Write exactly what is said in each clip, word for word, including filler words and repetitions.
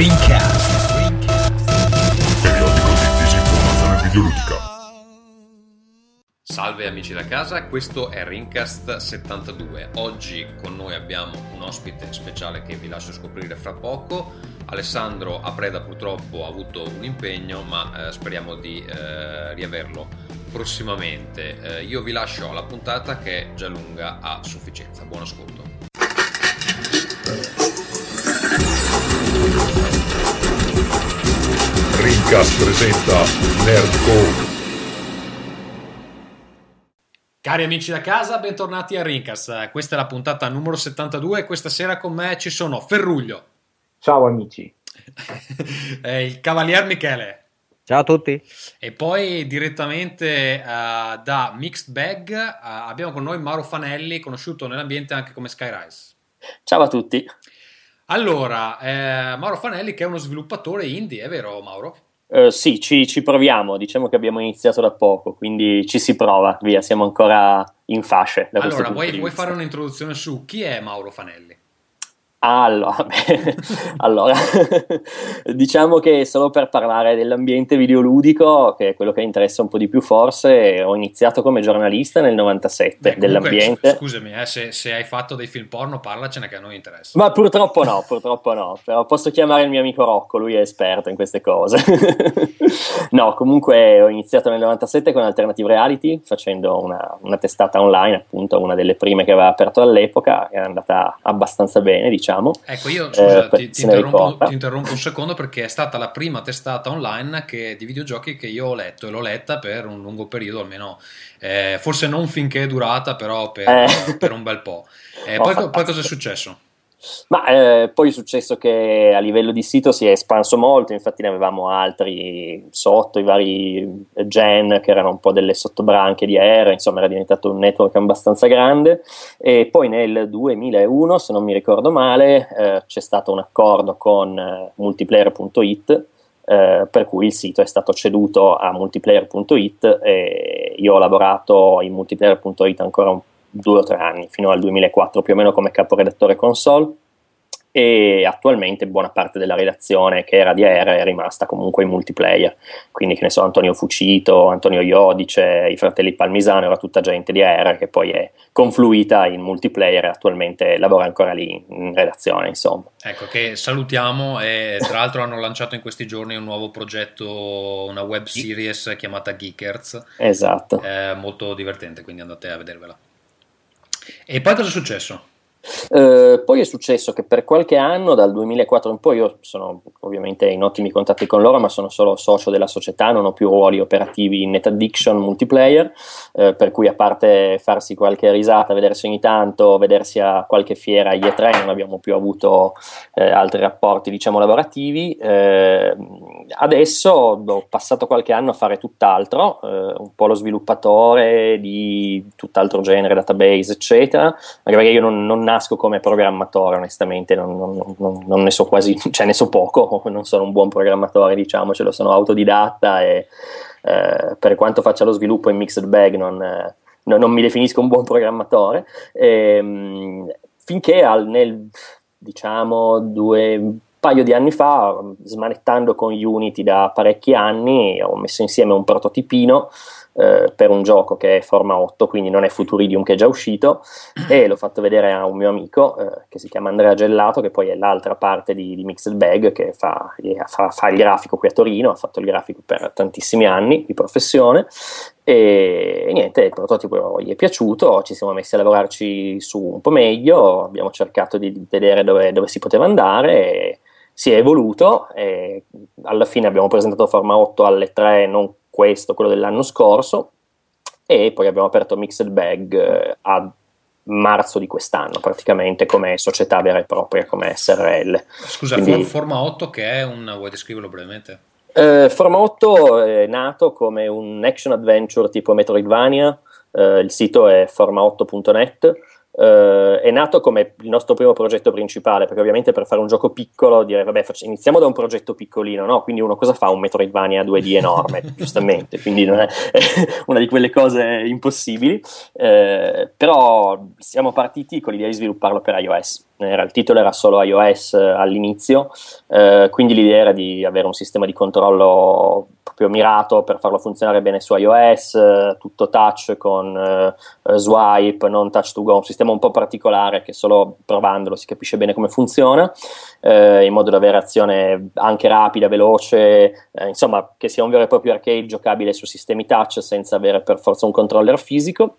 Rincast. Periodico di disinformazione videoludica. Salve amici da casa, questo è Rincast settantadue. Oggi con noi abbiamo un ospite speciale che vi lascio scoprire fra poco. Alessandro a Preda purtroppo ha avuto un impegno, ma eh, speriamo di eh, riaverlo prossimamente. Eh, io vi lascio alla puntata che è già lunga a sufficienza. Buon ascolto. Rincast presenta Nerdcore. Cari amici da casa, bentornati a Rincast. Questa è la puntata numero settantadue e questa sera con me ci sono Ferruglio. Ciao amici. eh, il Cavalier Michele. Ciao a tutti. E poi direttamente uh, da Mixed Bag uh, abbiamo con noi Mauro Fanelli, conosciuto nell'ambiente anche come Skyrise. Ciao a tutti. Allora, eh, Mauro Fanelli che è uno sviluppatore indie, è vero Mauro? Uh, sì, ci, ci proviamo, diciamo che abbiamo iniziato da poco, quindi ci si prova, via, siamo ancora in fasce. Da allora, vuoi, di vuoi fare un'introduzione su chi è Mauro Fanelli? Allora, beh, allora diciamo che solo per parlare dell'ambiente videoludico, che è quello che interessa un po' di più forse, ho iniziato come giornalista nel novantasette. Beh, comunque, dell'ambiente. Scusami, eh, se, se hai fatto dei film porno parlacene che a noi interessa. Ma purtroppo no, purtroppo no, però posso chiamare il mio amico Rocco, lui è esperto in queste cose. No, comunque ho iniziato nel novantasette con Alternative Reality, facendo una, una testata online, appunto una delle prime che aveva aperto all'epoca, è andata abbastanza bene, diciamo. Ecco, io scusa, eh, ti, ti, interrompo, ti interrompo un secondo perché è stata la prima testata online che, di videogiochi che io ho letto, e l'ho letta per un lungo periodo, almeno eh, forse non finché è durata, però per, eh. per un bel po'. Eh, oh, poi, poi cosa è successo? Ma eh, poi è successo che a livello di sito si è espanso molto, infatti ne avevamo altri sotto, i vari gen che erano un po' delle sottobranche di Era, insomma era diventato un network abbastanza grande. E poi nel duemilauno, se non mi ricordo male, eh, c'è stato un accordo con eh, multiplayer punto it, eh, per cui il sito è stato ceduto a multiplayer punto it e io ho lavorato in multiplayer punto it ancora un due o tre anni, fino al duemilaquattro più o meno come caporedattore console, e attualmente buona parte della redazione che era di Era è rimasta comunque in multiplayer, quindi che ne so, Antonio Fucito, Antonio Iodice, i fratelli Palmisano, era tutta gente di Era che poi è confluita in multiplayer e attualmente lavora ancora lì in redazione, insomma. Ecco, che salutiamo, e tra l'altro hanno lanciato in questi giorni un nuovo progetto, una web series chiamata Geekers, esatto, è molto divertente, quindi andate a vedervela. E poi cosa è successo? Uh, poi è successo che per qualche anno, dal duemilaquattro in poi, io sono ovviamente in ottimi contatti con loro, ma sono solo socio della società, non ho più ruoli operativi in NetAddiction multiplayer, uh, per cui a parte farsi qualche risata, vedersi ogni tanto, vedersi a qualche fiera I E tre, non abbiamo più avuto uh, altri rapporti, diciamo, lavorativi. Uh, adesso ho passato qualche anno a fare tutt'altro, uh, un po' lo sviluppatore di tutt'altro genere, database, eccetera, anche perché io non, non nasco come programmatore, onestamente non, non, non, non ne so quasi, cioè ne so poco, non sono un buon programmatore, diciamocelo, sono autodidatta e eh, per quanto faccia lo sviluppo in Mixed Bag non, eh, no, non mi definisco un buon programmatore, e, finché al, nel diciamo due paio di anni fa, smanettando con Unity da parecchi anni, ho messo insieme un prototipino eh, per un gioco che è Forma otto, quindi non è Futuridium, che è già uscito, e l'ho fatto vedere a un mio amico eh, che si chiama Andrea Gellato, che poi è l'altra parte di, di Mixed Bag, che fa, fa, fa il grafico qui a Torino, ha fatto il grafico per tantissimi anni di professione. E, e niente, il prototipo gli è piaciuto, ci siamo messi a lavorarci su un po' meglio, abbiamo cercato di vedere dove, dove si poteva andare, e si è evoluto, e alla fine abbiamo presentato Forma otto alle tre, non questo, quello dell'anno scorso, e poi abbiamo aperto Mixed Bag eh, a marzo di quest'anno, praticamente come società vera e propria, come S R L. Scusa, Quindi, Forma otto che è un... vuoi descriverlo brevemente? Eh, Forma otto è nato come un action adventure tipo Metroidvania, eh, il sito è forma otto punto net, eh, è nato come il nostro primo progetto principale, perché ovviamente per fare un gioco piccolo dire vabbè faccio, iniziamo da un progetto piccolino, no? Quindi uno cosa fa? Un Metroidvania due D enorme, giustamente, quindi non è, è una di quelle cose impossibili, eh, però siamo partiti con l'idea di svilupparlo per iOS. era, il titolo era solo iOS eh, all'inizio, eh, quindi l'idea era di avere un sistema di controllo proprio mirato per farlo funzionare bene su iOS, eh, tutto touch con eh, swipe, non touch to go, un sistema un po' particolare che solo provandolo si capisce bene come funziona, eh, in modo da avere azione anche rapida, veloce, eh, insomma che sia un vero e proprio arcade giocabile su sistemi touch senza avere per forza un controller fisico.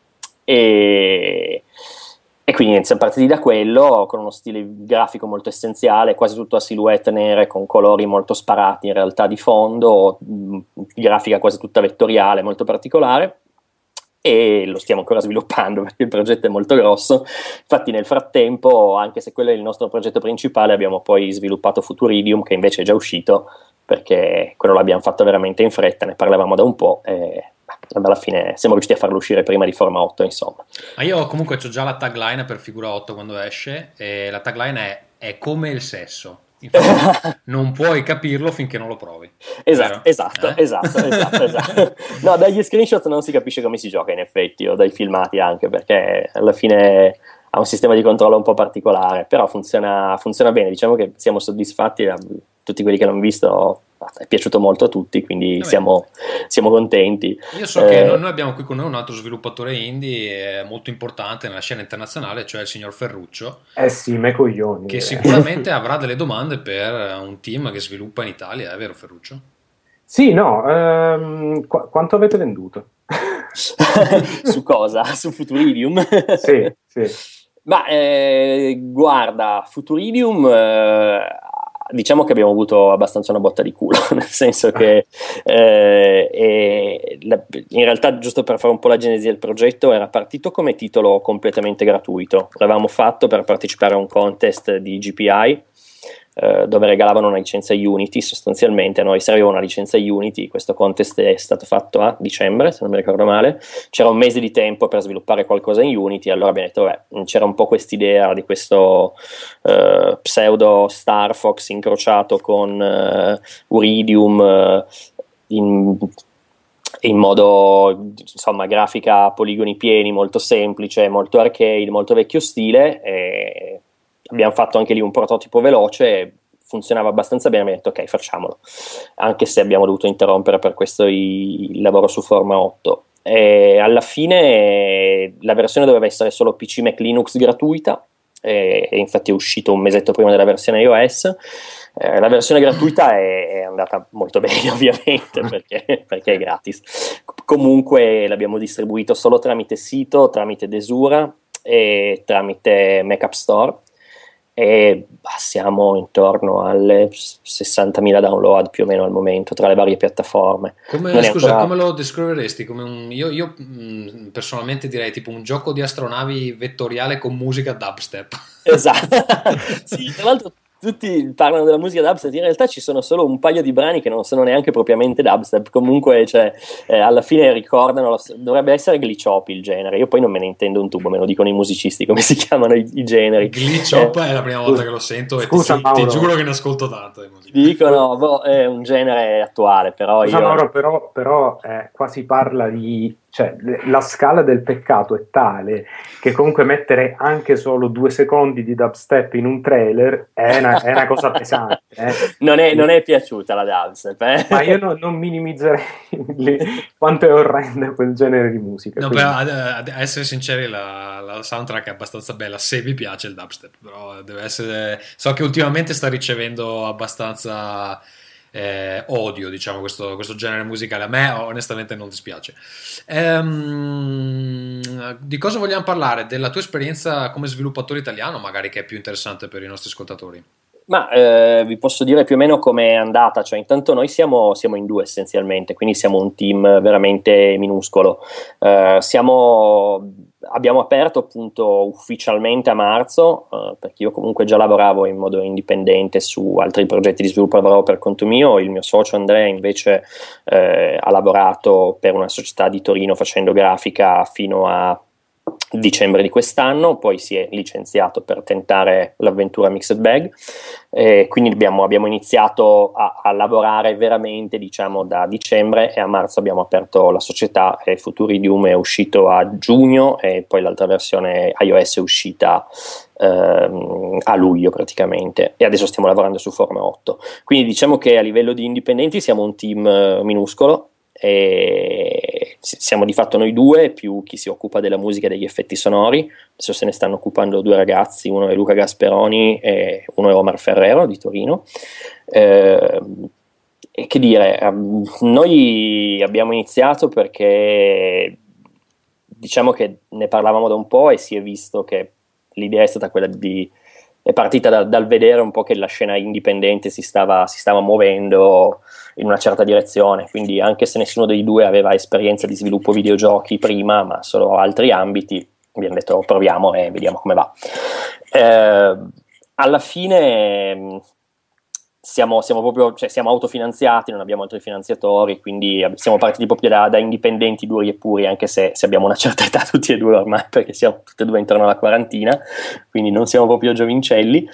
E, e quindi siamo partiti da quello con uno stile grafico molto essenziale, quasi tutto a silhouette nere con colori molto sparati in realtà di fondo, mh, grafica quasi tutta vettoriale, molto particolare, e lo stiamo ancora sviluppando perché il progetto è molto grosso. Infatti nel frattempo, anche se quello è il nostro progetto principale, abbiamo poi sviluppato Futuridium, che invece è già uscito, perché quello l'abbiamo fatto veramente in fretta, ne parlavamo da un po' e alla fine siamo riusciti a farlo uscire prima di Forma otto, insomma. Ma io comunque ho già la tagline per Figura otto quando esce, e la tagline è è come il sesso. Infatti non puoi capirlo finché non lo provi. Esatto, esatto, eh? esatto, esatto, esatto. No, dagli screenshot non si capisce come si gioca in effetti, o dai filmati anche, perché alla fine ha un sistema di controllo un po' particolare, però funziona, funziona bene, diciamo che siamo soddisfatti, tutti quelli che l'hanno visto è piaciuto molto a tutti, quindi siamo, siamo contenti. Io so eh, che noi abbiamo qui con noi un altro sviluppatore indie molto importante nella scena internazionale, cioè il signor Ferruccio. Eh sì, me coglioni. Che sicuramente avrà delle domande per un team che sviluppa in Italia, è vero Ferruccio? Sì, no, ehm, qu- quanto avete venduto? Su cosa? Su Futuridium? Sì, sì. Ma eh, guarda, Futuridium eh, diciamo che abbiamo avuto abbastanza una botta di culo, nel senso che eh, e la, in realtà, giusto per fare un po' la genesi del progetto, era partito come titolo completamente gratuito. L'avevamo fatto per partecipare a un contest di G P I, eh, dove regalavano una licenza Unity. Sostanzialmente a noi serviva una licenza Unity. Questo contest è stato fatto a dicembre, se non mi ricordo male. C'era un mese di tempo per sviluppare qualcosa in Unity, allora abbiamo detto beh, c'era un po' quest'idea di questo uh, pseudo Star Fox incrociato con uh, Uridium uh, in in modo, insomma, grafica a poligoni pieni, molto semplice, molto arcade, molto vecchio stile, e abbiamo fatto anche lì un prototipo veloce, funzionava abbastanza bene, abbiamo detto ok, facciamolo, anche se abbiamo dovuto interrompere per questo il lavoro su Forma otto. E alla fine la versione doveva essere solo P C Mac Linux gratuita, e, e infatti è uscito un mesetto prima della versione iOS. Eh, la versione gratuita è, è andata molto bene, ovviamente, perché, perché è gratis. Comunque l'abbiamo distribuito solo tramite sito, tramite Desura e tramite Mac App Store, e bah, siamo intorno alle sessantamila download più o meno al momento tra le varie piattaforme. Come, scusa, ancora... come lo descriveresti? Come un, io io mh, personalmente direi tipo un gioco di astronavi vettoriale con musica dubstep. Esatto. Sì, tra l'altro tutti parlano della musica dubstep, in realtà ci sono solo un paio di brani che non sono neanche propriamente dubstep, comunque cioè, eh, alla fine ricordano, lo, dovrebbe essere glitch hop il genere, io poi non me ne intendo un tubo, me lo dicono i musicisti come si chiamano i, i generi. Glitch hop eh, è la prima volta che lo sento e scusa, ti, ti giuro che ne ascolto tanto. Dicono, boh, è un genere attuale, però scusa, io... Mauro, però, però eh, qua si parla di... cioè la scala del peccato è tale che comunque mettere anche solo due secondi di dubstep in un trailer è una, è una cosa pesante. Eh. Non, è, non è piaciuta la dubstep, eh? Ma io no, non minimizzerei le, quanto è orrenda quel genere di musica. No, quindi... per, a, a essere sinceri, la, la soundtrack è abbastanza bella, se vi piace il dubstep, però deve essere... So che ultimamente sta ricevendo abbastanza... Eh, odio, diciamo, questo, questo genere musicale. A me onestamente non dispiace. Ehm, di cosa vogliamo parlare? Della tua esperienza come sviluppatore italiano, magari, che è più interessante per i nostri ascoltatori. Ma eh, vi posso dire più o meno com'è andata, cioè intanto noi siamo, siamo in due essenzialmente, quindi siamo un team veramente minuscolo. Eh, siamo, abbiamo aperto appunto ufficialmente a marzo, eh, perché io comunque già lavoravo in modo indipendente su altri progetti di sviluppo, lavoravo per conto mio, il mio socio Andrea invece eh, ha lavorato per una società di Torino facendo grafica fino a dicembre di quest'anno, poi si è licenziato per tentare l'avventura Mixed Bag, e quindi abbiamo, abbiamo iniziato a, a lavorare veramente, diciamo, da dicembre, e a marzo abbiamo aperto la società, e Futuridium è uscito a giugno e poi l'altra versione iOS è uscita ehm, a luglio praticamente, e adesso stiamo lavorando su Forma otto. Quindi diciamo che a livello di indipendenti siamo un team eh, minuscolo, e siamo di fatto noi due più chi si occupa della musica e degli effetti sonori. Adesso se ne stanno occupando due ragazzi, uno è Luca Gasperoni e uno è Omar Ferrero di Torino. Eh, e che dire, noi abbiamo iniziato perché diciamo che ne parlavamo da un po' e si è visto che l'idea è stata quella di è partita da, dal vedere un po' che la scena indipendente si stava, si stava muovendo in una certa direzione, quindi anche se nessuno dei due aveva esperienza di sviluppo videogiochi prima, ma solo altri ambiti, abbiamo detto proviamo e vediamo come va. Eh, alla fine siamo, siamo proprio, cioè siamo autofinanziati, non abbiamo altri finanziatori, quindi siamo partiti proprio da, da indipendenti duri e puri, anche se, se abbiamo una certa età tutti e due ormai, perché siamo tutti e due intorno alla quarantina, quindi non siamo proprio giovincelli.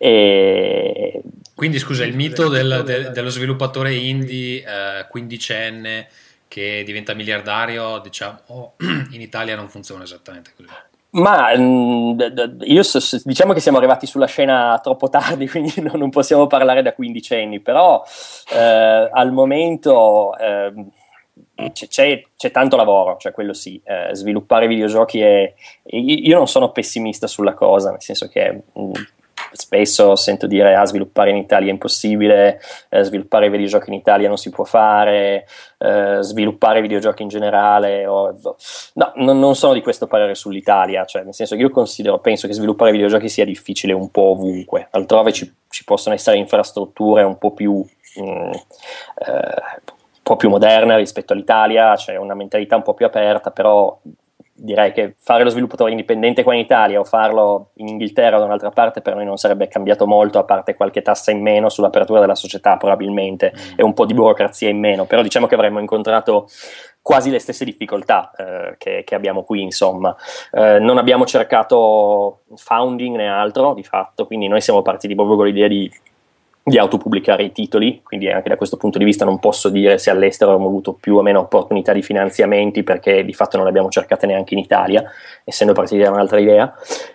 E quindi scusa, il mito del, del, dello sviluppatore indie eh, quindicenne che diventa miliardario, diciamo, in Italia non funziona esattamente così. Ma io diciamo che siamo arrivati sulla scena troppo tardi, quindi non possiamo parlare da quindicenni, però eh, al momento eh, c'è, c'è tanto lavoro, cioè quello sì, eh, sviluppare videogiochi è, io non sono pessimista sulla cosa, nel senso che mh, spesso sento dire ah, sviluppare in Italia è impossibile, eh, sviluppare videogiochi in Italia non si può fare, eh, sviluppare videogiochi in generale o... no, non, non sono di questo parere sull'Italia, cioè nel senso che io considero, penso che sviluppare videogiochi sia difficile un po' ovunque, altrove ci, ci possono essere infrastrutture un po' più mh, eh, un po' più moderne rispetto all'Italia, c'è una mentalità un po' più aperta, però direi che fare lo sviluppatore indipendente qua in Italia o farlo in Inghilterra o da un'altra parte per noi non sarebbe cambiato molto, a parte qualche tassa in meno sull'apertura della società probabilmente mm. e un po' di burocrazia in meno, però diciamo che avremmo incontrato quasi le stesse difficoltà eh, che, che abbiamo qui, insomma. Eh, non abbiamo cercato founding né altro di fatto, quindi noi siamo partiti proprio con l'idea di di autopubblicare i titoli, quindi anche da questo punto di vista non posso dire se all'estero abbiamo avuto più o meno opportunità di finanziamenti, perché di fatto non le abbiamo cercate neanche in Italia, essendo partiti da un'altra idea.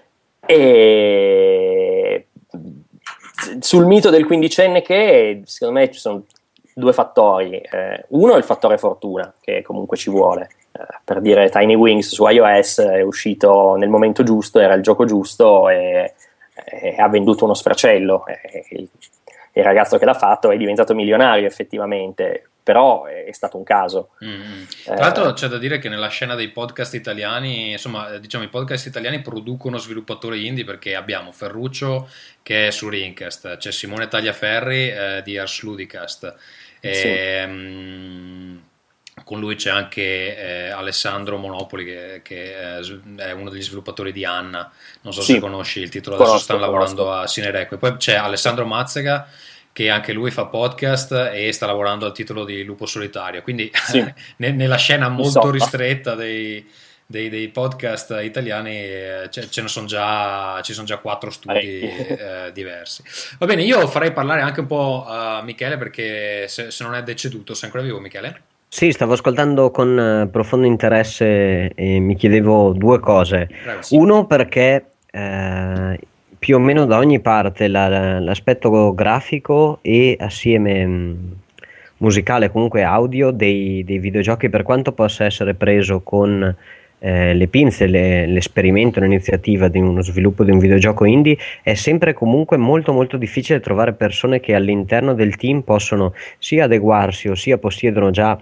E sul mito del quindicenne, che secondo me ci sono due fattori, eh, uno è il fattore fortuna, che comunque ci vuole, eh, per dire Tiny Wings su iOS è uscito nel momento giusto, era il gioco giusto e, e ha venduto uno sfracello, e, il, il ragazzo che l'ha fatto è diventato milionario effettivamente, però è stato un caso. Mm. Tra l'altro eh, c'è da dire che nella scena dei podcast italiani, insomma, diciamo i podcast italiani producono sviluppatori indie, perché abbiamo Ferruccio che è su Rincast, c'è Simone Tagliaferri eh, di Ars Ludicast, e, sì. mh, con lui c'è anche eh, Alessandro Monopoli che, che è uno degli sviluppatori di Anna, non so sì. se conosci il titolo, adesso conosco, stanno conosco. lavorando a Cinereque. Poi c'è Alessandro Mazzega che anche lui fa podcast e sta lavorando al titolo di Lupo Solitario, quindi sì. nella scena molto Insomma. ristretta dei, dei, dei podcast italiani eh, ce ne sono già, ci sono già quattro studi eh, diversi. Va bene, io farei parlare anche un po' a Michele, perché se, se non è deceduto, sei ancora vivo Michele? Sì, stavo ascoltando con eh, profondo interesse e mi chiedevo due cose. Prego, sì. Uno, perché eh, più o meno da ogni parte la, l'aspetto grafico e assieme mh, musicale, comunque audio dei, dei videogiochi, per quanto possa essere preso con eh, le pinze, le, l'esperimento, l'iniziativa di uno sviluppo di un videogioco indie, è sempre comunque molto molto difficile trovare persone che all'interno del team possono sia adeguarsi o sia possiedono già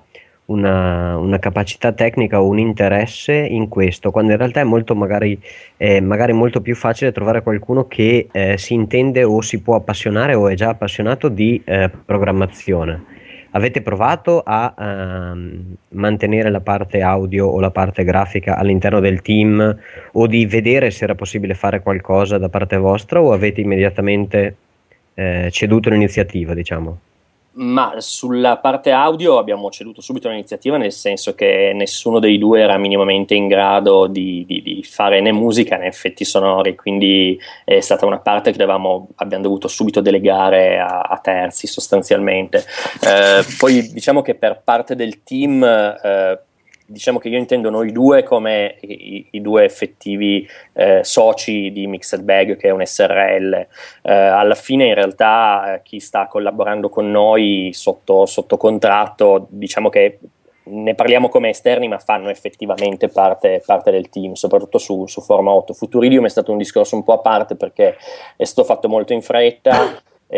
Una, una capacità tecnica o un interesse in questo, quando in realtà è molto magari, eh, magari molto più facile trovare qualcuno che eh, si intende o si può appassionare o è già appassionato di eh, programmazione. Avete provato a uh, mantenere la parte audio o la parte grafica all'interno del team, o di vedere se era possibile fare qualcosa da parte vostra, o avete immediatamente eh, ceduto l'iniziativa, diciamo? Ma sulla parte audio abbiamo ceduto subito l'iniziativa, nel senso che nessuno dei due era minimamente in grado di, di, di fare né musica né effetti sonori, quindi è stata una parte che dovevamo, abbiamo dovuto subito delegare a, a terzi sostanzialmente. Eh, poi diciamo che per parte del team, eh, diciamo che io intendo noi due come i, i due effettivi eh, soci di Mixed Bag, che è un S R L. Eh, alla fine in realtà eh, chi sta collaborando con noi sotto, sotto contratto, diciamo che ne parliamo come esterni, ma fanno effettivamente parte, parte del team, soprattutto su, su Forma otto. Futuridium è stato un discorso un po' a parte, perché è stato fatto molto in fretta,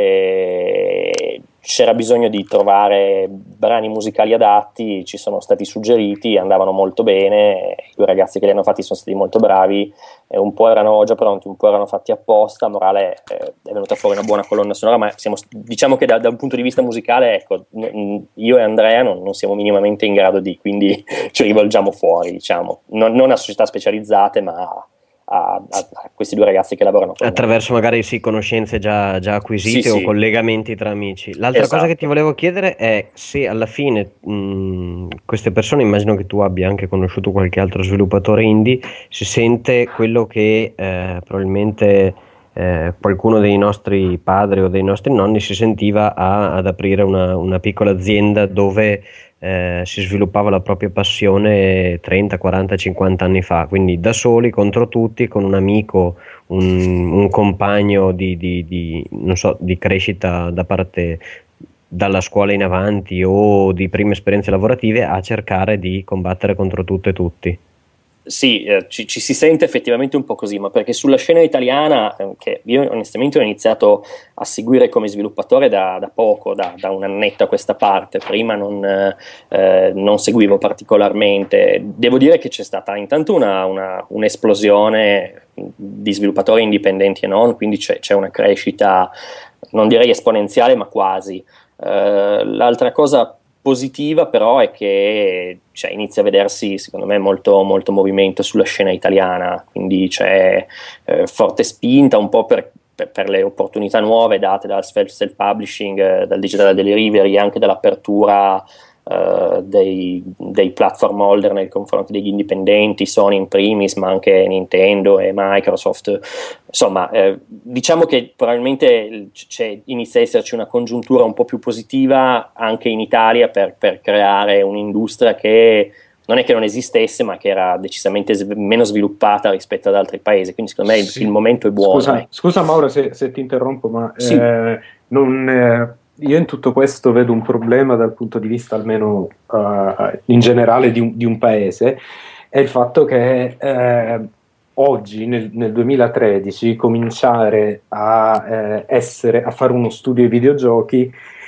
e c'era bisogno di trovare brani musicali adatti, ci sono stati suggeriti, andavano molto bene, i due ragazzi che li hanno fatti sono stati molto bravi, e un po' erano già pronti, un po' erano fatti apposta. Morale, eh, è venuta fuori una buona colonna sonora, ma siamo, diciamo che da, da un punto di vista musicale, ecco, io e Andrea non, non siamo minimamente in grado di, quindi ci rivolgiamo fuori, diciamo, non, non a società specializzate, ma A, a, a questi due ragazzi che lavorano con attraverso noi. Magari sì, conoscenze già, già acquisite, sì, o sì, collegamenti tra amici. L'altra esatto. cosa che ti volevo chiedere è se alla fine mh, queste persone, immagino che tu abbia anche conosciuto qualche altro sviluppatore indie, si sente quello che eh, probabilmente eh, qualcuno dei nostri padri o dei nostri nonni si sentiva a, ad aprire una, una piccola azienda dove Eh, si sviluppava la propria passione trenta, quaranta, cinquanta anni fa, quindi da soli contro tutti, con un amico, un, un compagno di, di, di, non so, di crescita da parte dalla scuola in avanti o di prime esperienze lavorative, a cercare di combattere contro tutto e tutti. Sì, eh, ci, ci si sente effettivamente un po' così, ma perché sulla scena italiana, eh, che io onestamente ho iniziato a seguire come sviluppatore da, da poco, da, da un annetto a questa parte, prima non, eh, non seguivo particolarmente. Devo dire che c'è stata intanto una, una, un'esplosione di sviluppatori indipendenti e non, quindi c'è, c'è una crescita, non direi esponenziale, ma quasi. Eh, l'altra cosa positiva però è che cioè, inizia a vedersi secondo me molto, molto movimento sulla scena italiana, quindi c'è eh, forte spinta un po' per, per, per le opportunità nuove date dal self-publishing, eh, dal digital delivery, anche dall'apertura Uh, dei, dei platform holder nei confronti degli indipendenti, Sony in primis, ma anche Nintendo e Microsoft. Insomma, eh, diciamo che probabilmente c'è, inizia a esserci una congiuntura un po' più positiva anche in Italia per, per creare un'industria che non è che non esistesse, ma che era decisamente sv- meno sviluppata rispetto ad altri paesi, quindi secondo me il, sì. il momento è buono. Scusa, eh. scusa Mauro se, se ti interrompo, ma sì. eh, non... Eh... Io in tutto questo vedo un problema dal punto di vista almeno uh, in generale di un, di un paese, è il fatto che eh, oggi nel, nel duemilatredici cominciare a, eh, essere, a fare uno studio di videogiochi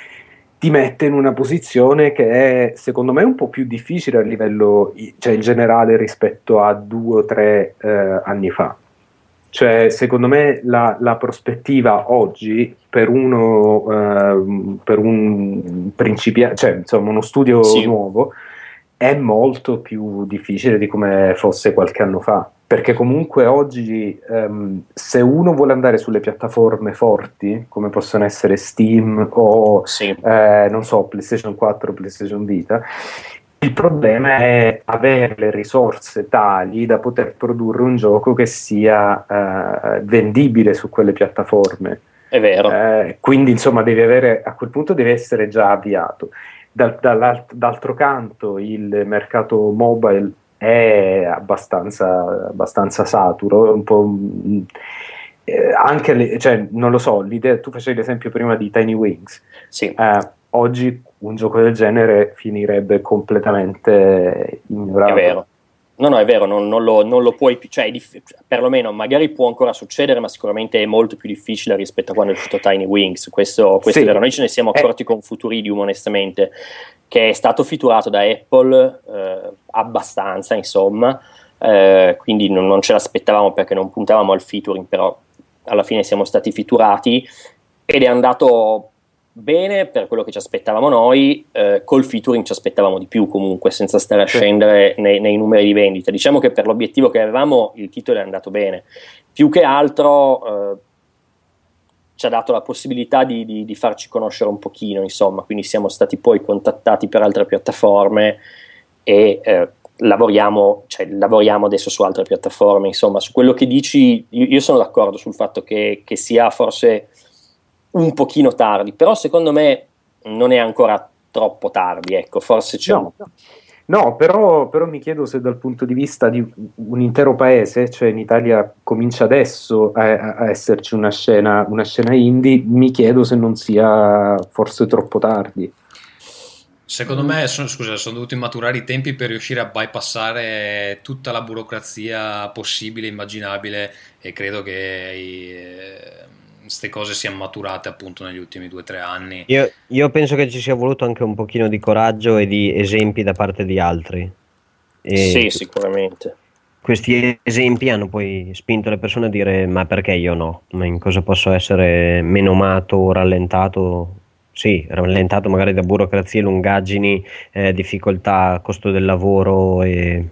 ti mette in una posizione che è secondo me un po' più difficile a livello, cioè in generale, rispetto a due o tre eh, anni fa. Cioè, secondo me la, la prospettiva oggi per uno eh, per un principiante, cioè insomma uno studio sì. nuovo, è molto più difficile di come fosse qualche anno fa, perché comunque oggi ehm, se uno vuole andare sulle piattaforme forti come possono essere Steam o sì. eh, non so, PlayStation quattro, PlayStation Vita, il problema è avere le risorse tali da poter produrre un gioco che sia eh, vendibile su quelle piattaforme. È vero. Eh, quindi insomma devi avere, a quel punto deve essere già avviato. Dal, d'altro canto il mercato mobile è abbastanza, abbastanza saturo, un po', eh, anche le, cioè, non lo so, l'idea, tu facevi l'esempio prima di Tiny Wings. Sì. Eh, oggi un gioco del genere finirebbe completamente ignorato. È vero. No, no, è vero, non, non, lo, non lo puoi, cioè, diff- perlomeno magari può ancora succedere, ma sicuramente è molto più difficile rispetto a quando è uscito Tiny Wings. Questo, questo sì. è vero. Noi ce ne siamo accorti eh. con Futuridium, onestamente, che è stato featurato da Apple eh, abbastanza, insomma, eh, quindi non, non ce l'aspettavamo perché non puntavamo al featuring, però alla fine siamo stati featurati ed è andato bene per quello che ci aspettavamo noi. Eh, col featuring ci aspettavamo di più comunque, senza stare a scendere nei, nei numeri di vendita. Diciamo che per l'obiettivo che avevamo il titolo è andato bene, più che altro eh, ci ha dato la possibilità di, di, di farci conoscere un pochino, insomma, quindi siamo stati poi contattati per altre piattaforme e eh, lavoriamo, cioè, lavoriamo adesso su altre piattaforme, insomma, su quello che dici io, io sono d'accordo sul fatto che, che sia forse un pochino tardi, però secondo me non è ancora troppo tardi, ecco, forse c'è no, un... no però, però mi chiedo se dal punto di vista di un intero paese, cioè in Italia comincia adesso a, a esserci una scena, una scena indie, mi chiedo se non sia forse troppo tardi. Secondo me sono, scusa, sono dovuti maturare i tempi per riuscire a bypassare tutta la burocrazia possibile, immaginabile, e credo che queste cose siano maturate appunto negli ultimi due o tre anni. Io, io penso che ci sia voluto anche un pochino di coraggio e di esempi da parte di altri. E sì, sicuramente. Questi esempi hanno poi spinto le persone a dire: ma perché io no? Ma in cosa posso essere menomato o rallentato? Sì, rallentato magari da burocrazie, lungaggini, eh, difficoltà, costo del lavoro e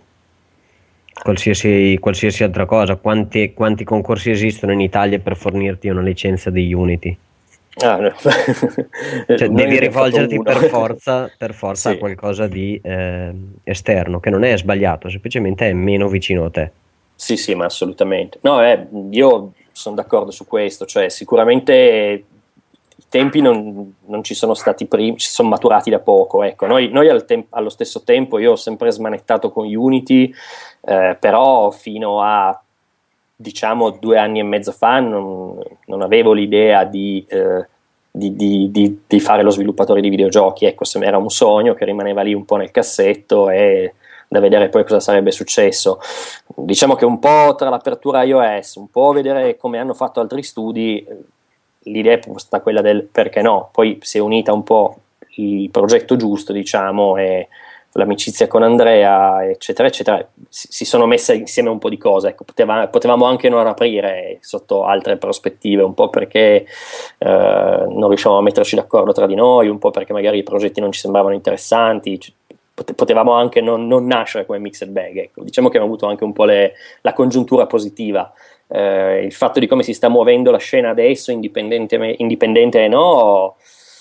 qualsiasi, qualsiasi altra cosa. Quanti, quanti concorsi esistono in Italia per fornirti una licenza di Unity? Ah, no. Cioè, devi rivolgerti per forza, per forza sì. a qualcosa di eh, esterno, che non è sbagliato, semplicemente è meno vicino a te. Sì, sì, ma assolutamente. No, eh, io sono d'accordo su questo, cioè sicuramente i tempi non, non ci sono stati prima, ci sono maturati da poco, ecco. Noi, noi al tem- allo stesso tempo io ho sempre smanettato con Unity, eh, però fino a diciamo due anni e mezzo fa non, non avevo l'idea di, eh, di, di, di, di fare lo sviluppatore di videogiochi, ecco, se era un sogno che rimaneva lì un po' nel cassetto e da vedere poi cosa sarebbe successo. Diciamo che un po' tra l'apertura iOS, un po' vedere come hanno fatto altri studi, l'idea è stata quella del perché no, poi si è unita un po' il progetto giusto, diciamo, e l'amicizia con Andrea, eccetera, eccetera, si, si sono messe insieme un po' di cose, ecco, poteva, potevamo anche non aprire sotto altre prospettive, un po' perché eh, non riuscivamo a metterci d'accordo tra di noi, un po' perché magari i progetti non ci sembravano interessanti, potevamo anche non, non nascere come Mixed Bag, ecco. Diciamo che abbiamo avuto anche un po' le, la congiuntura positiva. Eh, il fatto di come si sta muovendo la scena adesso, indipendente, indipendente e no,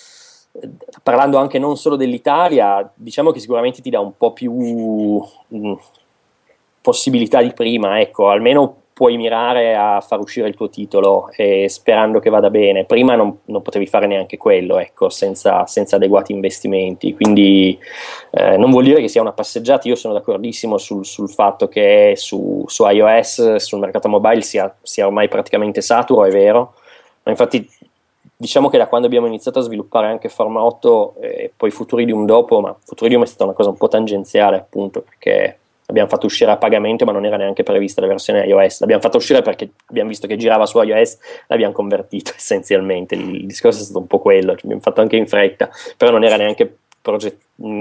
parlando anche non solo dell'Italia, diciamo che sicuramente ti dà un po' più mh, possibilità di prima, ecco, almeno puoi mirare a far uscire il tuo titolo e sperando che vada bene. Prima non, non potevi fare neanche quello, ecco, senza, senza adeguati investimenti, quindi eh, non vuol dire che sia una passeggiata. Io sono d'accordissimo sul, sul fatto che su, su iOS, sul mercato mobile sia, sia ormai praticamente saturo, è vero, ma infatti diciamo che da quando abbiamo iniziato a sviluppare anche Forma otto e poi Futuridium dopo, ma Futuridium è stata una cosa un po' tangenziale, appunto, perché l'abbiamo fatto uscire a pagamento ma non era neanche prevista la versione iOS, l'abbiamo fatto uscire perché abbiamo visto che girava su iOS, l'abbiamo convertito essenzialmente. Il, il discorso è stato un po' quello, l'abbiamo fatto anche in fretta, però non era neanche proget-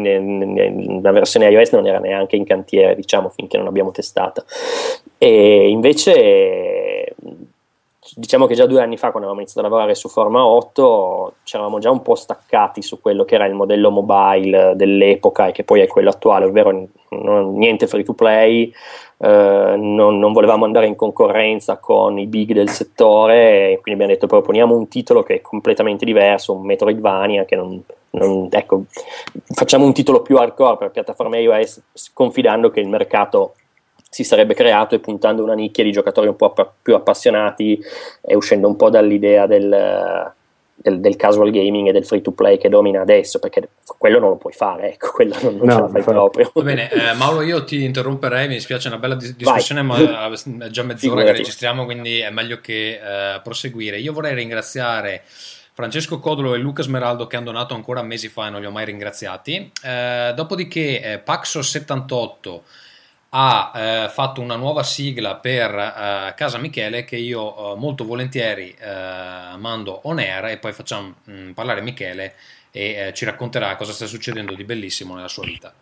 la versione iOS non era neanche in cantiere, diciamo, finché non abbiamo testata. E invece diciamo che già due anni fa, quando avevamo iniziato a lavorare su Forma otto, ci eravamo già un po' staccati su quello che era il modello mobile dell'epoca e che poi è quello attuale, ovvero non, niente free to play, eh, non, non volevamo andare in concorrenza con i big del settore, e quindi abbiamo detto proponiamo un titolo che è completamente diverso, un Metroidvania che non, non ecco, facciamo un titolo più hardcore per piattaforme iOS, confidando che il mercato si sarebbe creato e puntando una nicchia di giocatori un po' app- più appassionati e uscendo un po' dall'idea del, del, del casual gaming e del free to play che domina adesso, perché quello non lo puoi fare, ecco, quello non, non no, ce la fai proprio. Va bene, eh, Mauro, io ti interromperei, mi dispiace, è una bella dis- discussione, Vai. ma è già mezz'ora Figurati. che registriamo, quindi è meglio che eh, proseguire. Io vorrei ringraziare Francesco Codolo e Luca Smeraldo, che hanno donato ancora mesi fa e non li ho mai ringraziati. Eh, dopodiché eh, Paxo settantotto ha eh, fatto una nuova sigla per eh, Casa Michele, che io eh, molto volentieri eh, mando on air, e poi facciamo mh, parlare Michele e eh, ci racconterà cosa sta succedendo di bellissimo nella sua vita.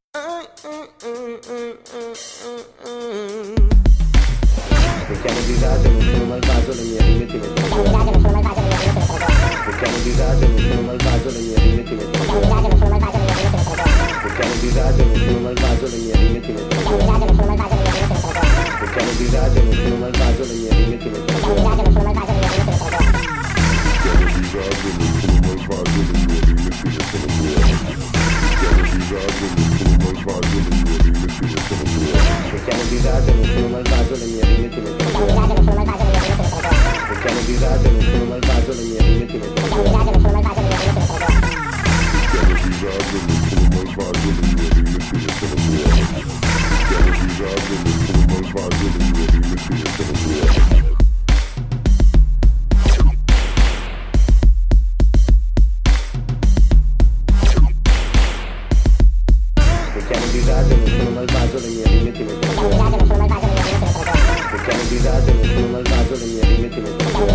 Cerchiamo disagio, non sono malvagio, le mie rime ti mettono a cuore. Cerchiamo disagio, non sono malvagio, le mie rime ti mettono a cuore. Cerchiamo disagio, non sono malvagio, le mie rime ti mettono a cuore. Cerchiamo disagio, non sono malvagio, le mie rime ti mettono a cuore. disagio, non sono malvagio, le mie rime ti mettono a cuore. Cerchiamo disagio, non sono malvagio, le mie rime ti mettono a cuore. Cerchiamo disagio, non sono malvagio, le mie rime ti mettono a cuore. Cerchiamo disagio, non sono malvagio, le mie rime ti mettono a cuore. Cerchiamo disagio, non sono malvagio, le mie rime ti mettono a cuore.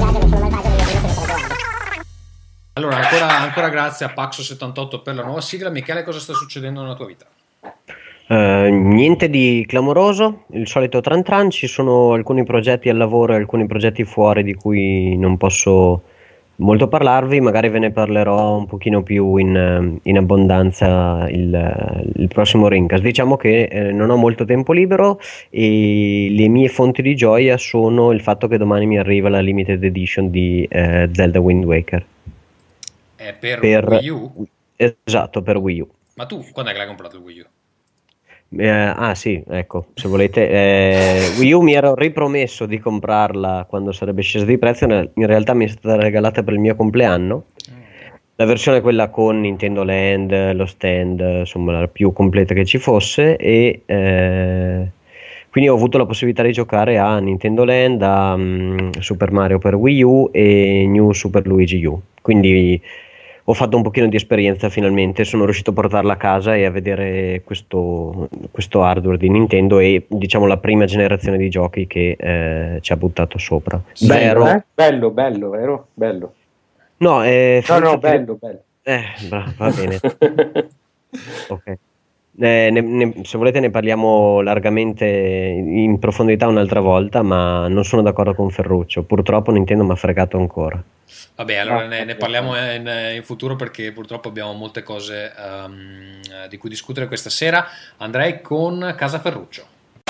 Allora, ancora, ancora grazie a Paxo settantotto per la nuova sigla. Michele, cosa sta succedendo nella tua vita? Uh, niente di clamoroso, il solito tran tran. Ci sono alcuni progetti al lavoro e alcuni progetti fuori di cui non posso molto parlarvi, magari ve ne parlerò un pochino più in, in abbondanza il, il prossimo Rincast. Diciamo che eh, non ho molto tempo libero e le mie fonti di gioia sono il fatto che domani mi arriva la limited edition di eh, Zelda Wind Waker. È per, per Wii U? Esatto, per Wii U. Ma tu quando è che l'hai comprato il Wii U? Eh, ah sì, ecco, se volete, eh, Wii U mi ero ripromesso di comprarla quando sarebbe scesa di prezzo, in realtà mi è stata regalata per il mio compleanno, la versione quella con Nintendo Land, lo stand, insomma la più completa che ci fosse, e eh, quindi ho avuto la possibilità di giocare a Nintendo Land, a um, Super Mario per Wii U e New Super Luigi U, quindi ho fatto un pochino di esperienza finalmente, sono riuscito a portarla a casa e a vedere questo, questo hardware di Nintendo e diciamo la prima generazione di giochi che eh, ci ha buttato sopra. Bello, eh? bello, bello, vero? Bello. No, eh, no, no, bello, bello. Eh, bravo, va bene. Ok. Eh, ne, ne, se volete ne parliamo largamente in profondità un'altra volta, ma non sono d'accordo con Ferruccio, purtroppo Nintendo mi ha fregato ancora. Vabbè, allora ne, ne parliamo in, in futuro perché purtroppo abbiamo molte cose um, di cui discutere questa sera. Andrei con Casa Ferruccio.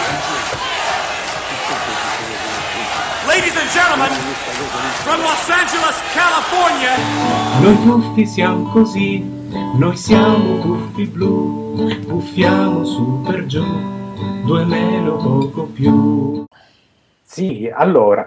Ladies and gentlemen, from Los Angeles, California. Noi tuffi siamo così, noi siamo tuffi blu, puffiamo su per giù, due meno poco più. Sì, allora,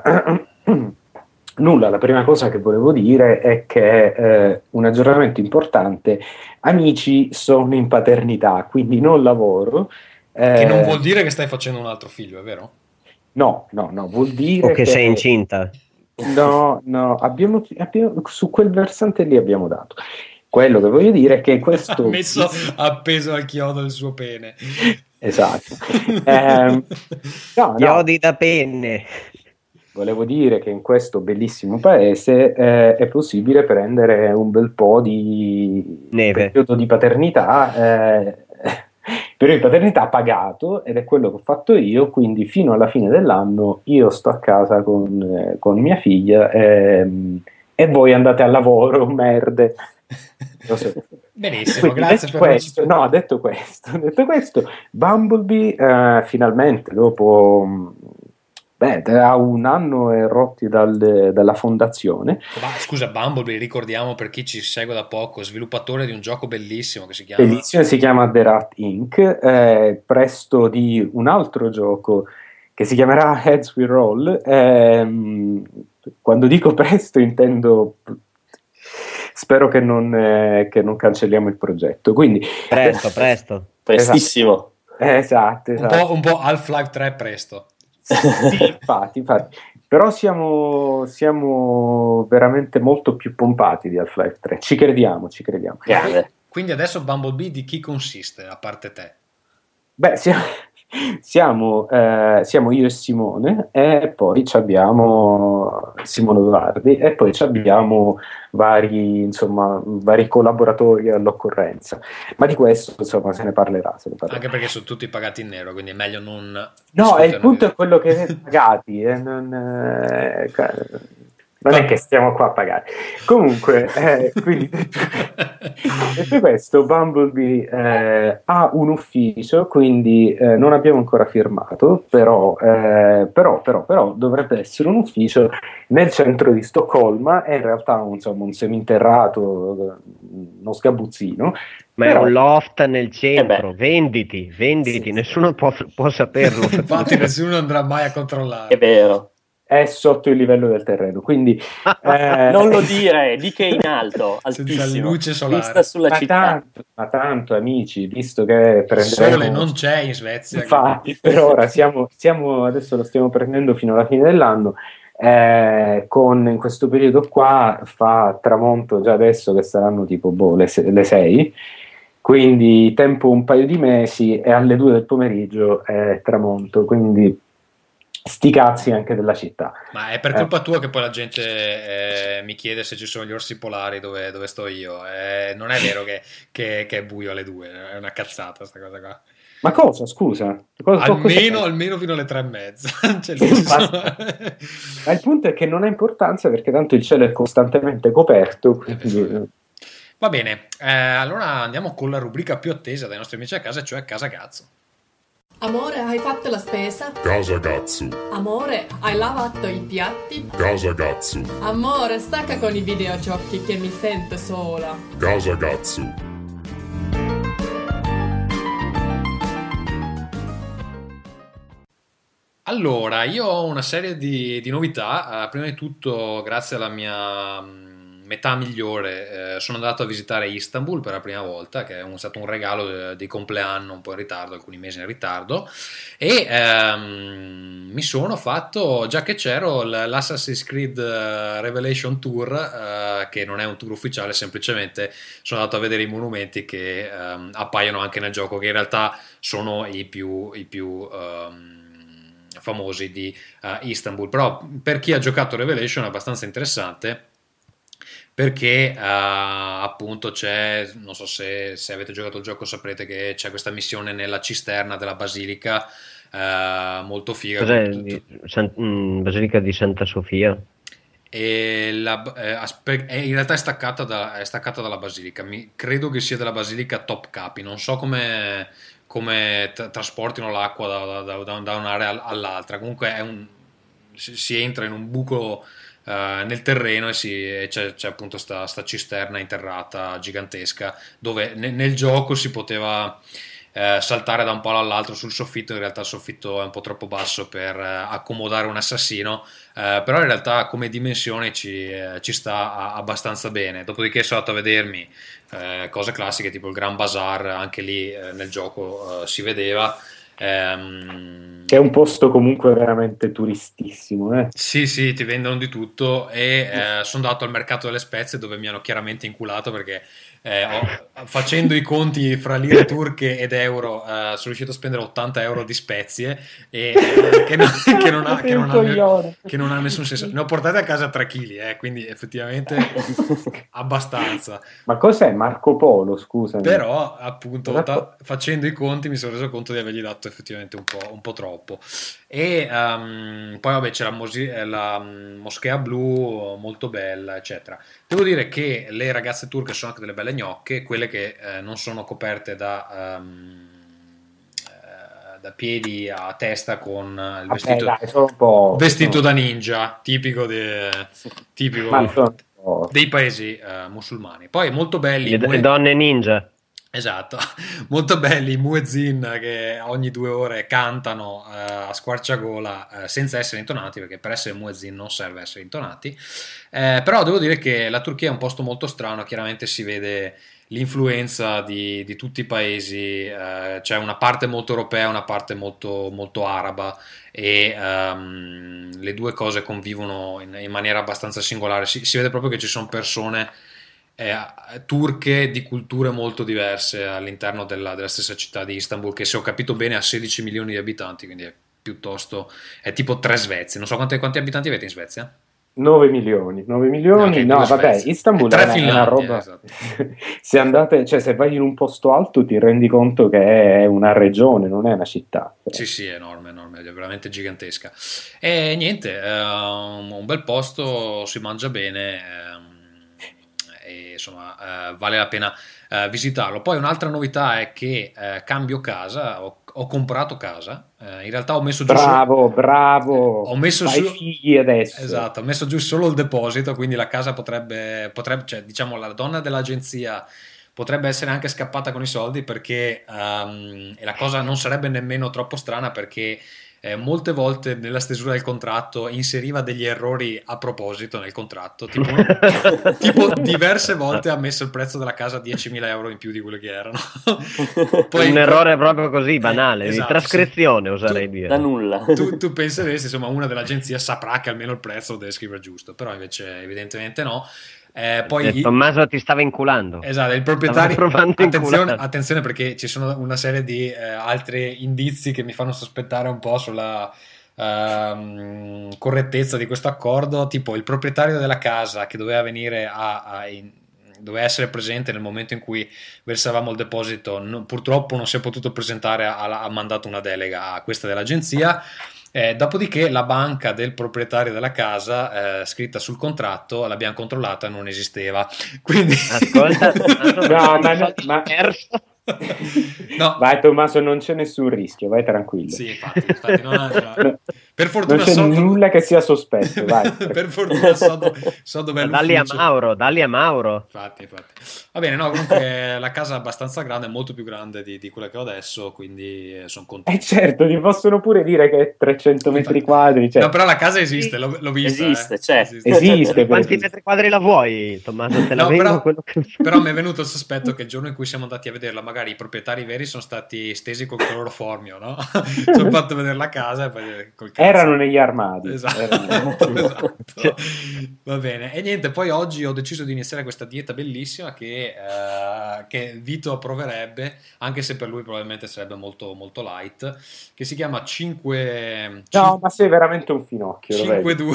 nulla, la prima cosa che volevo dire è che eh, un aggiornamento importante, amici sono in paternità, quindi non lavoro. Eh, che non vuol dire che stai facendo un altro figlio, è vero? No, no, no, vuol dire o che, che sei incinta. No, no, abbiamo, abbiamo, su quel versante lì abbiamo dato. Quello che voglio dire è che questo... Ha messo appeso al chiodo il suo pene. Esatto. eh, no, Chiodi no. da penne. Volevo dire che in questo bellissimo paese eh, è possibile prendere un bel po' di neve, periodo di paternità, eh, periodo di paternità pagato, ed è quello che ho fatto io, quindi fino alla fine dell'anno io sto a casa con, eh, con mia figlia ehm, e voi andate al lavoro, merde. Lo so. Benissimo, quindi, grazie detto per questo, no, detto questo, detto questo, Bumblebee eh, finalmente dopo... Beh, da un anno e rotti dal, dalla fondazione. Ma scusa, Bumblebee, ricordiamo per chi ci segue da poco, sviluppatore di un gioco bellissimo che si chiama... Bellissimo, si chiama The Rat Incorporated, eh, presto di un altro gioco che si chiamerà Heads We Roll. Eh, quando dico presto intendo... Spero che non, eh, che non cancelliamo il progetto. Quindi, presto, presto. Prestissimo. Esatto, esatto. Un po', un po' Half-Life tre presto. Sì, infatti, infatti, però siamo, siamo veramente molto più pompati di Half-Life tre, ci crediamo, ci crediamo. Grande. Quindi adesso Bumblebee di chi consiste, a parte te? Beh, siamo, siamo, eh, siamo io e Simone, e poi abbiamo Simone Dolardi, e poi abbiamo vari, insomma, vari collaboratori all'occorrenza, ma di questo insomma se ne parlerà, se ne parlerà. Anche perché sono tutti pagati in nero, quindi è meglio non... No, e il punto è quello che pagati, eh, non, eh, non è che stiamo qua a pagare. Comunque, eh, quindi detto questo, Bumblebee eh, ha un ufficio, quindi eh, non abbiamo ancora firmato, però, eh, però, però, però dovrebbe essere un ufficio nel centro di Stoccolma, è in realtà un, insomma, un seminterrato, uno sgabuzzino. Ma però... è un loft nel centro, Eh venditi, venditi, Sì, nessuno sì. può, può saperlo. Infatti nessuno andrà mai a controllare. È vero. È sotto il livello del terreno, quindi eh, Non lo dire, di che è in alto, Senza altissimo, luce solare. vista sulla ma città. tanto, ma tanto, amici, visto che Il prenderemo sole non c'è in Svezia. infatti per ora siamo, siamo adesso lo stiamo prendendo fino alla fine dell'anno, eh, con in questo periodo qua fa tramonto già adesso che saranno tipo boh, le, se- le sei, quindi tempo un paio di mesi e alle due del pomeriggio è tramonto, quindi sti cazzi anche della città. Ma è per Eh. colpa tua che poi la gente eh, mi chiede se ci sono gli orsi polari dove, dove sto io. Eh, non è vero che, che- che è buio alle due, è una cazzata sta cosa qua. Ma cosa, scusa? Cosa- Almeno, cosa- almeno fino alle tre e mezza. Cioè, lì ci sono- Ma il punto è che non ha importanza perché tanto il cielo è costantemente coperto, quindi... Va bene, eh, allora andiamo con la rubrica più attesa dai nostri amici a casa, cioè Casa Cazzo. Amore, hai fatto la spesa? Casa Gatsu, Amore, hai lavato i piatti? Casa Gatsu, Amore, stacca con i videogiochi che mi sento sola. Casa Gatsu. Allora, io ho una serie di, di novità. Eh, prima di tutto, grazie alla mia mh, metà migliore, eh, sono andato a visitare Istanbul per la prima volta, che è un- stato un regalo eh, di compleanno un po' in ritardo, alcuni mesi in ritardo, e ehm, mi sono fatto, già che c'ero, l- l'Assassin's Creed eh, Revelation Tour, eh, che non è un tour ufficiale, semplicemente sono andato a vedere i monumenti che ehm, appaiono anche nel gioco, che in realtà sono i più, i più ehm, famosi di eh, Istanbul. Però per chi ha giocato Revelation è abbastanza interessante, perché eh, appunto c'è, non so se, se avete giocato il gioco saprete che c'è questa missione nella cisterna della basilica, eh, molto figa. Cos'è? Di- San- mm, Basilica di Santa Sofia? E la, eh, aspe- è- in realtà è staccata, da- è staccata dalla basilica. Mi- credo che sia della basilica Topkapi. Non so come, come tra- trasportino l'acqua da, da- da- da un'area all- all'altra. Comunque è un- si, si entra in un buco eh, nel terreno e, si, e c'è, c'è appunto sta, sta cisterna interrata gigantesca, dove ne- nel gioco si poteva eh, saltare da un palo all'altro sul soffitto. In realtà il soffitto è un po' troppo basso per eh, accomodare un assassino, eh, però in realtà come dimensione ci, eh, ci sta a- abbastanza bene. Dopodiché sono andato a vedermi eh, cose classiche tipo il Gran Bazar, anche lì eh, nel gioco eh, si vedeva. Ehm, Che è un posto comunque veramente turistissimo, eh? sì, sì, ti vendono di tutto e eh, sono andato al mercato delle spezie dove mi hanno chiaramente inculato perché eh, ho- facendo i conti fra lire turche ed euro eh, sono riuscito a spendere ottanta euro di spezie e, eh, che, non, che non ha, che non ha ne- che non ha nessun senso. Ne ho portate a casa tre chili, eh, quindi effettivamente abbastanza. Ma cos'è Marco Polo, scusami? Però appunto Esatto. da- facendo i conti mi sono reso conto di avergli dato effettivamente un po', un po' troppo. E ehm, poi vabbè c'è la, mosi- eh, la mm, moschea blu molto bella, eccetera. Devo dire che le ragazze turche sono anche delle belle gnocche, quelle che eh, non sono coperte da, ehm, eh, da piedi a testa con eh, il Vabbè, vestito, dai, sono un po'... vestito sono- da ninja, tipico, de- tipico Ma sono un po'- dei paesi eh, musulmani. Poi molto belli. Le, mue- le donne ninja. Esatto, molto belli i muezzin che ogni due ore cantano eh, a squarciagola eh, senza essere intonati, perché per essere muezzin non serve essere intonati. Eh, però devo dire che la Turchia è un posto molto strano, chiaramente si vede l'influenza di, di tutti i paesi, eh, c'è una parte molto europea, una parte molto, molto araba e ehm, le due cose convivono in, in maniera abbastanza singolare. Si, si vede proprio che ci sono persone eh, turche di culture molto diverse all'interno della, della stessa città di Istanbul, che se ho capito bene ha sedici milioni di abitanti, quindi è piuttosto, è tipo tre Svezia. Non so quanti, quanti abitanti avete in Svezia? nove milioni, nove milioni, No, no, che due vabbè, Svezia. Istanbul Tre è una, è una Finlandie, roba. esatto. Se andate, cioè, se vai in un posto alto ti rendi conto che è una regione, non è una città. Sì, sì, è enorme, enorme, è veramente gigantesca. E niente, eh, un bel posto, si mangia bene, ehm, e insomma, eh, vale la pena eh, visitarlo. Poi un'altra novità è che eh, cambio casa, ho, ho comprato casa, eh, in realtà ho messo giù solo- Bravo, bravo, ho messo fai su- figli adesso. Esatto, ho messo giù solo il deposito, quindi la casa potrebbe, potrebbe, cioè diciamo la donna dell'agenzia potrebbe essere anche scappata con i soldi perché ehm, e la cosa non sarebbe nemmeno troppo strana perché eh, molte volte nella stesura del contratto inseriva degli errori a proposito nel contratto, tipo, tipo diverse volte ha messo il prezzo della casa a diecimila euro in più di quello che erano. Poi- un errore proprio così Eh, banale, esatto, di trascrizione sì. oserei Tu- dire. Da nulla. tu, tu penseresti, insomma, una dell'agenzia saprà che almeno il prezzo lo deve scrivere giusto, però invece evidentemente no. Eh, poi Eh, Tommaso ti stava inculando. esatto, il proprietario, Stava provando a attenzione, inculare. attenzione perché ci sono una serie di eh, altri indizi che mi fanno sospettare un po' sulla ehm, correttezza di questo accordo, tipo il proprietario della casa che doveva venire a, a in- doveva essere presente nel momento in cui versavamo il deposito, no- purtroppo non si è potuto presentare, ha, ha mandato una delega a questa dell'agenzia. Eh, dopodiché la banca del proprietario della casa, eh, scritta sul contratto, l'abbiamo controllata e non esisteva. Quindi Ascolta, Tommaso, No, non ma- so di ma- perso. no, Vai Tommaso, non c'è nessun rischio, vai tranquillo. sì, infatti, infatti non ha- No, per non fortuna c'è so nulla che sia sospetto, vai. per fortuna so, do- so dov'è Dalli a l'ufficio. Mauro, dalli a Mauro. Infatti, infatti. Va bene, no, comunque la casa è abbastanza grande, è molto più grande di, di quella che ho adesso, quindi sono E contento. certo, ti possono pure dire che è trecento metri Infatti. quadri, cioè, No, però la casa esiste, l'ho, l'ho vista. Esiste, eh. certo. esiste. per Quanti esempio. metri quadri la vuoi, Tommaso? Te la No, vengo però, quello che... però mi è venuto il sospetto che il giorno in cui siamo andati a vederla, magari i proprietari veri sono stati stesi col cloroformio, no? Ci hanno fatto vedere la casa e poi col cazzo. Erano negli armadi. Esatto. Erano- Esatto. Va bene. E niente, poi oggi ho deciso di iniziare questa dieta bellissima che, eh, che Vito approverebbe, anche se per lui probabilmente sarebbe molto, molto light, che si chiama cinque No, ma sei veramente un finocchio, lo cinque vedi? due.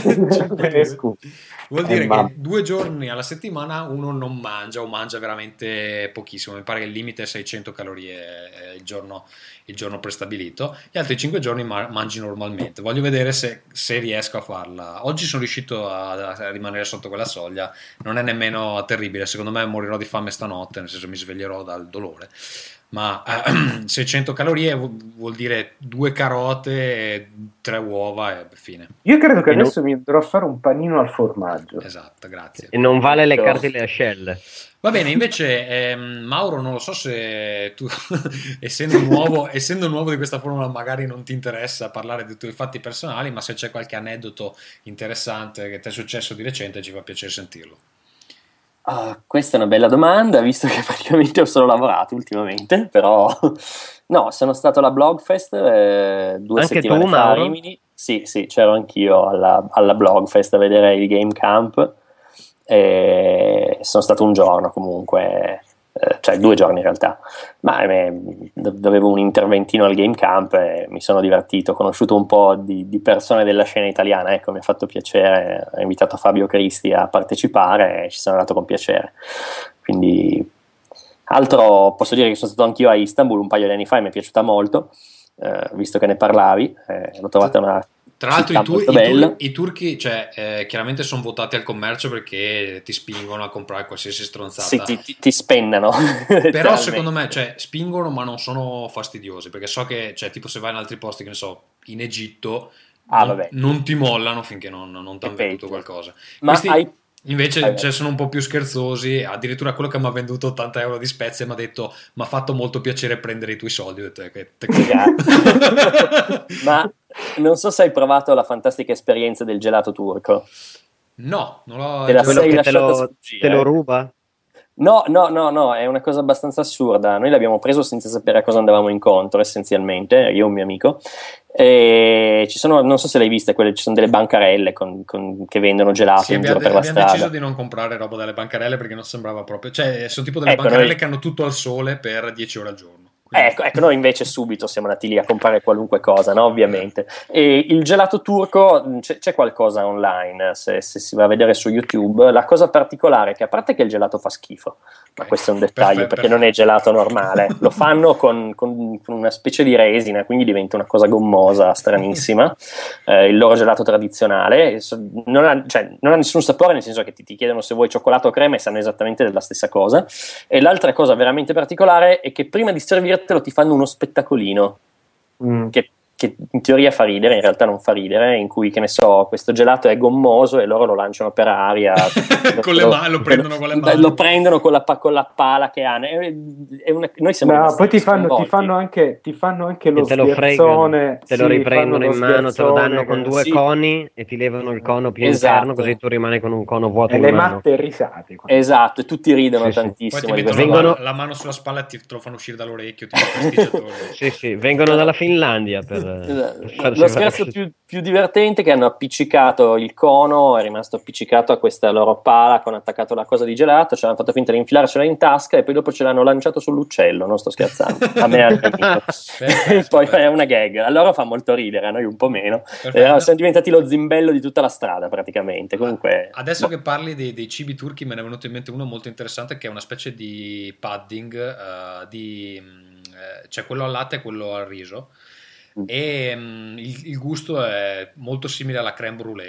Me ne scuso. Vuol Eh, dire ma- che due giorni alla settimana uno non mangia o mangia veramente pochissimo. Mi pare che il limite è seicento calorie eh, il giorno, il giorno prestabilito. Gli altri cinque giorni ma- mangi normalmente. Voglio vedere se, se riesco a farla. Oggi sono riuscito a, a rimanere sotto quella soglia. Non è nemmeno terribile. Secondo me morirò di fame stanotte, nel senso mi sveglierò dal dolore. Ma eh, seicento calorie vu- vuol dire due carote, tre uova e fine. Io credo che E non- adesso mi andrò a fare un panino al formaggio. Esatto, grazie. E non vale Ecco. leccarti le ascelle. Va bene, invece ehm, Mauro, non lo so se tu, essendo nuovo, essendo nuovo di questa formula, magari non ti interessa parlare dei tuoi fatti personali, ma se c'è qualche aneddoto interessante che ti è successo di recente, ci fa piacere sentirlo. Ah, questa è una bella domanda, visto che praticamente ho solo lavorato ultimamente, però no, sono stato alla Blogfest eh, due Anche settimane tu, fa a Mauro? Rimini. Sì, sì, c'ero anch'io alla, alla Blogfest a vedere il Game Camp e sono stato un giorno comunque, eh, cioè due giorni in realtà, ma eh, do- dovevo un interventino al Game Camp e mi sono divertito, ho conosciuto un po' di, di persone della scena italiana, ecco, mi ha fatto piacere, ho invitato Fabio Cristi a partecipare e ci sono andato con piacere, quindi altro posso dire che sono stato anch'io a Istanbul un paio di anni fa e mi è piaciuta molto, eh, visto che ne parlavi, eh, l'ho trovata una Tra l'altro i, città tu- molto i tur- bella. i turchi, cioè, eh, chiaramente sono votati al commercio perché ti spingono a comprare qualsiasi stronzata. Sì, ti, ti, ti spennano. Però secondo me, cioè, spingono ma non sono fastidiosi, perché so che, cioè, tipo se vai in altri posti, che ne so, in Egitto, Ah, non, vabbè. non ti mollano finché non, non ti hanno È venduto peggio. qualcosa. Ma Questi hai- invece Vai, vai. cioè, sono un po' più scherzosi, addirittura quello che mi ha venduto ottanta euro di spezie mi ha detto mi ha fatto molto piacere prendere i tuoi soldi. Ho detto, "Eh, che te Ma non so se hai provato la fantastica esperienza del gelato turco. No, non l'ho Te la Quello sei che te lasciata lo, sfuggire. te lo ruba? No, no, no, no, è una cosa abbastanza assurda. Noi l'abbiamo preso senza sapere a cosa andavamo incontro, essenzialmente, io e un mio amico. E ci sono, non so se l'hai vista, quelle, ci sono delle bancarelle con- con- che vendono gelato Sì, in abbiamo, giro per la abbiamo strada. deciso di non comprare roba dalle bancarelle perché non sembrava proprio, cioè sono tipo delle Ecco, bancarelle noi- che hanno tutto al sole per dieci ore al giorno. Ecco, ecco, noi invece subito siamo andati lì a comprare qualunque cosa, no? Ovviamente. E il gelato turco, c'è, c'è qualcosa online, se, se si va a vedere su YouTube. La cosa particolare è che, a parte che il gelato fa schifo, ma questo è un dettaglio, Perfetto, perché non è gelato normale, lo fanno con, con, con una specie di resina, quindi diventa una cosa gommosa, stranissima, eh, il loro gelato tradizionale, non ha, cioè, non ha nessun sapore, nel senso che ti, ti chiedono se vuoi cioccolato o crema e sanno esattamente della stessa cosa. E l'altra cosa veramente particolare è che prima di servirtelo ti fanno uno spettacolino mm. che, che in teoria fa ridere, in realtà non fa ridere, in cui, che ne so, questo gelato è gommoso e loro lo lanciano per aria con le mani, lo prendono con le mani, lo prendono con la, con la pala che hanno. È, è una, noi siamo no, poi ti fanno, ti fanno anche ti fanno anche lo te lo sbierzone, te lo sì, riprendono in mano, te lo danno con due sì. coni e ti levano il cono più esatto. interno, così tu rimani con un cono vuoto e in le mano. matte risate quando... esatto, e tutti ridono sì, tantissimo. Poi ti mettono vengono... la, la mano sulla spalla e ti te lo fanno uscire dall'orecchio, tipo sì, sì, vengono dalla Finlandia per, esatto. Lo scherzo più, più divertente è che hanno appiccicato il cono, è rimasto appiccicato a questa loro pala con attaccato la cosa di gelato, ce l'hanno fatto finta di infilarcela in tasca e poi dopo ce l'hanno lanciato sull'uccello, non sto scherzando, a me al poi è una gag, a loro fa molto ridere, a noi un po' meno. Eh, siamo diventati lo zimbello di tutta la strada praticamente. Comunque, adesso boh. che parli dei, dei cibi turchi me ne è venuto in mente uno molto interessante, che è una specie di pudding, uh, di, uh, c'è quello al latte e quello al riso, e um, il, il gusto è molto simile alla crème brûlée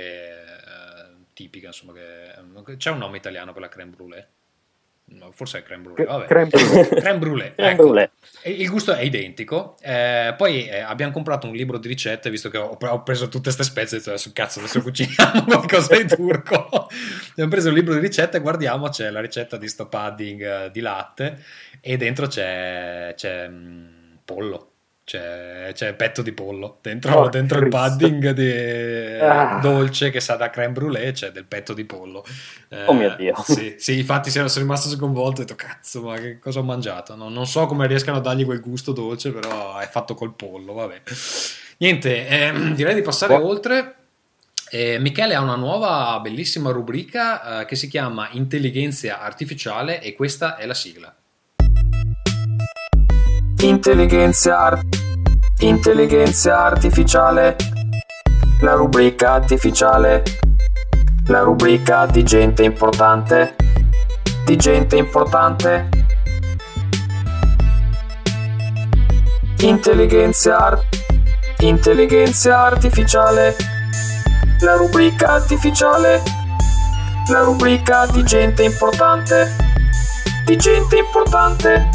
eh, tipica, insomma, che, c'è un nome italiano per la crème brûlée? No, forse è crème brûlée, vabbè. Crème brûlée. Crème brûlée. Crème Ecco. brûlée. Il gusto è identico. Eh, poi eh, abbiamo comprato un libro di ricette, visto che ho, ho preso tutte queste spezie e ho detto, adesso cazzo, adesso cuciniamo qualcosa di turco. Abbiamo preso un libro di ricette e guardiamo, c'è la ricetta di sto pudding uh, di latte e dentro c'è, c'è mh, pollo. C'è, c'è petto di pollo dentro, oh, dentro il pudding di, ah. dolce che sa da crème brûlée, c'è del petto di pollo. Eh, oh mio Dio. Sì, sì, infatti sono rimasto sconvolto e ho detto cazzo, ma che cosa ho mangiato? No, non so come riescano a dargli quel gusto dolce, però è fatto col pollo, vabbè. Niente, eh, direi di passare oh. oltre. Eh, Michele ha una nuova bellissima rubrica eh, che si chiama Intelligenza Artificiale e questa è la sigla. Intelligenza, art- intelligenza artificiale, la rubrica artificiale, la rubrica di gente importante, di gente importante. Intelligenza, art- intelligenza artificiale, la rubrica artificiale, la rubrica di gente importante, di gente importante.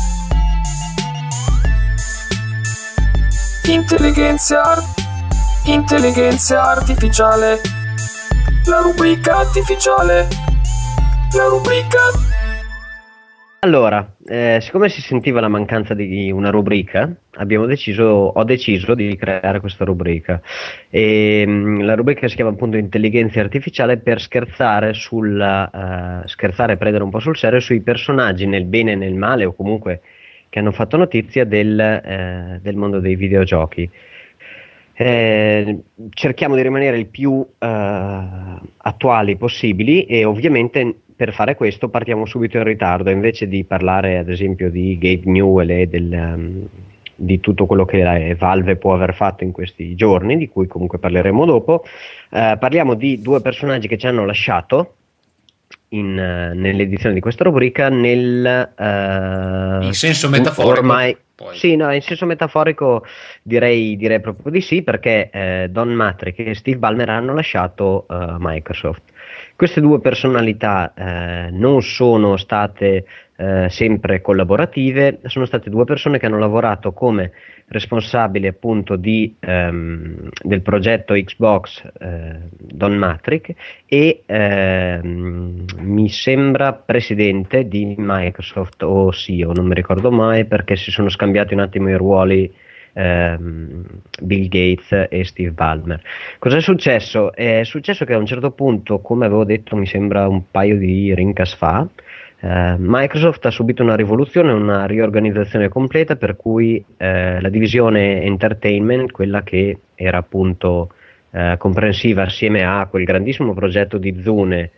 Intelligenza, art- intelligenza artificiale, la rubrica artificiale, la rubrica. Allora, eh, siccome si sentiva la mancanza di una rubrica, abbiamo deciso, ho deciso di creare questa rubrica. E, mh, la rubrica si chiama appunto Intelligenza Artificiale per scherzare sulla, uh, scherzare e prendere un po' sul serio sui personaggi nel bene e nel male, o comunque che hanno fatto notizia del, eh, del mondo dei videogiochi. Eh, cerchiamo di rimanere il più eh, attuali possibili e ovviamente per fare questo partiamo subito in ritardo, invece di parlare ad esempio di Gabe Newell e del, um, di tutto quello che Valve può aver fatto in questi giorni, di cui comunque parleremo dopo. Eh, parliamo di due personaggi che ci hanno lasciato In, uh, nell'edizione di questa rubrica nel uh, in senso metaforico ormai poi. Sì, no, in senso metaforico direi, direi proprio di sì, perché eh, Don Matrick e Steve Ballmer hanno lasciato uh, Microsoft. Queste due personalità eh, non sono state eh, sempre collaborative, sono state due persone che hanno lavorato come responsabili appunto di, um, del progetto Xbox, eh, Don Matrick, e ehm, mi sembra presidente di Microsoft o C E O, non mi ricordo mai perché si sono scambiati un attimo i ruoli ehm, Bill Gates e Steve Ballmer. Cosa è successo? È successo che a un certo punto, come avevo detto mi sembra un paio di rincas fa, Uh, Microsoft ha subito una rivoluzione, una riorganizzazione completa, per cui uh, la divisione Entertainment, quella che era appunto uh, comprensiva assieme a quel grandissimo progetto di Zune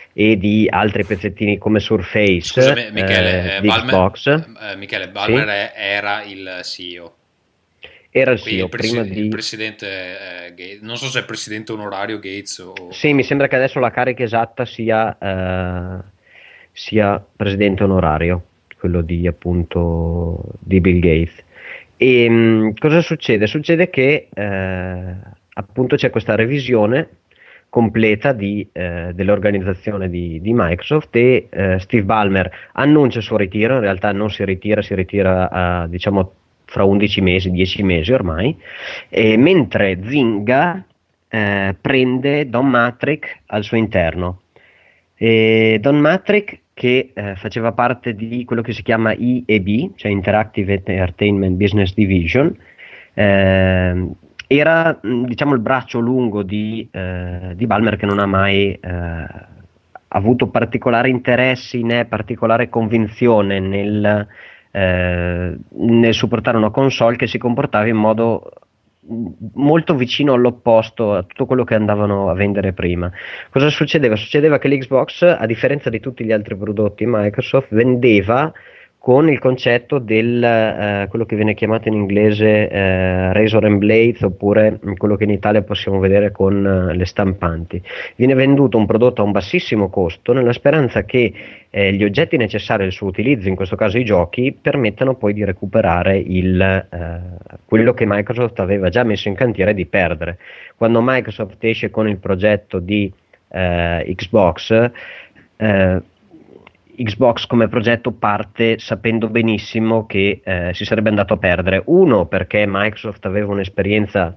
e di altri pezzettini come Surface. Scusami Michele, eh, eh, di Balmer, Xbox. eh, Michele Balmer Sì? è- era il C E O. Era il Quindi C E O il, presi- prima il di... presidente eh, Gates, non so se è presidente onorario Gates o... Sì, mi sembra che adesso la carica esatta sia, eh, sia presidente onorario, quello di appunto di Bill Gates. E mh, cosa succede? Succede che eh, appunto c'è questa revisione completa di, eh, dell'organizzazione di, di Microsoft e eh, Steve Ballmer annuncia il suo ritiro, in realtà non si ritira, si ritira a, diciamo fra undici mesi, dieci mesi ormai, e mentre Zynga eh, prende Don Matrick al suo interno. E Don Matrick, che eh, faceva parte di quello che si chiama I E B, cioè Interactive Entertainment Business Division, eh, era mh, diciamo il braccio lungo di, eh, di Ballmer, che non ha mai eh, avuto particolari interessi né particolare convinzione nel, eh, nel supportare una console che si comportava in modo molto vicino all'opposto a tutto quello che andavano a vendere prima. Cosa succedeva? Succedeva che l'Xbox, a differenza di tutti gli altri prodotti Microsoft, vendeva con il concetto del eh, quello che viene chiamato in inglese eh, razor and blades, oppure quello che in Italia possiamo vedere con eh, le stampanti. Viene venduto un prodotto a un bassissimo costo nella speranza che eh, gli oggetti necessari al suo utilizzo, in questo caso i giochi, permettano poi di recuperare il, eh, quello che Microsoft aveva già messo in cantiere di perdere. Quando Microsoft esce con il progetto di eh, Xbox, eh, Xbox come progetto parte sapendo benissimo che eh, si sarebbe andato a perdere. Uno, perché Microsoft aveva un'esperienza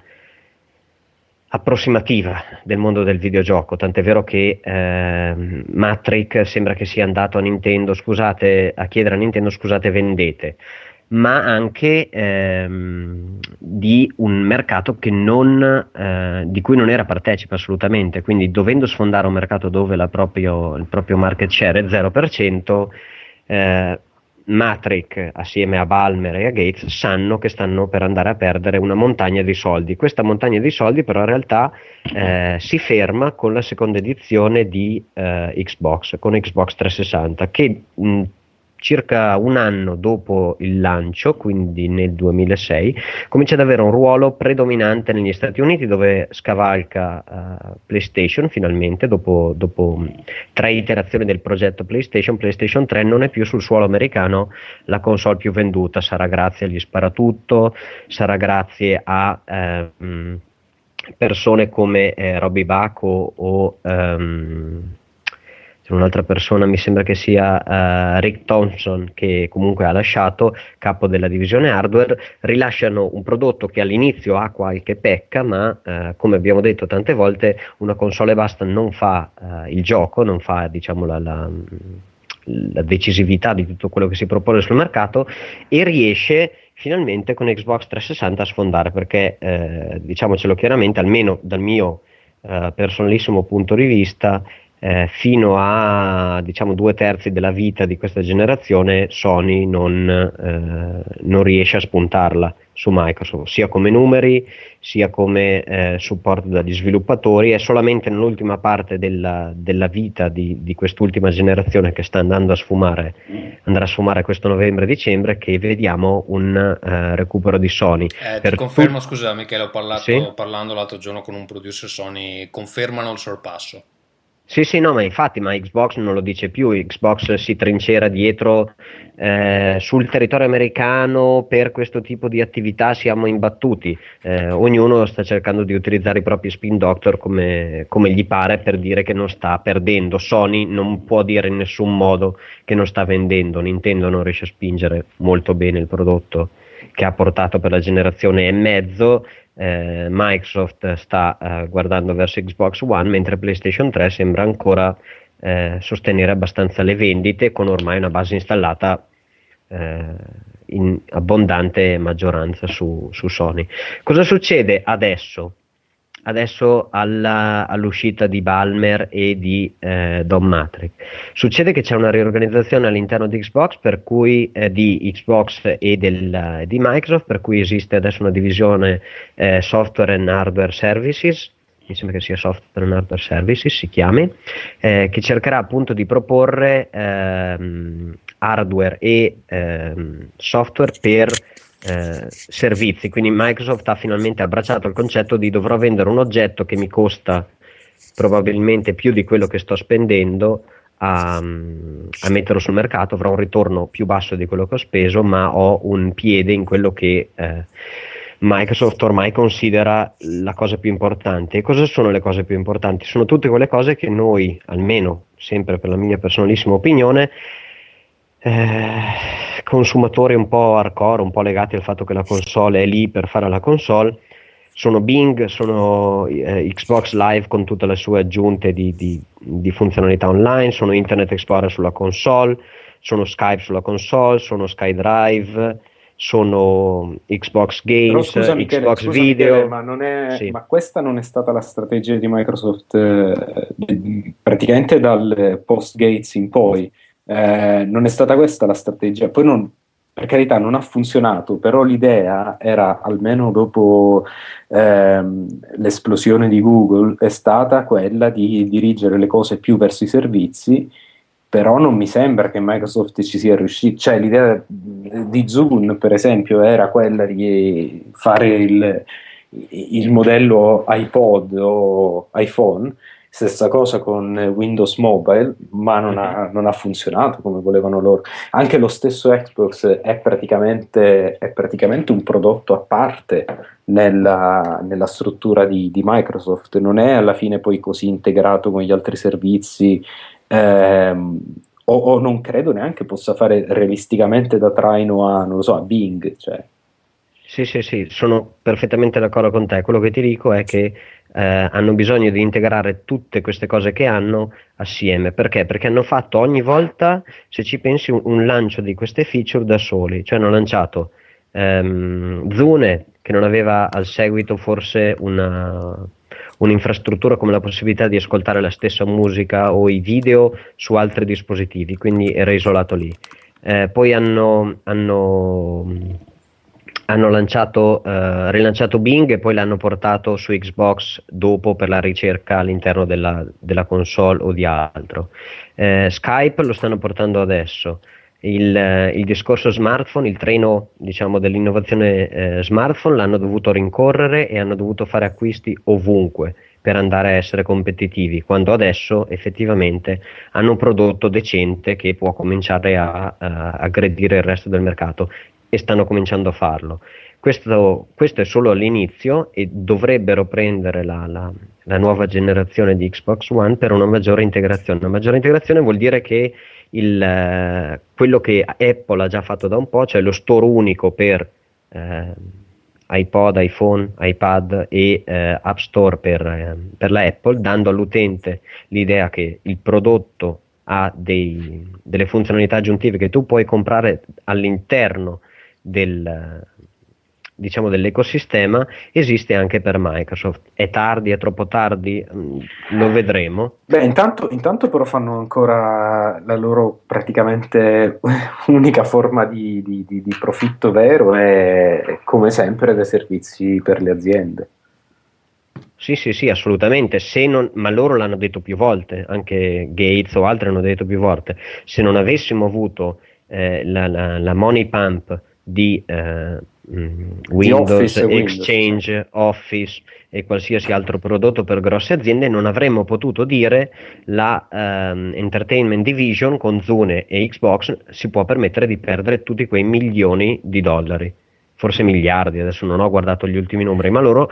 approssimativa del mondo del videogioco, tant'è vero che eh, Matrix sembra che sia andato a Nintendo, scusate, a chiedere a Nintendo scusate vendete, ma anche ehm, di un mercato che non, eh, di cui non era partecipe assolutamente, quindi dovendo sfondare un mercato dove la proprio, il proprio market share è zero per cento, eh, Matrix assieme a Ballmer e a Gates sanno che stanno per andare a perdere una montagna di soldi. Questa montagna di soldi però in realtà eh, si ferma con la seconda edizione di eh, Xbox, con Xbox trecentosessanta, che mh, circa un anno dopo il lancio, quindi nel duemilasei, comincia ad avere un ruolo predominante negli Stati Uniti, dove scavalca uh, PlayStation finalmente, dopo, dopo tre iterazioni del progetto PlayStation. PlayStation tre non è più sul suolo americano la console più venduta, sarà grazie agli sparatutto, sarà grazie a ehm, persone come eh, Robbie Bacco o... Ehm, c'è un'altra persona, mi sembra che sia uh, Rick Thompson, che comunque ha lasciato, capo della divisione hardware. Rilasciano un prodotto che all'inizio ha qualche pecca, ma uh, come abbiamo detto tante volte, una console basta non fa uh, il gioco, non fa diciamo la, la, la decisività di tutto quello che si propone sul mercato, e riesce finalmente con Xbox trecentosessanta a sfondare, perché eh, diciamocelo chiaramente, almeno dal mio eh, personalissimo punto di vista, Eh, fino a diciamo due terzi della vita di questa generazione Sony non, eh, non riesce a spuntarla su Microsoft, sia come numeri sia come eh, supporto dagli sviluppatori. È solamente nell'ultima parte della, della vita di, di quest'ultima generazione, che sta andando a sfumare, andrà a sfumare questo novembre-dicembre, che vediamo un eh, recupero di Sony. Eh, per ti confermo, tu- scusa Michele, ho parlato, Sì? parlando l'altro giorno con un producer Sony, confermano il sorpasso. Sì, sì, no, ma infatti, ma Xbox non lo dice più. Xbox si trincera dietro eh, sul territorio americano per questo tipo di attività, siamo imbattuti. Eh, ognuno sta cercando di utilizzare i propri spin doctor come, come gli pare, per dire che non sta perdendo. Sony non può dire in nessun modo che non sta vendendo. Nintendo non riesce a spingere molto bene il prodotto che ha portato per la generazione e mezzo. Eh, Microsoft sta eh, guardando verso Xbox One, mentre PlayStation tre sembra ancora eh, sostenere abbastanza le vendite, con ormai una base installata eh, in abbondante maggioranza su, su Sony. Cosa succede adesso? Adesso alla, all'uscita di Ballmer e di eh, Don Matrick succede che c'è una riorganizzazione all'interno di Xbox, per cui eh, di Xbox e del, di Microsoft, per cui esiste adesso una divisione eh, software and hardware services, mi sembra che sia Software and Hardware Services si chiami, eh, che cercherà appunto di proporre ehm, hardware e ehm, software per eh, servizi. Quindi Microsoft ha finalmente abbracciato il concetto di dovrò vendere un oggetto che mi costa probabilmente più di quello che sto spendendo a, a metterlo sul mercato, avrò un ritorno più basso di quello che ho speso, ma ho un piede in quello che eh, Microsoft ormai considera la cosa più importante. E cosa sono le cose più importanti? Sono tutte quelle cose che noi, almeno sempre per la mia personalissima opinione, eh, consumatori un po' hardcore, un po' legati al fatto che la console è lì per fare la console, sono Bing, sono eh, Xbox Live con tutte le sue aggiunte di, di, di funzionalità online, sono Internet Explorer sulla console, sono Skype sulla console, sono SkyDrive, sono Xbox Games, Però scusa, Michele, Xbox scusa, Video. Michele, ma, non è, Sì. ma questa non è stata la strategia di Microsoft eh, praticamente dal post Gates in poi. Eh, non è stata questa la strategia. Poi non, per carità non ha funzionato, però l'idea era, almeno dopo ehm, l'esplosione di Google, è stata quella di dirigere le cose più verso i servizi. Però non mi sembra che Microsoft ci sia riuscito, cioè l'idea di Zune per esempio era quella di fare il, il modello iPod o iPhone, stessa cosa con Windows Mobile, ma non ha, non ha funzionato come volevano loro. Anche lo stesso Xbox è praticamente, è praticamente un prodotto a parte nella, nella struttura di, di Microsoft, non è alla fine poi così integrato con gli altri servizi. Ehm, o, o non credo neanche possa fare realisticamente da traino a, non lo so, a Bing, cioè. Sì, sì, sì, sono perfettamente d'accordo con te. Quello che ti dico è che eh, hanno bisogno di integrare tutte queste cose che hanno assieme. Perché? Perché hanno fatto ogni volta, se ci pensi, un, un lancio di queste feature da soli. Cioè hanno lanciato ehm, Zune, che non aveva al seguito forse una... un'infrastruttura come la possibilità di ascoltare la stessa musica o i video su altri dispositivi, quindi era isolato lì. Eh, poi hanno, hanno, hanno lanciato, eh, rilanciato Bing e poi l'hanno portato su Xbox dopo per la ricerca all'interno della, della console o di altro. Eh, Skype lo stanno portando adesso. Il, il discorso smartphone, il treno diciamo dell'innovazione eh, smartphone l'hanno dovuto rincorrere e hanno dovuto fare acquisti ovunque per andare a essere competitivi, quando adesso effettivamente hanno un prodotto decente che può cominciare a, a aggredire il resto del mercato e stanno cominciando a farlo. Questo, questo è solo all'inizio e dovrebbero prendere la, la, la nuova generazione di Xbox One per una maggiore integrazione. Una maggiore integrazione vuol dire che il, eh, quello che Apple ha già fatto da un po', cioè lo store unico per eh, iPod, iPhone, iPad e eh, App Store per, eh, per la Apple, dando all'utente l'idea che il prodotto ha dei, delle funzionalità aggiuntive che tu puoi comprare all'interno del, diciamo, dell'ecosistema, esiste anche per Microsoft. È tardi, è troppo tardi, lo vedremo. Beh, intanto, intanto però fanno ancora la loro praticamente unica forma di, di, di, di profitto vero, è come sempre dai servizi per le aziende. Sì, sì, sì, assolutamente. Se non, ma loro l'hanno detto più volte, anche Gates o altri hanno detto più volte, se non avessimo avuto eh, la, la, la money pump di eh, Windows, Office, Exchange, Windows. Office e qualsiasi altro prodotto per grosse aziende, non avremmo potuto dire la um, Entertainment Division con Zune e Xbox si può permettere di perdere tutti quei milioni di dollari, forse miliardi, adesso non ho guardato gli ultimi numeri, ma loro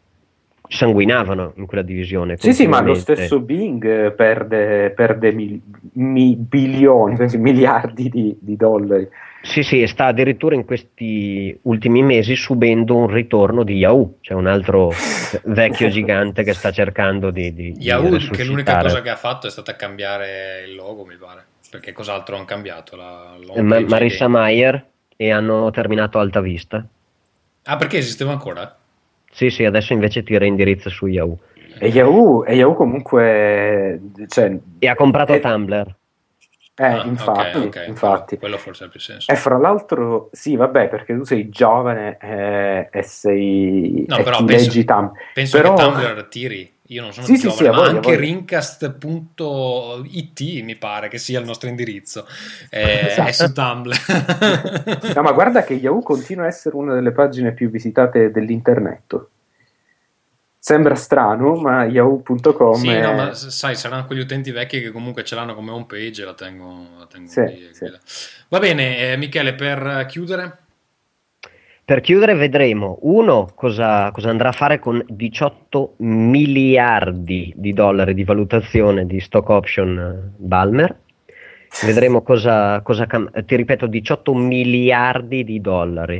sanguinavano in quella divisione. Sì, sì, ma lo stesso Bing perde, perde mil, mi, bilioni, miliardi di, di dollari. Sì, sì, sta addirittura in questi ultimi mesi subendo un ritorno di Yahoo, cioè un altro vecchio gigante che sta cercando di, di Yahoo, di che l'unica cosa che ha fatto è stata cambiare il logo, mi pare, perché cos'altro hanno cambiato? La, Ma, Marissa Mayer, e hanno terminato Alta Vista. Ah, perché esisteva ancora? Sì, sì, adesso invece ti reindirizza su Yahoo. E Yahoo, e Yahoo comunque... Cioè, e ha comprato è... Tumblr. Eh, Ah, infatti, ok, ok, quello, infatti. quello forse ha più senso. E fra l'altro, sì, vabbè, perché tu sei giovane eh, e sei No, e però ti penso, leggi Tumblr. penso Però che Tumblr tiri. Io non sono sì, sì, sì, giovane, a ma voglia, a anche voglia. rincast punto it mi pare che sia il nostro indirizzo. Eh, è Esatto. su Tumblr. No, ma guarda che Yahoo continua a essere una delle pagine più visitate dell'internet. Sembra strano, ma yahoo punto com Sì, è... no, ma s- sai, saranno quegli utenti vecchi che comunque ce l'hanno come home page e la tengo, la tengo Sì, lì. sì. Va bene, eh, Michele, per chiudere? Per chiudere vedremo, uno, cosa, cosa andrà a fare con diciotto miliardi di dollari di valutazione di stock option eh, Balmer. Vedremo cosa, cosa cam- ti ripeto, diciotto miliardi di dollari.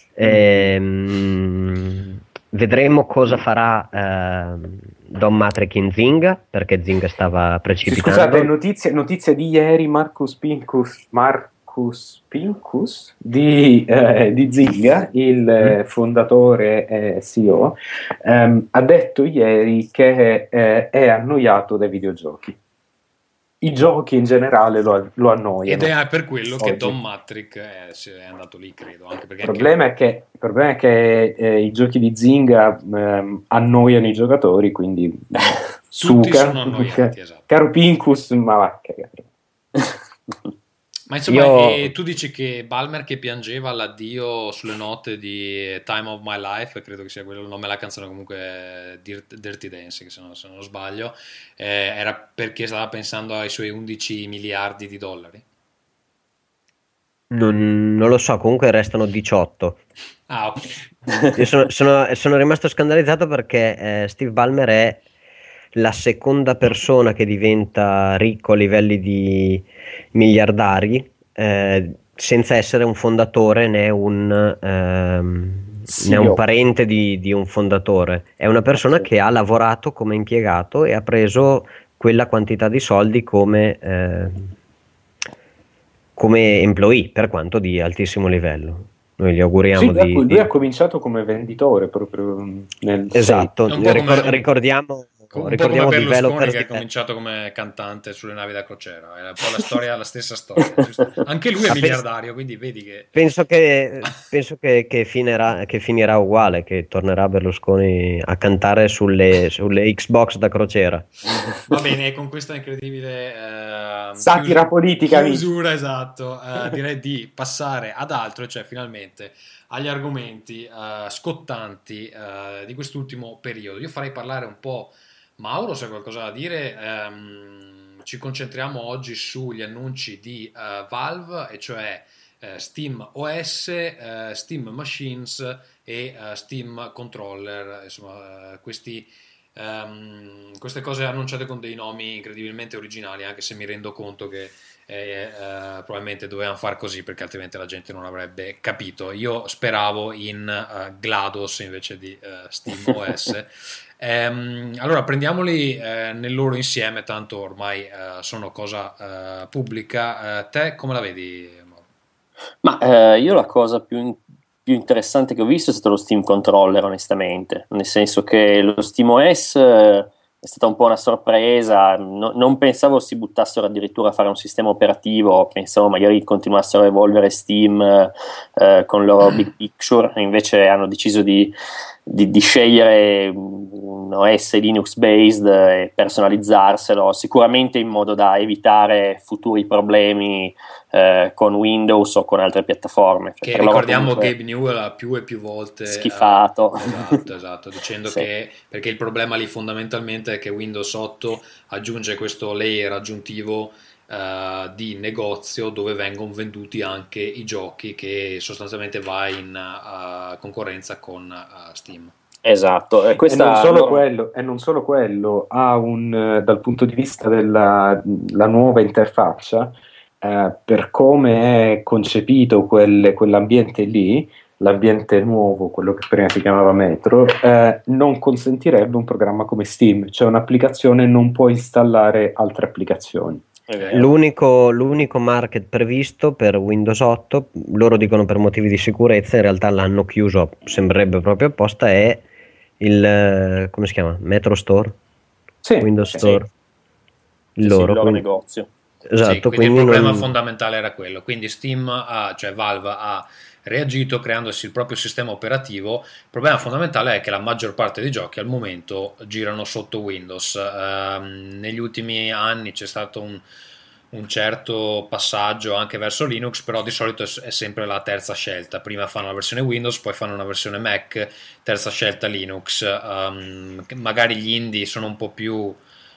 Ehm, vedremo cosa farà ehm, Don Matrix in Zynga, perché Zynga stava Sì, precipitando. scusate, notizia, notizia di ieri, Marcus Pincus, Marcus Pincus di, eh, di Zynga, il eh, fondatore e C E O, ehm, ha detto ieri che eh, è annoiato dai videogiochi. I giochi in generale lo, lo annoiano. Ed è per quello che oggi. Don Matrix è, si è andato lì, credo. Anche perché Il anche- problema è che, il problema è che eh, i giochi di Zynga ehm, annoiano i giocatori, quindi Tutti suca. sono annoiati, esatto. Caro Pincus, ma va a cagare. Ma insomma, Io- e tu dici che Balmer che piangeva all'addio sulle note di Time of My Life, credo che sia quello il nome della canzone, comunque Dirt- Dirty Dancing, se non, se non sbaglio, eh, era perché stava pensando ai suoi undici miliardi di dollari? Non, non lo so, comunque restano diciotto. Ah, ok. Io sono, sono- sono rimasto scandalizzato perché eh, Steve Ballmer è la seconda persona che diventa ricco a livelli di miliardari, eh, senza essere un fondatore né un, ehm, Sì, né un io- parente di, di un fondatore. È una persona Sì. che ha lavorato come impiegato e ha preso quella quantità di soldi come, eh, come employee, per quanto di altissimo livello. Noi gli auguriamo Sì, lui, di, ha- lui di- ha cominciato come venditore proprio nel Esatto, È un po' ricor- come- ricordiamo, Un po' ricordiamo come Berlusconi developers che ha di- cominciato come cantante sulle navi da crociera, è un po' la storia, la stessa storia, giusto? Anche lui è Ah, penso- miliardario, quindi vedi che... Penso che, penso che, che finirà, che finirà uguale, che tornerà Berlusconi a cantare sulle, sulle Xbox da crociera. Va bene, con questa incredibile eh, Satira chius- politica, amici. chiusura, esatto, eh, direi di passare ad altro, cioè finalmente agli argomenti eh, scottanti eh, di quest'ultimo periodo. Io farei parlare un po' Mauro, se ha qualcosa da dire. Ehm, ci concentriamo oggi sugli annunci di eh, Valve, e cioè eh, Steam O S, eh, Steam Machines e eh, Steam Controller, insomma eh, questi Um, queste cose annunciate con dei nomi incredibilmente originali, anche se mi rendo conto che eh, eh, probabilmente dovevano far così perché altrimenti la gente non avrebbe capito. Io speravo in uh, GLaDOS invece di uh, SteamOS. um, allora prendiamoli eh, nel loro insieme, tanto ormai uh, sono cosa uh, pubblica. Uh, te come la vedi, Mauro? Ma eh, io la cosa più, in- più interessante che ho visto è stato lo Steam Controller, onestamente, nel senso che lo SteamOS eh, è stata un po' una sorpresa. No- non pensavo si buttassero addirittura a fare un sistema operativo, pensavo magari continuassero a evolvere Steam eh, con il loro Big Picture, e invece hanno deciso di, di, di scegliere un O S Linux based e personalizzarselo, sicuramente in modo da evitare futuri problemi eh, con Windows o con altre piattaforme. Cioè, Che per loro ricordiamo comunque Gabe Newell ha più e più volte schifato. eh, esatto, esatto, dicendo Sì. che perché il problema lì fondamentalmente è che Windows otto aggiunge questo layer aggiuntivo eh, di negozio dove vengono venduti anche i giochi, che sostanzialmente va in eh, concorrenza con eh, Steam. Esatto, e E questa non solo loro- quello, e non solo quello, ha un, eh, dal punto di vista della la nuova interfaccia, eh, per come è concepito quel- quell'ambiente lì, l'ambiente nuovo, quello che prima si chiamava Metro, eh, non consentirebbe un programma come Steam, cioè un'applicazione non può installare altre applicazioni. è vero. L'unico, l'unico market previsto per Windows otto, loro dicono per motivi di sicurezza, in realtà l'hanno chiuso, sembrerebbe proprio apposta, è il, eh, come si chiama? Metro Store? Sì, Windows sì, Store? Sì, Il sì, loro, il loro quindi- negozio. Esatto, sì, quindi, quindi il problema non... fondamentale era quello. Quindi Steam ha, cioè Valve ha reagito creandosi il proprio sistema operativo. Il problema fondamentale è che la maggior parte dei giochi al momento girano sotto Windows. Ehm, negli ultimi anni c'è stato un, un certo passaggio anche verso Linux, però di solito è, è sempre la terza scelta. Prima fanno la versione Windows, poi fanno una versione Mac, terza scelta Linux. Um, magari gli indie sono un po' più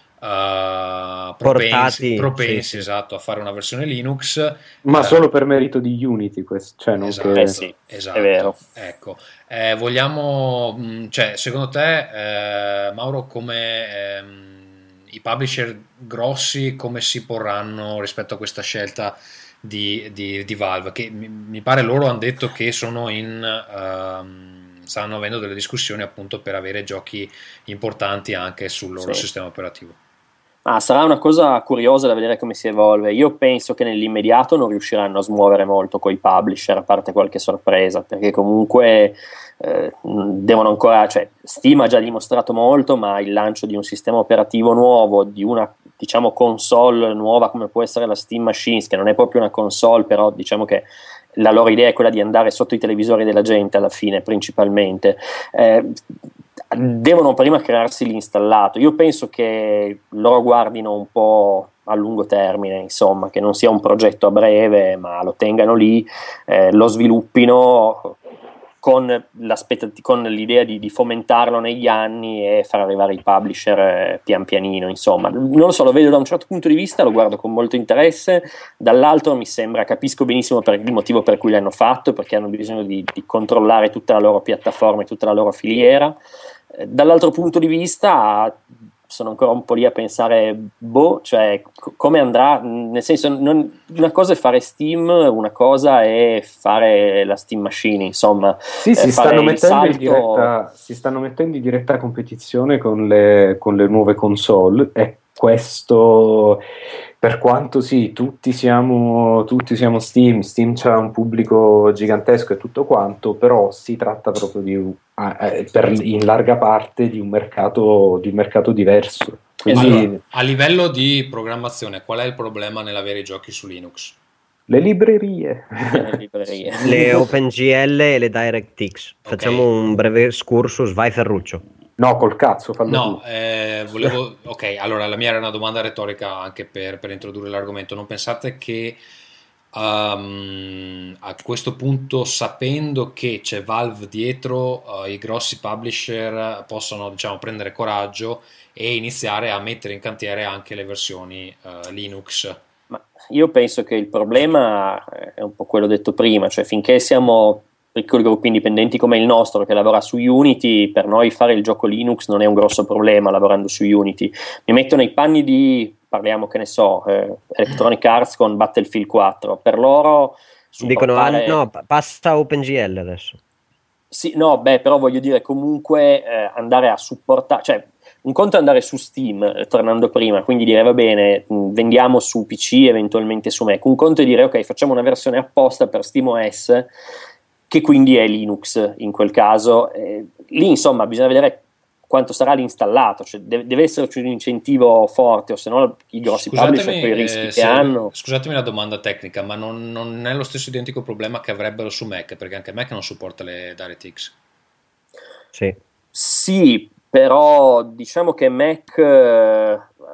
Uh, propensi, Portati, propensi sì, sì. esatto, a fare una versione Linux, ma eh, solo per merito di Unity, questo, cioè non esatto, che... Eh sì, esatto, è vero. ecco. Eh, vogliamo, mh, cioè, secondo te, eh, Mauro, come ehm, i publisher grossi come si porranno rispetto a questa scelta di, di, di Valve? Che mi, mi pare loro hanno detto che sono in ehm, stanno avendo delle discussioni appunto per avere giochi importanti anche sul loro Sì. sistema operativo. Ah, sarà una cosa curiosa da vedere come si evolve. Io penso che nell'immediato non riusciranno a smuovere molto coi publisher, a parte qualche sorpresa, perché comunque eh, devono ancora, cioè Steam ha già dimostrato molto, ma il lancio di un sistema operativo nuovo, di una diciamo console nuova come può essere la Steam Machines, che non è proprio una console, però diciamo che la loro idea è quella di andare sotto i televisori della gente alla fine principalmente. Eh, devono prima crearsi l'installato. Io penso che loro guardino un po' a lungo termine, insomma, che non sia un progetto a breve, ma lo tengano lì, eh, lo sviluppino con, con l'idea di, di fomentarlo negli anni e far arrivare i publisher eh, pian pianino, insomma. Non lo so, lo vedo da un certo punto di vista, lo guardo con molto interesse, dall'altro mi sembra, capisco benissimo per il motivo per cui l'hanno fatto, perché hanno bisogno di, di controllare tutta la loro piattaforma e tutta la loro filiera. Dall'altro punto di vista sono ancora un po' lì a pensare boh, cioè c- come andrà, nel senso non, una cosa è fare Steam, una cosa è fare la Steam Machine, insomma. Sì, eh, si, stanno mettendo salto... in diretta, si stanno mettendo in diretta competizione con le, con le nuove console, e questo, per quanto sì, tutti siamo, tutti siamo Steam, Steam c'ha un pubblico gigantesco e tutto quanto, però si tratta proprio di eh, per, in larga parte di un mercato, di un mercato diverso. Quindi, allora, a livello di programmazione, qual è il problema nell'avere i giochi su Linux? Le librerie, le, librerie. le OpenGL e le DirectX. Facciamo okay. un breve excursus, vai Ferruccio. No, col cazzo, fallo no, eh, volevo, ok, allora la mia era una domanda retorica anche per, per introdurre l'argomento. Non pensate che um, a questo punto, sapendo che c'è Valve dietro, uh, i grossi publisher possono, diciamo, prendere coraggio e iniziare a mettere in cantiere anche le versioni uh, Linux? Ma io penso che il problema è un po' quello detto prima, cioè finché siamo piccoli gruppi indipendenti come il nostro che lavora su Unity, per noi fare il gioco Linux non è un grosso problema lavorando su Unity. Mi metto nei panni di, parliamo che ne so, eh, Electronic Arts con Battlefield quattro, per loro dicono ah, no, passa OpenGL adesso. Sì, no, beh, però voglio dire comunque eh, andare a supportare, cioè un conto è andare su Steam, eh, tornando prima, quindi dire va bene, mh, vendiamo su P C, eventualmente su Mac. Un conto è dire ok, facciamo una versione apposta per SteamOS, che quindi è Linux in quel caso. Eh, lì insomma bisogna vedere quanto sarà l'installato, cioè deve, deve esserci un incentivo forte, o se no i grossi scusatemi, publisher con i rischi eh, che se, hanno. Scusatemi la domanda tecnica, ma non, non è lo stesso identico problema che avrebbero su Mac, perché anche Mac non supporta le DirectX? Sì. Sì, però diciamo che Mac eh,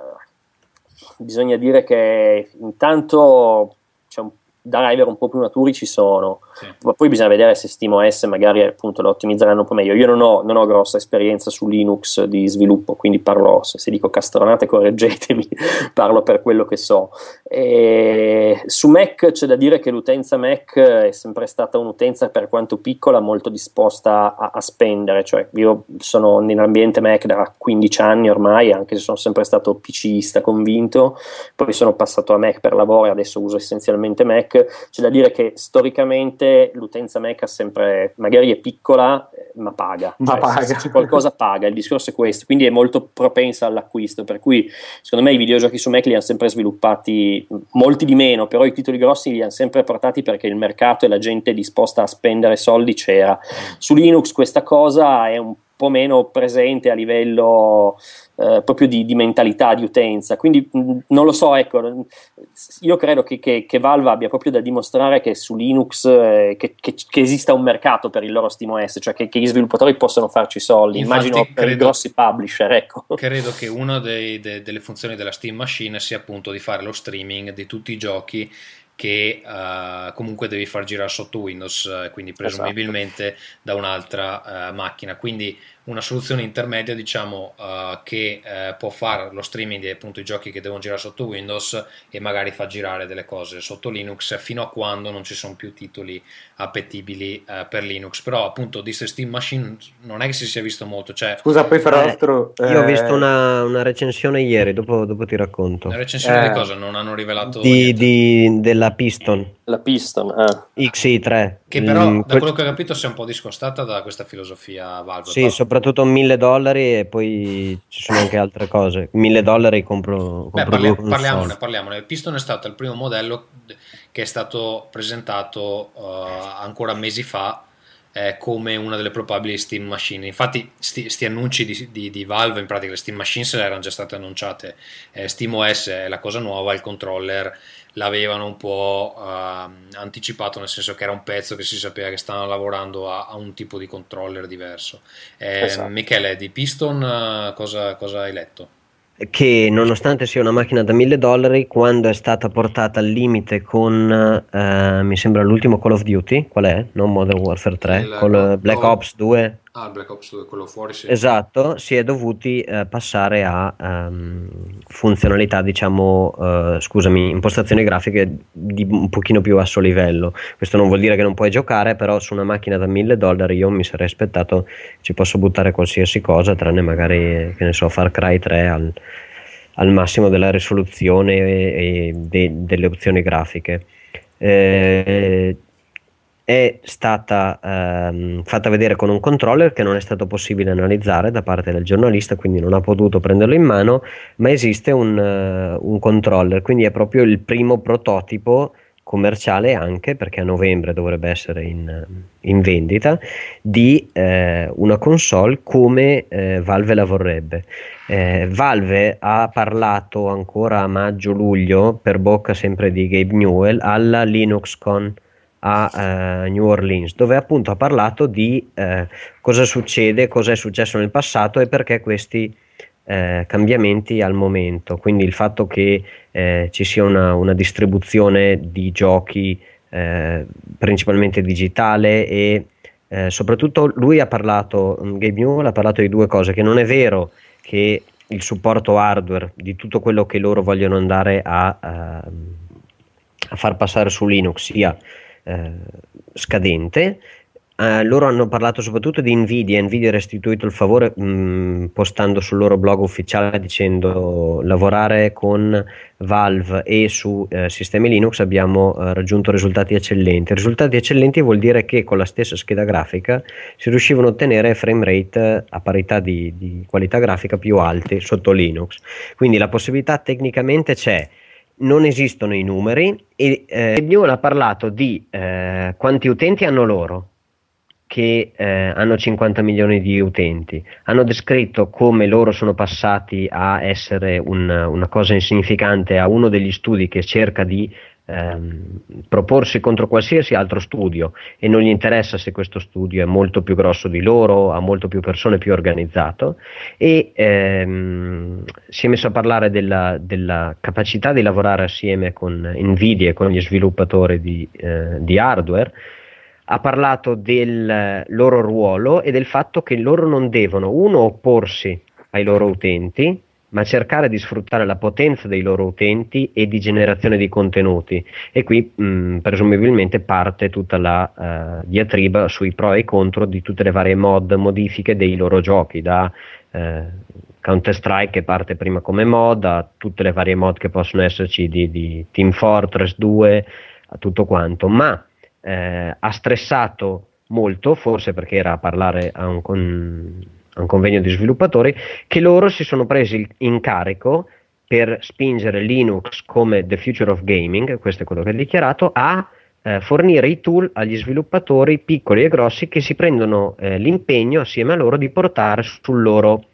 bisogna dire che intanto c'è un driver un po' più maturi ci sono, sì. Ma poi bisogna vedere se SteamOS magari appunto lo ottimizzeranno un po' meglio. Io non ho, non ho grossa esperienza su Linux di sviluppo, quindi parlo, se, se dico castronate correggetemi, parlo per quello che so. E su Mac c'è da dire che l'utenza Mac è sempre stata un'utenza, per quanto piccola, molto disposta a, a spendere, cioè io sono nell'ambiente Mac da quindici anni ormai, anche se sono sempre stato PCista convinto, poi sono passato a Mac per lavoro e adesso uso essenzialmente Mac. C'è da dire che storicamente l'utenza Mac ha sempre, magari è piccola ma paga, ma cioè, paga. Se, se qualcosa paga, il discorso è questo, quindi è molto propensa all'acquisto, per cui secondo me i videogiochi su Mac li hanno sempre sviluppati, molti di meno, però i titoli grossi li hanno sempre portati perché il mercato e la gente disposta a spendere soldi c'era. Su Linux questa cosa è un po' meno presente a livello eh, proprio di, di mentalità di utenza. Quindi mh, non lo so, ecco, io credo che, che, che Valve abbia proprio da dimostrare che su Linux eh, che, che, che esista un mercato per il loro SteamOS, cioè che, che gli sviluppatori possono farci soldi. Infatti, immagino per i grossi publisher, ecco. Credo che una dei, de, delle funzioni della Steam Machine sia appunto di fare lo streaming di tutti i giochi che uh, comunque devi far girare sotto Windows, uh, quindi presumibilmente esatto. da un'altra uh, macchina, quindi una soluzione intermedia, diciamo, uh, che uh, può fare lo streaming di appunto i giochi che devono girare sotto Windows e magari fa girare delle cose sotto Linux fino a quando non ci sono più titoli appetibili uh, per Linux. Però appunto di queste Steam Machine non è che si sia visto molto, cioè, scusa, poi fra l'altro eh, io ho visto una, una recensione ieri, dopo, dopo ti racconto. Una recensione eh, di cosa? Non hanno rivelato di, di, della Piston la Piston eh. X I tre, che però mm, da quello che ho capito si è un po' discostata da questa filosofia Valve. Sì, soprattutto mille dollari, e poi ci sono anche altre cose. Mille dollari compro, compro Beh, parli- due parliamone, parliamone. Il Piston è stato il primo modello che è stato presentato uh, ancora mesi fa eh, come una delle probabili Steam Machine. Infatti sti, sti annunci di, di, di Valve, in pratica le Steam Machines erano già state annunciate. eh, SteamOS è la cosa nuova, il controller l'avevano un po' uh, anticipato, nel senso che era un pezzo che si sapeva che stavano lavorando a, a un tipo di controller diverso. eh, esatto. Michele, di Piston uh, cosa, cosa hai letto? Che nonostante sia una macchina da mille dollari, quando è stata portata al limite con eh, mi sembra l'ultimo Call of Duty, qual è? Non Modern Warfare tre, Il, con no, Black no. Ops due. Ah, Black Ops due, quello fuori, sì. Esatto, si è dovuti eh, passare a um, funzionalità, diciamo, uh, scusami, impostazioni grafiche di un pochino più basso livello. Questo non vuol dire che non puoi giocare, però su una macchina da mille dollari io mi sarei aspettato che ci posso buttare qualsiasi cosa, tranne magari, che ne so, Far Cry tre al, al massimo della risoluzione e, e de, delle opzioni grafiche. Eh, è stata ehm, fatta vedere con un controller che non è stato possibile analizzare da parte del giornalista, quindi non ha potuto prenderlo in mano, ma esiste un, uh, un controller, quindi è proprio il primo prototipo commerciale, anche perché a novembre dovrebbe essere in, in vendita, di eh, una console come eh, Valve la vorrebbe. eh, Valve ha parlato ancora a maggio-luglio, per bocca sempre di Gabe Newell, alla LinuxCon a uh, New Orleans, dove appunto ha parlato di uh, cosa succede, cosa è successo nel passato e perché questi uh, cambiamenti al momento. Quindi il fatto che uh, ci sia una, una distribuzione di giochi uh, principalmente digitale e uh, soprattutto lui ha parlato, Gabe Newell ha parlato di due cose: che non è vero che il supporto hardware di tutto quello che loro vogliono andare a, uh, a far passare su Linux sia Eh, scadente. Eh, loro hanno parlato soprattutto di Nvidia. Nvidia ha restituito il favore mh, postando sul loro blog ufficiale dicendo: lavorare con Valve e su eh, sistemi Linux abbiamo eh, raggiunto risultati eccellenti. Risultati eccellenti vuol dire che con la stessa scheda grafica si riuscivano a ottenere frame rate a parità di, di qualità grafica più alte sotto Linux. Quindi la possibilità tecnicamente c'è. Non esistono i numeri e eh, Newell ha parlato di eh, quanti utenti hanno loro, che eh, hanno cinquanta milioni di utenti. Hanno descritto come loro sono passati a essere un, una cosa insignificante a uno degli studi che cerca di ehm, proporsi contro qualsiasi altro studio, e non gli interessa se questo studio è molto più grosso di loro, ha molto più persone, più organizzato, e ehm, si è messo a parlare della, della capacità di lavorare assieme con Nvidia e con gli sviluppatori di, eh, di hardware. Ha parlato del loro ruolo e del fatto che loro non devono, uno, opporsi ai loro utenti, ma cercare di sfruttare la potenza dei loro utenti e di generazione di contenuti. E qui mh, presumibilmente parte tutta la uh, diatriba sui pro e i contro di tutte le varie mod, modifiche dei loro giochi, da uh, Counter Strike, che parte prima come mod, a tutte le varie mod che possono esserci di, di Team Fortress due, a tutto quanto. Ma eh, ha stressato molto, forse perché era a parlare a un, con, a un convegno di sviluppatori, che loro si sono presi in carico per spingere Linux come the future of gaming, questo è quello che ha dichiarato, a eh, fornire i tool agli sviluppatori piccoli e grossi che si prendono eh, l'impegno assieme a loro di portare sul loro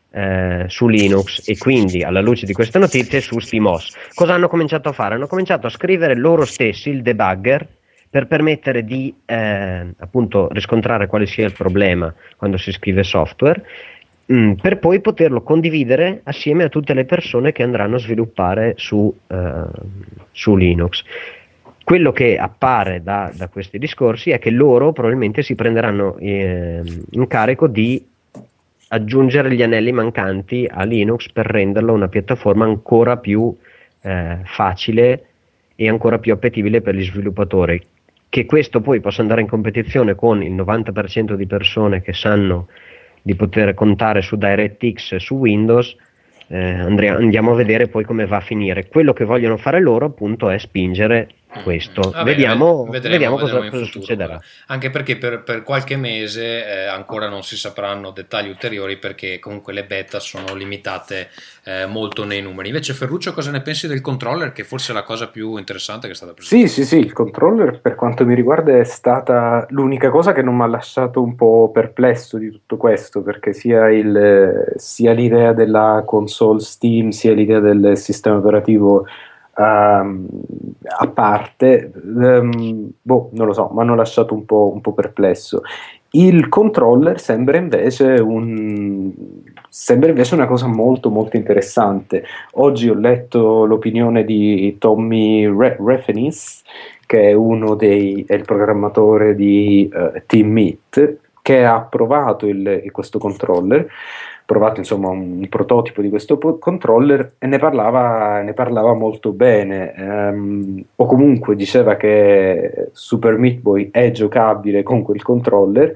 eh, su Linux, e quindi alla luce di queste notizie su SteamOS. Cosa hanno cominciato a fare? Hanno cominciato a scrivere loro stessi il debugger per permettere di eh, appunto riscontrare quale sia il problema quando si scrive software, mh, per poi poterlo condividere assieme a tutte le persone che andranno a sviluppare su, eh, su Linux. Quello che appare da, da questi discorsi è che loro probabilmente si prenderanno eh, in carico di aggiungere gli anelli mancanti a Linux per renderlo una piattaforma ancora più eh, facile e ancora più appetibile per gli sviluppatori. Che questo poi possa andare in competizione con il novanta per cento di persone che sanno di poter contare su DirectX e su Windows, eh, andria- andiamo a vedere poi come va a finire. Quello che vogliono fare loro appunto è spingere questo. Vabbè, vediamo vedremo, vediamo vedremo cosa, in cosa futuro, succederà. guarda. Anche perché per, per qualche mese eh, ancora non si sapranno dettagli ulteriori, perché comunque le beta sono limitate eh, molto nei numeri. Invece Ferruccio, cosa ne pensi del controller, che forse è la cosa più interessante che è stata presentata? Sì, sì, sì, il controller per quanto mi riguarda è stata l'unica cosa che non mi ha lasciato un po' perplesso di tutto questo, perché sia, il, sia l'idea della console Steam, sia l'idea del sistema operativo Um, a parte, um, boh, non lo so, mi hanno lasciato un po', un po' perplesso. Il controller sembra invece, un, sembra invece una cosa molto molto interessante. Oggi ho letto l'opinione di Tommy Re- Refenis, che è uno dei, è il programmatore di uh, TeamMeet, che ha provato il, questo controller, provato insomma un, un prototipo di questo po- controller, e ne parlava, ne parlava molto bene, um, o comunque diceva che Super Meat Boy è giocabile con quel controller.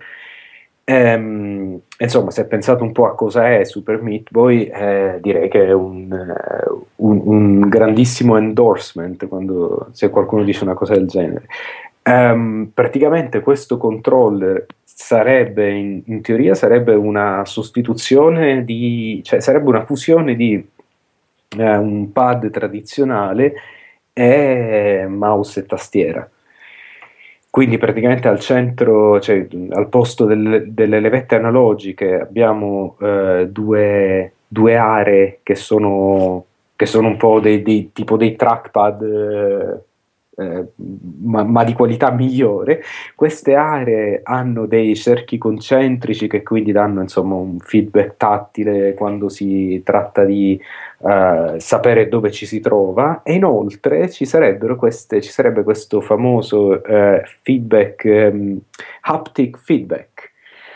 Um, insomma, se pensate un po' a cosa è Super Meat Boy, eh, direi che è un, uh, un, un grandissimo endorsement quando, se qualcuno dice una cosa del genere. Um, praticamente questo controller sarebbe in, in teoria sarebbe una sostituzione di, cioè sarebbe una fusione di eh, un pad tradizionale e mouse e tastiera. Quindi praticamente al centro, cioè al posto del, delle levette analogiche abbiamo eh, due, due aree che sono, che sono un po' dei, dei, tipo dei trackpad eh, Eh, ma, ma di qualità migliore. Queste aree hanno dei cerchi concentrici che quindi danno insomma un feedback tattile quando si tratta di uh, sapere dove ci si trova, e inoltre ci sarebbero queste, ci sarebbe questo famoso uh, feedback, um, haptic feedback,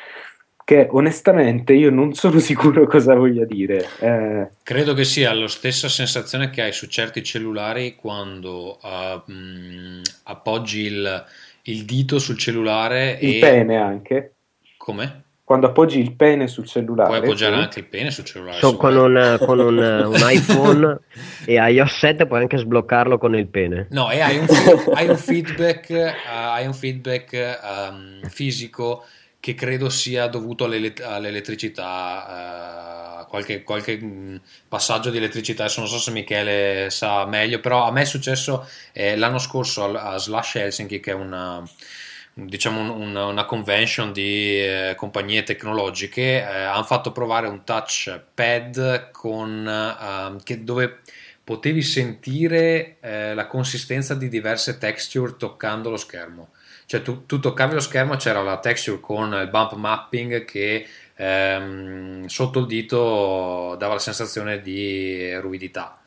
che onestamente io non sono sicuro cosa voglia dire. Eh, Credo che sia la stessa sensazione che hai su certi cellulari quando uh, mh, appoggi il, il dito sul cellulare il e... pene anche. Come? Quando appoggi il pene sul cellulare. Puoi appoggiare sì. anche il pene sul cellulare. So, con un, con un, un iPhone e iOS sette puoi anche sbloccarlo con il pene. No, e hai un, hai un feedback, uh, hai un feedback um, fisico che credo sia dovuto all'ele- all'elettricità, uh, qualche, qualche mh, passaggio di elettricità. Adesso non so se Michele sa meglio, però a me è successo eh, l'anno scorso al, a Slash Helsinki, che è una, diciamo un, una, una convention di eh, compagnie tecnologiche. Eh, hanno fatto provare un touchpad con, uh, che, dove potevi sentire eh, la consistenza di diverse texture toccando lo schermo. Cioè tu, tu toccavi lo schermo, c'era la texture con il bump mapping che ehm, sotto il dito dava la sensazione di ruvidità,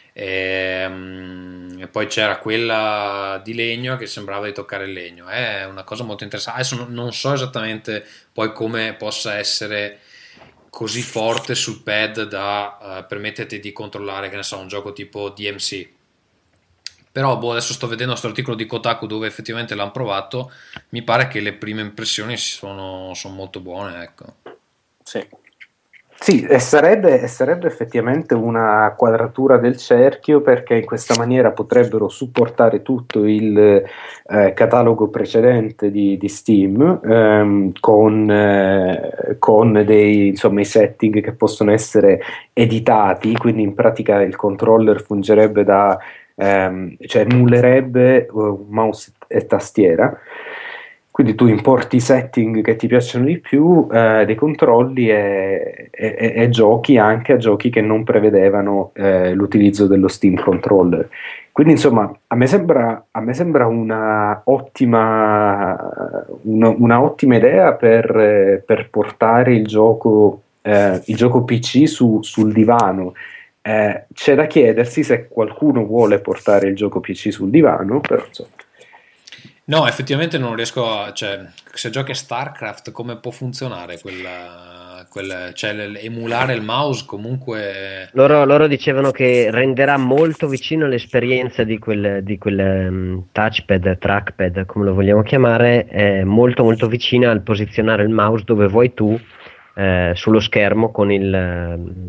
e, e poi c'era quella di legno che sembrava di toccare il legno. È una cosa molto interessante. Adesso non, non so esattamente poi come possa essere così forte sul pad da uh, permetterti di controllare, che ne so, un gioco tipo D M C. Però boh, adesso sto vedendo questo articolo di Kotaku dove effettivamente l'hanno provato. Mi pare che le prime impressioni sono, sono molto buone, ecco. Sì, sì e, sarebbe, e sarebbe effettivamente una quadratura del cerchio, perché in questa maniera potrebbero supportare tutto il eh, catalogo precedente di, di Steam, ehm, con, eh, con dei, insomma, i setting che possono essere editati. Quindi in pratica il controller fungerebbe da Um, cioè emulerebbe uh, mouse e tastiera, Quindi tu importi i setting che ti piacciono di più, eh, dei controlli e, e- e- e giochi anche a giochi che non prevedevano eh, l'utilizzo dello Steam Controller. Quindi insomma, a me sembra, a me sembra una ottima, una, una ottima idea per, eh, per portare il gioco, eh, il gioco P C su- sul divano. Eh, c'è da chiedersi se qualcuno vuole portare il gioco P C sul divano, però insomma. No, effettivamente non riesco a... cioè, se giochi a StarCraft, come può funzionare quella, quel, cioè, l- emulare il mouse comunque... Loro, loro dicevano che renderà molto vicino l'esperienza di quel, di quel ehm, touchpad, trackpad, come lo vogliamo chiamare, eh, molto molto vicina al posizionare il mouse dove vuoi tu eh, sullo schermo con il... ehm,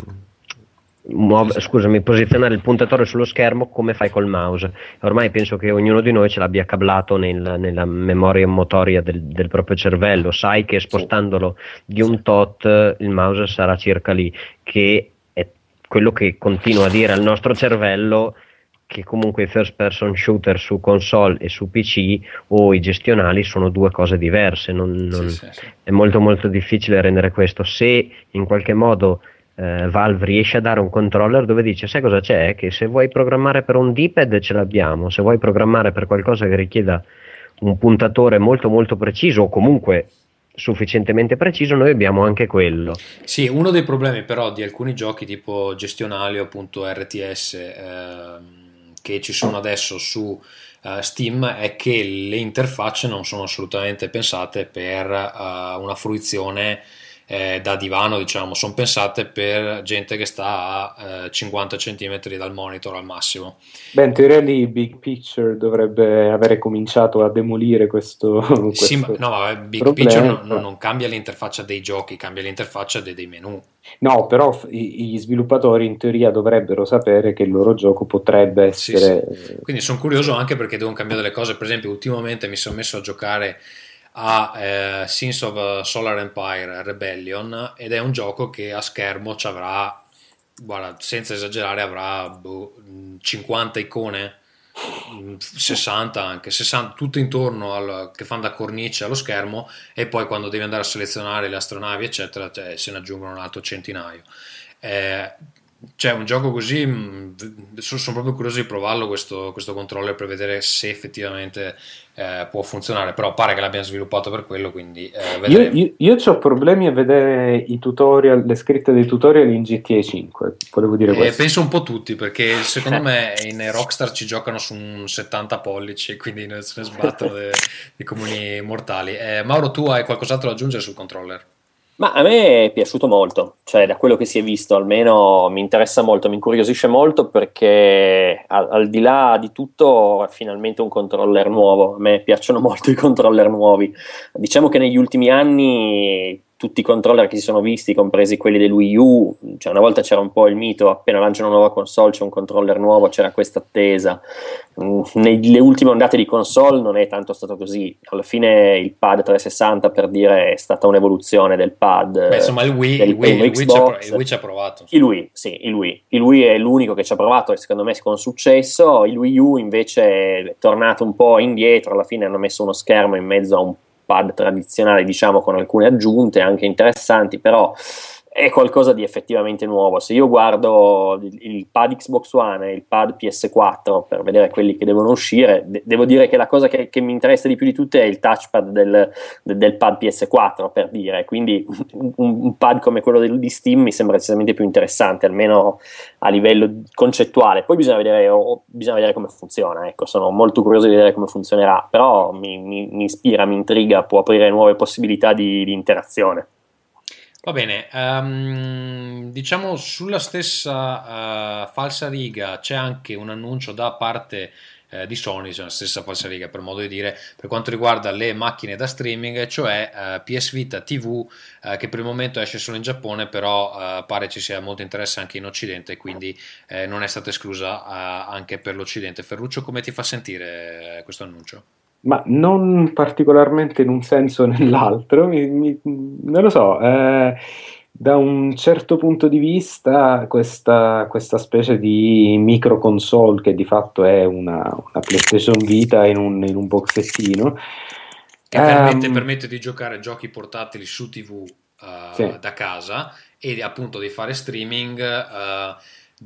muove- scusami, posizionare il puntatore sullo schermo come fai col mouse. Ormai penso che ognuno di noi ce l'abbia cablato nel- nella memoria motoria del, del proprio cervello, sai che spostandolo di un tot il mouse sarà circa lì, che è quello che continua a dire al nostro cervello che comunque i first person shooter su console e su P C o i gestionali sono due cose diverse, non- non- Sì, sì, sì. è molto molto difficile rendere questo. Se in qualche modo eh, Valve riesce a dare un controller dove dice sai cosa c'è? Che se vuoi programmare per un D-pad ce l'abbiamo, se vuoi programmare per qualcosa che richieda un puntatore molto molto preciso o comunque sufficientemente preciso, noi abbiamo anche quello. Sì, uno dei problemi però di alcuni giochi tipo gestionali o appunto R T S ehm, che ci sono adesso su eh, Steam è che le interfacce non sono assolutamente pensate per eh, una fruizione eh, da divano, diciamo, sono pensate per gente che sta a eh, cinquanta centimetri dal monitor al massimo. Beh, in teoria lì Big Picture dovrebbe avere cominciato a demolire questo, Sì, ma questo no, vabbè, Big problema. Picture non, non- non cambia l'interfaccia dei giochi, cambia l'interfaccia dei, dei menu. No, però f- i- gli sviluppatori in teoria dovrebbero sapere che il loro gioco potrebbe Sì, essere... sì. Quindi sono curioso anche perché devono cambiare delle cose. Per esempio, ultimamente mi sono messo a giocare a eh, Sins of Solar Empire Rebellion ed è un gioco che a schermo ci avrà, guarda, senza esagerare, avrà boh, cinquanta icone, sessanta anche, sessanta, tutto intorno al, che fanno da cornice allo schermo, e poi quando devi andare a selezionare le astronavi eccetera, cioè, se ne aggiungono un altro centinaio. Eh, c'è un gioco così, mh, sono, sono proprio curioso di provarlo questo, questo controller per vedere se effettivamente eh, può funzionare, però pare che l'abbiano sviluppato per quello, quindi eh, Io, vedremo. io, ho problemi a vedere i tutorial, le scritte dei tutorial in G T A cinque, volevo dire Eh, questo. penso un po' tutti, perché secondo me in Rockstar ci giocano su un settanta pollici, quindi ne- se ne sbattono dei, dei comuni mortali. Eh, Mauro, tu hai qualcos'altro da aggiungere sul controller? Ma a me è piaciuto molto, cioè da quello che si è visto almeno mi interessa molto, mi incuriosisce molto perché al, al di là di tutto è finalmente un controller nuovo. A me piacciono molto i controller nuovi, diciamo che negli ultimi anni tutti i controller che si sono visti, compresi quelli del Wii U, cioè una volta c'era un po' il mito, appena lancia una nuova console c'è un controller nuovo, c'era questa attesa. Mm, nelle ultime ondate di console non è tanto stato così, alla fine il pad trecentosessanta, per dire, è stata un'evoluzione del pad. Beh, insomma, il Wii, del il Wii, primo il Wii ci ha, pro- Xbox. il Wii ci ha provato. Il Wii, sì, il Wii. Il Wii è l'unico che ci ha provato e secondo me con successo. Il Wii U invece è tornato un po' indietro, alla fine hanno messo uno schermo in mezzo a un pad tradizionale, diciamo, con alcune aggiunte anche interessanti, però è qualcosa di effettivamente nuovo. Se io guardo il, il pad Xbox One e il pad P S quattro per vedere quelli che devono uscire, de- devo dire che la cosa che, che mi interessa di più di tutte è il touchpad del, de- del pad P S quattro, per dire, quindi un, un pad come quello del, di Steam mi sembra decisamente più interessante, almeno a livello concettuale. Poi bisogna vedere, o, bisogna vedere come funziona, ecco, sono molto curioso di vedere come funzionerà, però mi, mi, mi ispira, mi intriga, può aprire nuove possibilità di, di interazione. Va bene, ehm, diciamo sulla stessa eh, falsa riga c'è anche un annuncio da parte eh, di Sony, cioè la stessa falsa riga per modo di dire, per quanto riguarda le macchine da streaming, cioè eh, P S Vita T V, eh, che per il momento esce solo in Giappone, però eh, pare ci sia molto interesse anche in Occidente, quindi eh, non è stata esclusa eh, anche per l'Occidente. Ferruccio, come ti fa sentire eh, questo annuncio? Ma non particolarmente in un senso o nell'altro, mi- mi- non lo so, eh, da un certo punto di vista questa, questa specie di micro console che di fatto è una, una PlayStation Vita in un, in un boxettino, e permette, Ehm, permette di giocare giochi portatili su T V uh, sì. da casa e appunto di fare streaming uh,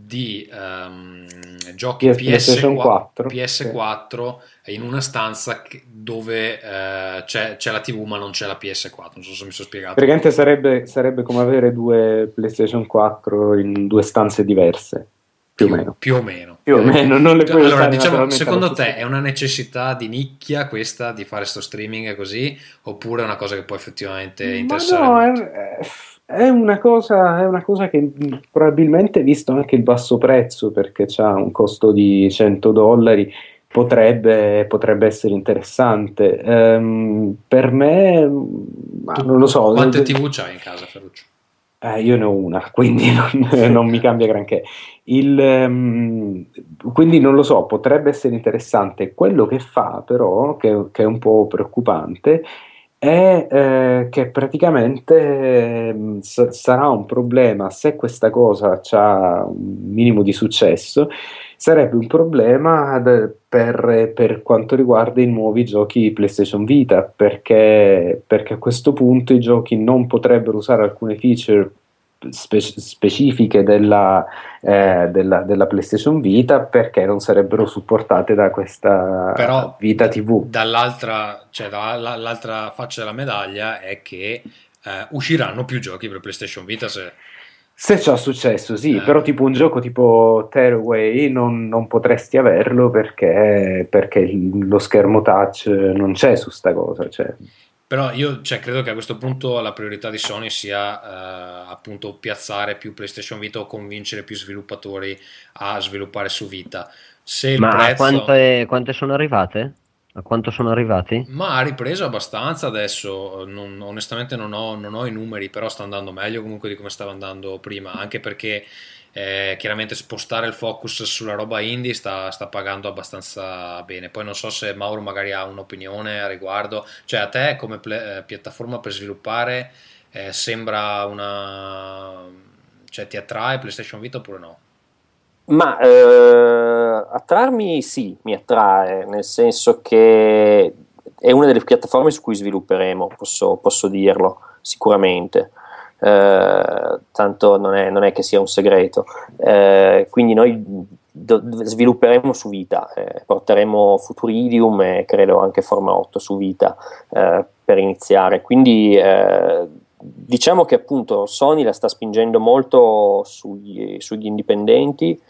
di um, giochi P S PlayStation quattro, P S quattro in una stanza che- dove uh, c'è, c'è la T V ma non c'è la P S quattro. Non so se mi sono spiegato. Praticamente sarebbe, sarebbe come avere due PlayStation quattro in due stanze diverse, più o meno. Più o meno. Più o meno, non le puoi Allora, usare diciamo, naturalmente secondo allo te stesso è una necessità di nicchia questa di fare sto streaming così, oppure è una cosa che può effettivamente Ma interessare no, molto? è, è una cosa, è una cosa che mh, probabilmente, visto anche il basso prezzo, perché c'ha un costo di cento dollari, potrebbe, potrebbe essere interessante. Ehm, per me, mh, ma Tu non lo so. quante T V c'hai in casa, Ferruccio? Eh, io ne ho una, quindi non, non mi cambia granché. Il, ehm, quindi non lo so, potrebbe essere interessante. Quello che fa, però, che, che è un po' preoccupante, è eh, che praticamente ehm, s- sarà un problema se questa cosa ha un minimo di successo. Sarebbe un problema d- per, per quanto riguarda i nuovi giochi PlayStation Vita, perché, perché a questo punto i giochi non potrebbero usare alcune feature spe- specifiche della, eh, della, della PlayStation Vita perché non sarebbero supportate da questa Però Vita da- T V. dall'altra, cioè, dalla- l'altra faccia della medaglia è che eh, usciranno più giochi per PlayStation Vita se... Se c'ha successo, sì, Eh. però tipo un gioco tipo Tearaway non, non potresti averlo perché, perché il- lo schermo touch non c'è su sta cosa. Cioè. Però io cioè, credo che a questo punto la priorità di Sony sia eh, appunto piazzare più PlayStation Vita o convincere più sviluppatori a sviluppare su Vita. Se il Ma a prezzo... quante, quante sono arrivate? A quanto sono arrivati? Ma ha ripreso abbastanza adesso, non- onestamente non ho, non ho i numeri, però sta andando meglio comunque di come stava andando prima, anche perché eh, chiaramente spostare il focus sulla roba indie sta, sta pagando abbastanza bene. Poi non so se Mauro magari ha un'opinione a riguardo, cioè a te come ple- eh, piattaforma per sviluppare eh, sembra una... cioè ti attrae PlayStation Vita oppure no? Ma eh, attrarmi sì, mi attrae, nel senso che è una delle piattaforme su cui svilupperemo, posso, posso dirlo sicuramente. Eh, tanto non è, non è che sia un segreto. Eh, quindi noi do- svilupperemo su Vita, eh, porteremo Futuridium e credo anche Forma otto su Vita eh, per iniziare. Quindi eh, diciamo che appunto Sony la sta spingendo molto sugli, sugli indipendenti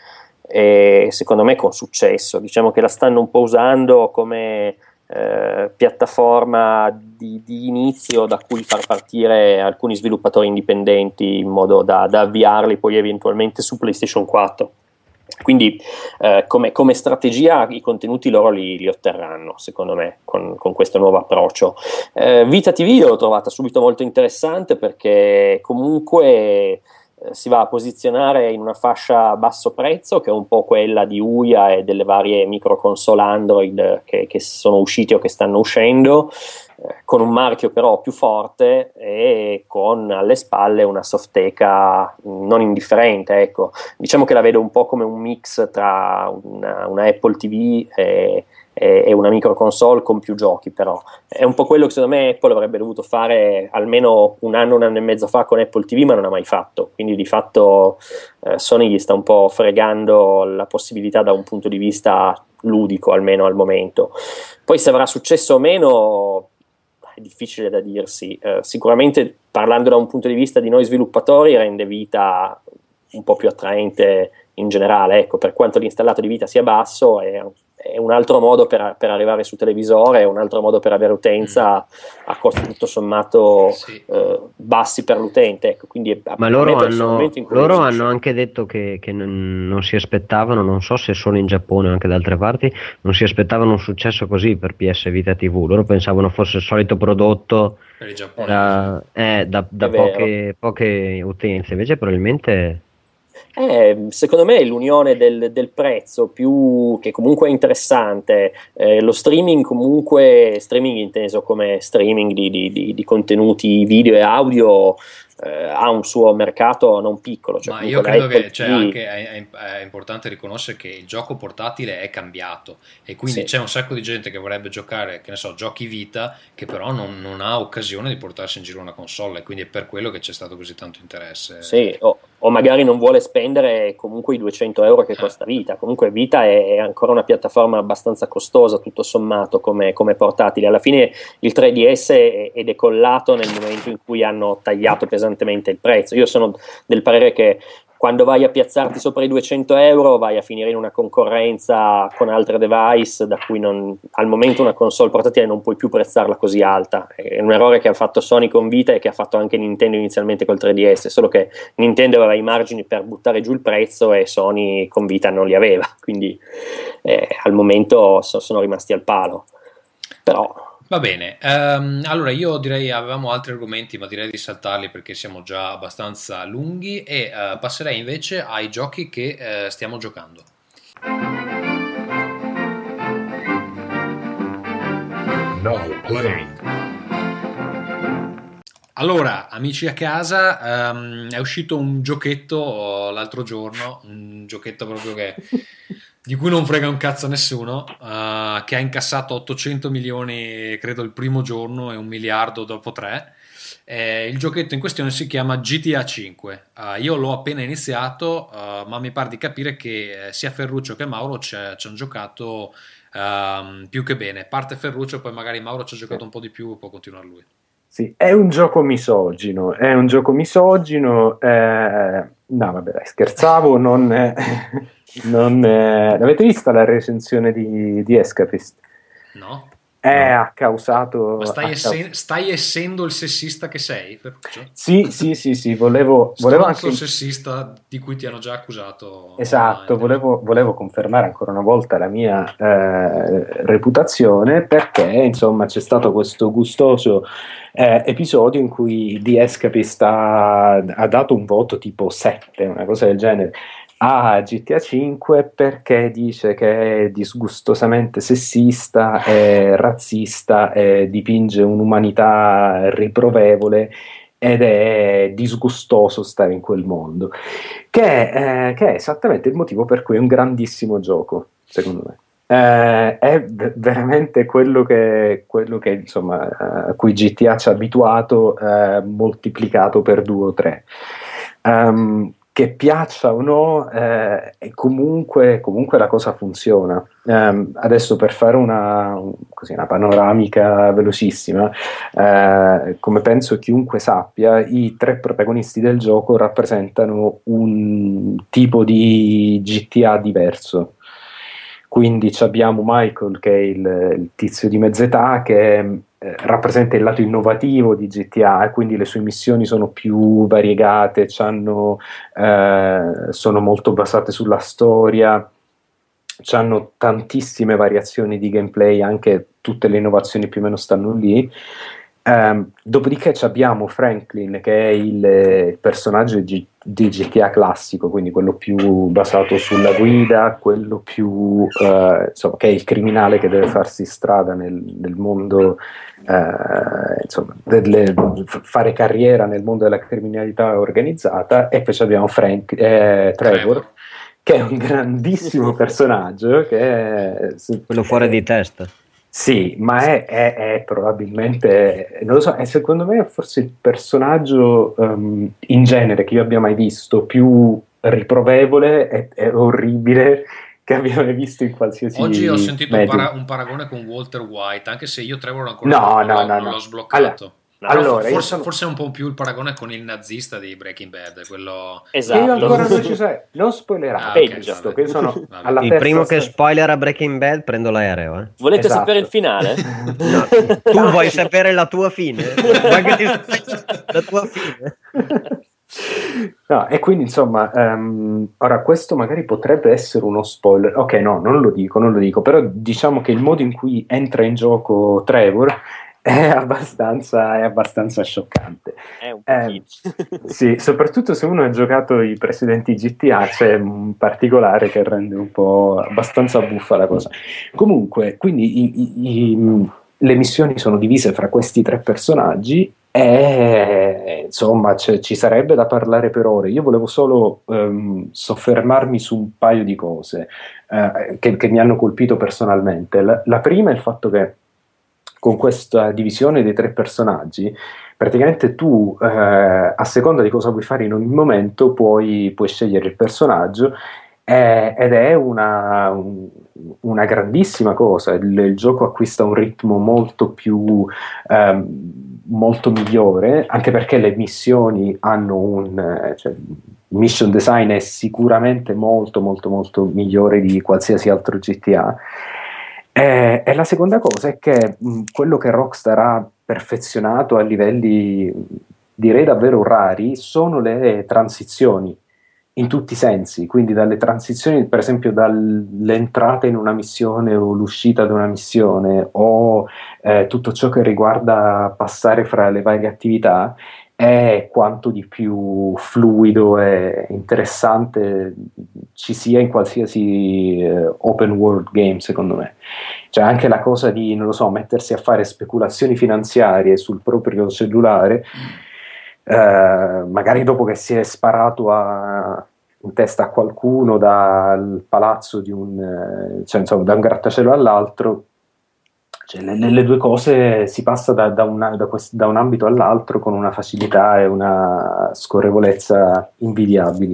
e secondo me con successo. Diciamo che la stanno un po' usando come eh, piattaforma di, di inizio da cui far partire alcuni sviluppatori indipendenti in modo da, da avviarli poi eventualmente su PlayStation quattro. Quindi eh, come, come strategia i contenuti loro li, li otterranno secondo me con, con questo nuovo approccio. eh, Vita T V l'ho trovata subito molto interessante perché comunque eh, si va a posizionare in una fascia a basso prezzo che è un po' quella di Ouya e delle varie micro console Android che, che sono usciti o che stanno uscendo, eh, con un marchio però più forte e con alle spalle una softeca non indifferente. Ecco, diciamo che la vedo un po' come un mix tra una, una Apple T V e, e, e una micro console con più giochi. Però è un po' quello che secondo me Apple avrebbe dovuto fare almeno un anno, un anno e mezzo fa con Apple T V, ma non ha mai fatto. Quindi di fatto eh, Sony gli sta un po' fregando la possibilità da un punto di vista ludico, almeno al momento. Poi se avrà successo o meno è difficile da dirsi. Eh, sicuramente parlando da un punto di vista di noi sviluppatori rende Vita un po' più attraente in generale, ecco, per quanto l'installato di Vita sia basso è, è un altro modo per, per arrivare su televisore, è un altro modo per avere utenza a costi tutto sommato Sì. eh, bassi per l'utente, ecco. Quindi a- Ma a loro me hanno, personalmente loro incuriosisce. hanno anche detto che, che non, non si aspettavano, non so se solo in Giappone o anche da altre parti, non si aspettavano un successo così per P S Vita T V. Loro pensavano fosse il solito prodotto Per i giapponesi. da, eh, da, da È vero. poche, poche utenze, invece probabilmente Eh, secondo me l'unione del, del prezzo più che comunque è interessante, eh, lo streaming comunque, streaming inteso come streaming di, di, di, di contenuti video e audio, eh, ha un suo mercato non piccolo. Cioè Ma io credo che cioè, anche è, è importante riconoscere che il gioco portatile è cambiato e quindi sì. C'è un sacco di gente che vorrebbe giocare, che ne so, giochi vita, che però non, non ha occasione di portarsi in giro una console, e quindi è per quello che c'è stato così tanto interesse. Sì, o, o magari non vuole spendere comunque i duecento euro che costa Vita. Comunque Vita è, è ancora una piattaforma abbastanza costosa tutto sommato come, come portatile. Alla fine il tre D S è, è decollato nel momento in cui hanno tagliato pesantemente il prezzo. Io sono del parere che quando vai a piazzarti sopra i duecento euro vai a finire in una concorrenza con altre device da cui non, al momento una console portatile non puoi più prezzarla così alta. È un errore che ha fatto Sony con Vita e che ha fatto anche Nintendo inizialmente col tre D S, solo che Nintendo aveva i margini per buttare giù il prezzo e Sony con Vita non li aveva, quindi eh, al momento so, sono rimasti al palo. Però va bene, um, allora io direi avevamo altri argomenti, ma direi di saltarli perché siamo già abbastanza lunghi e uh, passerei invece ai giochi che uh, stiamo giocando. Now playing. Allora, amici a casa, um, è uscito un giochetto l'altro giorno, un giochetto proprio che di cui non frega un cazzo a nessuno, uh, che ha incassato ottocento milioni credo il primo giorno e un miliardo dopo tre. Eh, il giochetto in questione si chiama G T A cinque. Uh, io l'ho appena iniziato, uh, ma mi pare di capire che eh, sia Ferruccio che Mauro ci hanno giocato uh, più che bene. Parte Ferruccio, poi magari Mauro ci ha giocato un po' di più e può continuare lui. Sì, è un gioco misogino, è un gioco misogino, eh, no vabbè dai, scherzavo, non, eh, non eh, l'avete vista la recensione di, di Escapist? No. Eh, ha causato... Ma stai, ha essen- causato... stai essendo il sessista che sei, Ferruccio? Sì, sì, sì, sì, volevo... volevo Stronzo anche... sessista di cui ti hanno già accusato. Esatto, volevo, volevo confermare ancora una volta la mia eh, reputazione, perché insomma c'è stato questo gustoso eh, episodio in cui The Escapist ha, ha dato un voto tipo sette, una cosa del genere, a G T A cinque, perché dice che è disgustosamente sessista, è razzista, e dipinge un'umanità riprovevole ed è disgustoso stare in quel mondo, che, eh, che è esattamente il motivo per cui è un grandissimo gioco, secondo me. Eh, è v- veramente quello che, quello che insomma, a cui G T A ci ha abituato, eh, moltiplicato per due o tre. Um, che piaccia o no, eh, e comunque, comunque la cosa funziona. Um, adesso per fare una, un, così, una panoramica velocissima, eh, come penso chiunque sappia, i tre protagonisti del gioco rappresentano un tipo di G T A diverso. Quindi abbiamo Michael, che è il, il tizio di mezz'età, che eh, rappresenta il lato innovativo di G T A, e quindi le sue missioni sono più variegate, c'hanno, eh, sono molto basate sulla storia, hanno tantissime variazioni di gameplay, anche tutte le innovazioni più o meno stanno lì. Um, dopodiché abbiamo Franklin, che è il, il personaggio di, di G T A classico, quindi quello più basato sulla guida, quello più uh, insomma, che è il criminale che deve farsi strada nel, nel mondo, uh, insomma, delle, fare carriera nel mondo della criminalità organizzata. E poi abbiamo Frank, eh, Trevor, che è un grandissimo personaggio, che è, quello fuori è, di testa. Sì, ma è, è, è probabilmente, non lo so, è secondo me forse il personaggio um, in genere che io abbia mai visto più riprovevole e, e orribile che abbia mai visto in qualsiasi Oggi ho sentito un, para- un paragone con Walter White, anche se io Trevor ancora no, non, no, l'ho, no, non no. l'ho sbloccato. Allora, No, allora, forse, sono... forse è un po' più il paragone con il nazista di Breaking Bad, quello... Esatto. Io ancora non ci sei, non spoilerà, ah, peggio, okay, che sono alla il primo che spoilera Breaking Bad prendo l'aereo. Eh. Volete esatto. sapere il finale? No, tu vuoi sapere la tua fine? Vuoi che ti la tua fine? No, e quindi insomma, um, ora questo magari potrebbe essere uno spoiler. Ok, no, non lo dico, non lo dico, però diciamo che il modo in cui entra in gioco Trevor è abbastanza, è abbastanza scioccante. È un eh, sì, soprattutto se uno ha giocato i precedenti G T A, c'è un particolare che rende un po' abbastanza buffa la cosa. Comunque, quindi i, i, i, le missioni sono divise fra questi tre personaggi e insomma c- ci sarebbe da parlare per ore. Io volevo solo um, soffermarmi su un paio di cose uh, che, che mi hanno colpito personalmente. La, la prima è il fatto che con questa divisione dei tre personaggi praticamente tu eh, a seconda di cosa vuoi fare in ogni momento puoi, puoi scegliere il personaggio eh, ed è una, un, una grandissima cosa. Il, il gioco acquista un ritmo molto più eh, molto migliore, anche perché le missioni hanno un cioè, mission design è sicuramente molto molto molto migliore di qualsiasi altro G T A. E, e la seconda cosa è che mh, quello che Rockstar ha perfezionato a livelli direi davvero rari sono le transizioni in tutti i sensi, quindi dalle transizioni per esempio dall'entrata in una missione o l'uscita da una missione o eh, tutto ciò che riguarda passare fra le varie attività è quanto di più fluido e interessante ci sia in qualsiasi eh, open world game, secondo me. Cioè anche la cosa di, non lo so, mettersi a fare speculazioni finanziarie sul proprio cellulare, eh, magari dopo che si è sparato a, in testa a qualcuno dal palazzo di un, eh, cioè insomma da un grattacielo all'altro. Cioè, nelle due cose si passa da, da, una, da, quest, da un ambito all'altro con una facilità e una scorrevolezza invidiabili.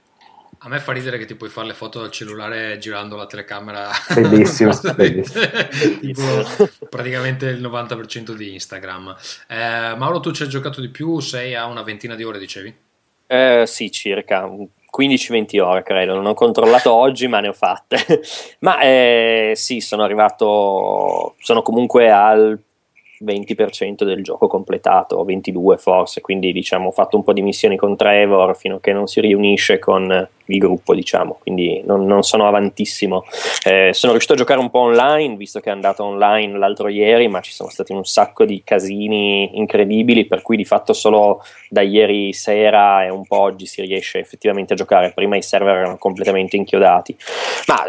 A me fa ridere che ti puoi fare le foto dal cellulare girando la telecamera. Bellissimo, bellissimo. Tipo, praticamente il novanta per cento di Instagram. Eh, Mauro, tu ci hai giocato di più? Sei a una ventina di ore, dicevi? Eh, sì, circa quindici venti ore credo, non ho controllato oggi ma ne ho fatte. Ma eh, sì, sono arrivato, sono comunque al venti per cento del gioco completato, ventidue forse, quindi diciamo ho fatto un po' di missioni con Trevor fino a che non si riunisce con il gruppo, diciamo, quindi non, non sono avantissimo. Eh, sono riuscito a giocare un po' online, visto che è andato online l'altro ieri, ma ci sono stati un sacco di casini incredibili, per cui di fatto solo da ieri sera e un po' oggi si riesce effettivamente a giocare. Prima i server erano completamente inchiodati, ma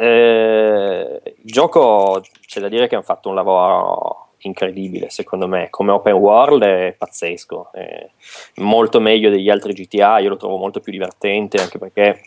eh, il gioco c'è da dire che hanno fatto un lavoro incredibile, secondo me, come open world è pazzesco, è molto meglio degli altri G T A. Io lo trovo molto più divertente, anche perché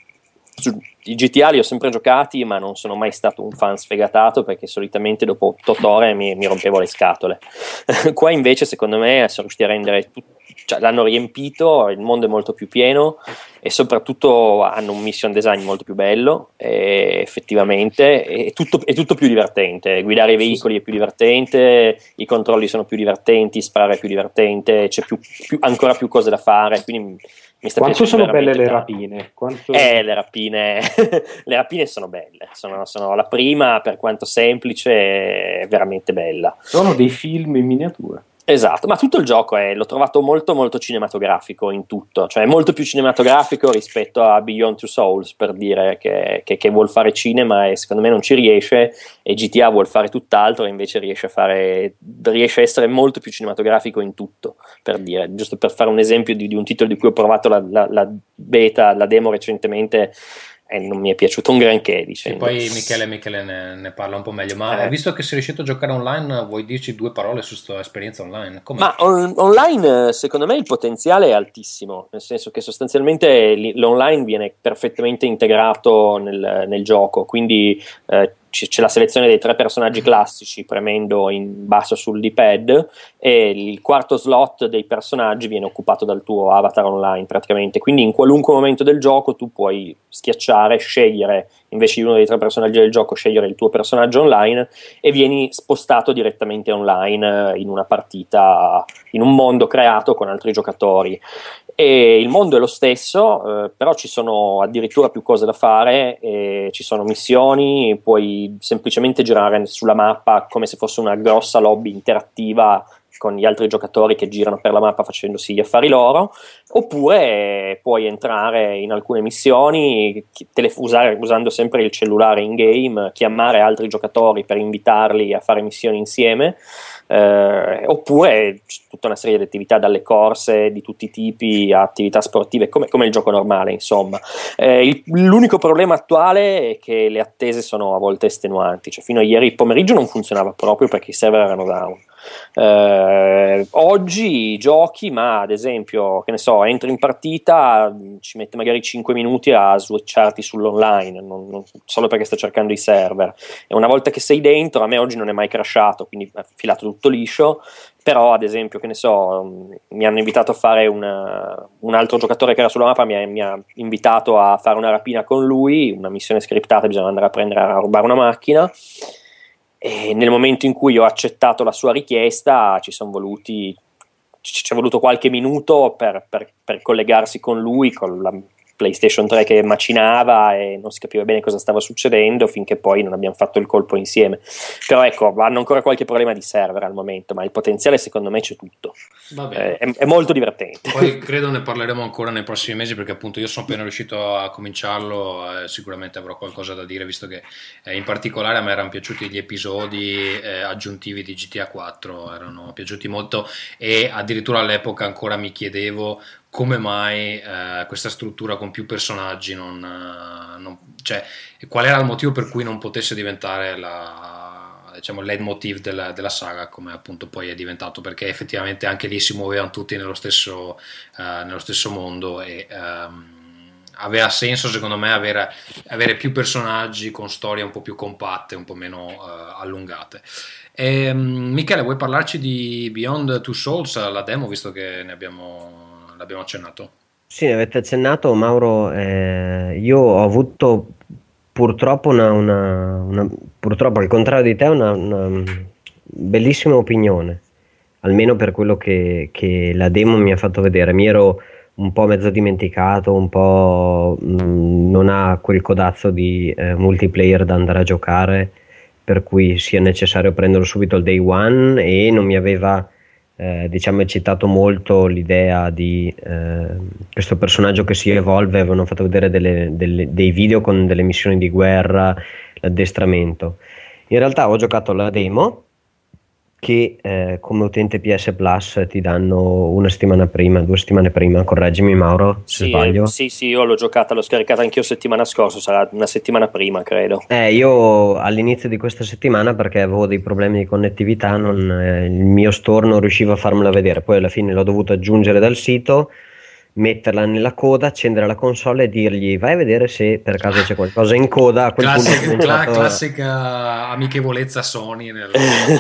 i G T A li ho sempre giocati, ma non sono mai stato un fan sfegatato, perché solitamente dopo otto ore mi, mi rompevo le scatole. Qua invece secondo me sono riusciti a rendere tutto, cioè, l'hanno riempito, il mondo è molto più pieno e soprattutto hanno un mission design molto più bello e effettivamente è tutto, è tutto più divertente. Guidare i veicoli è più divertente, i controlli sono più divertenti, sparare è più divertente, c'è più, più, ancora più cose da fare, quindi mi sta Quanto sono belle le tanto. rapine? Quanto... Eh, le rapine le rapine sono belle, sono, sono la prima, per quanto semplice, è veramente bella. Sono dei film in miniatura. Esatto, ma tutto il gioco è, l'ho trovato molto molto cinematografico in tutto, cioè molto più cinematografico rispetto a Beyond Two Souls, per dire che, che, che vuol fare cinema e secondo me non ci riesce, e G T A vuol fare tutt'altro e invece riesce a fare, riesce a essere molto più cinematografico in tutto, per dire, giusto per fare un esempio di, di un titolo di cui ho provato la, la, la beta, la demo recentemente, e non mi è piaciuto un granché, dicendo. E poi Michele, Michele ne, ne parla un po' meglio, ma eh. visto che sei riuscito a giocare online, vuoi dirci due parole su questa esperienza online? Com'è? Ma on- online secondo me il potenziale è altissimo, nel senso che sostanzialmente l'online viene perfettamente integrato nel, nel gioco, quindi eh, c'è la selezione dei tre personaggi classici premendo in basso sul D-pad e il quarto slot dei personaggi viene occupato dal tuo avatar online praticamente, quindi in qualunque momento del gioco tu puoi schiacciare, scegliere invece di uno dei tre personaggi del gioco, scegliere il tuo personaggio online e vieni spostato direttamente online in una partita, in un mondo creato con altri giocatori. E il mondo è lo stesso, eh, però ci sono addirittura più cose da fare, e ci sono missioni, puoi semplicemente girare sulla mappa come se fosse una grossa lobby interattiva con gli altri giocatori che girano per la mappa facendosi gli affari loro, oppure puoi entrare in alcune missioni, tele- usare, usando sempre il cellulare in game, chiamare altri giocatori per invitarli a fare missioni insieme. eh, oppure tutta una serie di attività, dalle corse di tutti i tipi a attività sportive, come, come il gioco normale, insomma. Eh, il, l'unico problema attuale è che le attese sono a volte estenuanti, cioè fino a ieri pomeriggio non funzionava proprio perché i server erano down. Eh, oggi giochi, ma ad esempio, che ne so, entri in partita, ci mette magari cinque minuti a switcharti sull'online, non, non, solo perché sta cercando i server, e una volta che sei dentro, a me oggi non è mai crashato, quindi è filato tutto liscio. Però ad esempio, che ne so, mi hanno invitato a fare una, un altro giocatore che era sulla mappa mi ha, mi ha invitato a fare una rapina con lui, una missione scriptata, bisogna andare a prendere, a rubare una macchina. E nel momento in cui ho accettato la sua richiesta ci sono voluti ci è voluto qualche minuto per, per, per collegarsi con lui, con la PlayStation tre che macinava e non si capiva bene cosa stava succedendo, finché poi non abbiamo fatto il colpo insieme. Però ecco, hanno ancora qualche problema di server al momento, ma il potenziale secondo me c'è tutto. Eh, è, è molto divertente. Poi credo ne parleremo ancora nei prossimi mesi, perché appunto io sono appena riuscito a cominciarlo, eh, sicuramente avrò qualcosa da dire, visto che eh, in particolare a me erano piaciuti gli episodi eh, aggiuntivi di G T A quattro, erano piaciuti molto, e addirittura all'epoca ancora mi chiedevo come mai eh, questa struttura con più personaggi non, non, cioè, qual era il motivo per cui non potesse diventare la, diciamo, il leitmotiv della, della saga, come appunto poi è diventato, perché effettivamente anche lì si muovevano tutti nello stesso, uh, nello stesso mondo, e um, aveva senso secondo me avere, avere più personaggi con storie un po' più compatte, un po' meno uh, allungate. E, um, Michele, vuoi parlarci di Beyond Two Souls, la demo, visto che ne abbiamo l'abbiamo accennato? Sì, ne avete accennato, Mauro. Eh, io ho avuto purtroppo una, una, una purtroppo al contrario di te una, una bellissima opinione, almeno per quello che, che la demo mi ha fatto vedere. Mi ero un po' mezzo dimenticato, un po' mh, non ha quel codazzo di eh, multiplayer da andare a giocare, per cui sia necessario prenderlo subito al day one, e non mi aveva Eh, diciamo eccitato molto l'idea di eh, questo personaggio che si evolve. Avevano fatto vedere delle, delle, dei video con delle missioni di guerra, l'addestramento. In realtà ho giocato la demo, che eh, come utente P S Plus ti danno una settimana prima, due settimane prima, correggimi Mauro se sì, sbaglio. Sì, sì, io l'ho giocata, l'ho scaricata anch'io settimana scorsa, sarà una settimana prima credo. Eh, io all'inizio di questa settimana, perché avevo dei problemi di connettività, non, eh, il mio store non riusciva a farmela vedere, poi alla fine l'ho dovuto aggiungere dal sito, metterla nella coda, accendere la console e dirgli vai a vedere se per caso c'è qualcosa in coda. A quel classica, punto ho cominciato... classica amichevolezza Sony nel...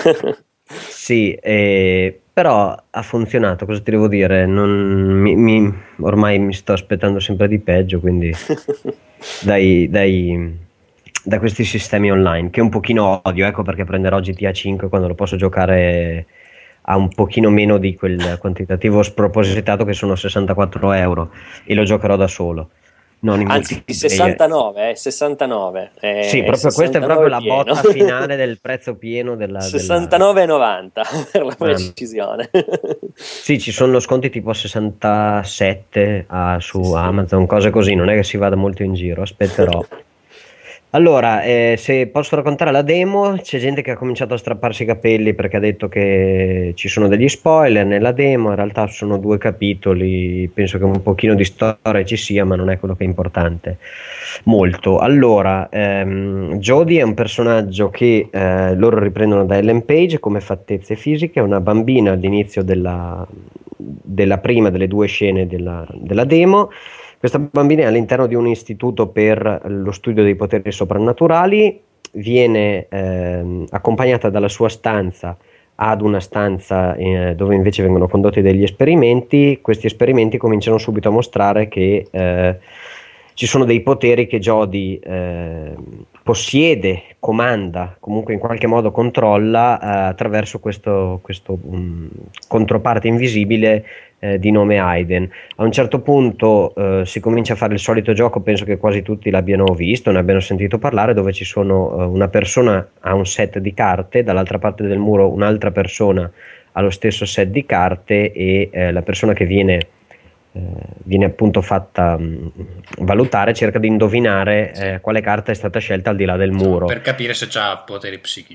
Sì, eh, però ha funzionato, cosa ti devo dire? Non, mi, mi, ormai mi sto aspettando sempre di peggio, quindi dai, dai, da questi sistemi online, che un pochino odio, ecco perché prenderò G T A cinque quando lo posso giocare a un pochino meno di quel quantitativo spropositato che sono sessantaquattro euro, e lo giocherò da solo. Non Anzi, sessantanove, eh, sessantanove. Eh, sì, proprio questa è proprio la botta finale del prezzo pieno della sessantanove e novanta per la precisione. Sì, ci sono sconti tipo sessantasette ah, su sì, Amazon, cose così, non è che si vada molto in giro, aspetterò. Allora, eh, se posso raccontare la demo, c'è gente che ha cominciato a strapparsi i capelli perché ha detto che ci sono degli spoiler nella demo. In realtà sono due capitoli, penso che un pochino di storia ci sia, ma non è quello che è importante molto. Allora, ehm, Jodie è un personaggio che eh, loro riprendono da Ellen Page come fattezze fisiche, è una bambina all'inizio della, della prima delle due scene della, della demo. Questa bambina è all'interno di un istituto per lo studio dei poteri soprannaturali, viene eh, accompagnata dalla sua stanza ad una stanza eh, dove invece vengono condotti degli esperimenti. Questi esperimenti cominciano subito a mostrare che eh, ci sono dei poteri che Jodie eh, possiede, comanda, comunque in qualche modo controlla eh, attraverso questo, questo um, controparte invisibile eh, di nome Aiden. A un certo punto eh, si comincia a fare il solito gioco, penso che quasi tutti l'abbiano visto, ne abbiano sentito parlare, dove ci sono eh, una persona ha un set di carte, dall'altra parte del muro un'altra persona ha lo stesso set di carte, e eh, la persona che viene Eh, viene appunto fatta mh, valutare, cerca di indovinare eh, quale carta è stata scelta al di là del muro, per capire se c'ha poteri psichici.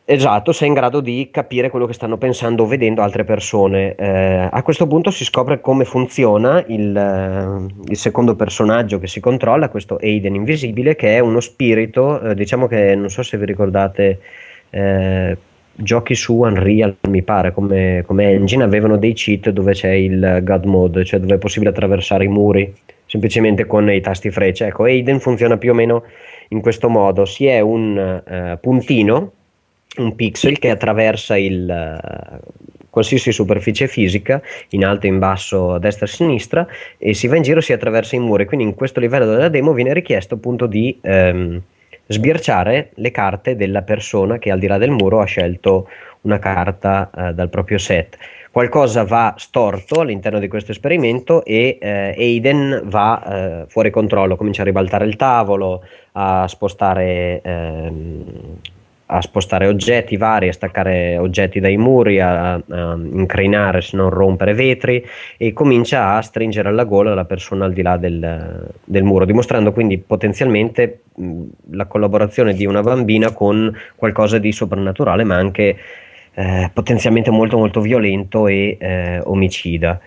Esatto, sei in grado di capire quello che stanno pensando o vedendo altre persone. Eh, a questo punto si scopre come funziona il, eh, il secondo personaggio che si controlla, questo Aiden invisibile, che è uno spirito, eh, diciamo che non so se vi ricordate, eh, giochi su Unreal, mi pare, come, come engine, avevano dei cheat dove c'è il God Mode, cioè dove è possibile attraversare i muri semplicemente con i tasti freccia. Ecco, Aiden funziona più o meno in questo modo: si è un eh, puntino, un pixel che attraversa il, uh, qualsiasi superficie fisica, in alto, in basso, a destra e a sinistra, e si va in giro, si attraversa i muri. Quindi in questo livello della demo viene richiesto appunto di ehm, sbirciare le carte della persona che al di là del muro ha scelto una carta uh, dal proprio set. Qualcosa va storto all'interno di questo esperimento e eh, Aiden va eh, fuori controllo, comincia a ribaltare il tavolo, a spostare ehm, a spostare oggetti vari, a staccare oggetti dai muri, a, a incrinare se non rompere vetri, e comincia a stringere alla gola la persona al di là del, del muro, dimostrando quindi potenzialmente mh, la collaborazione di una bambina con qualcosa di soprannaturale, ma anche eh, potenzialmente molto molto violento e eh, omicida.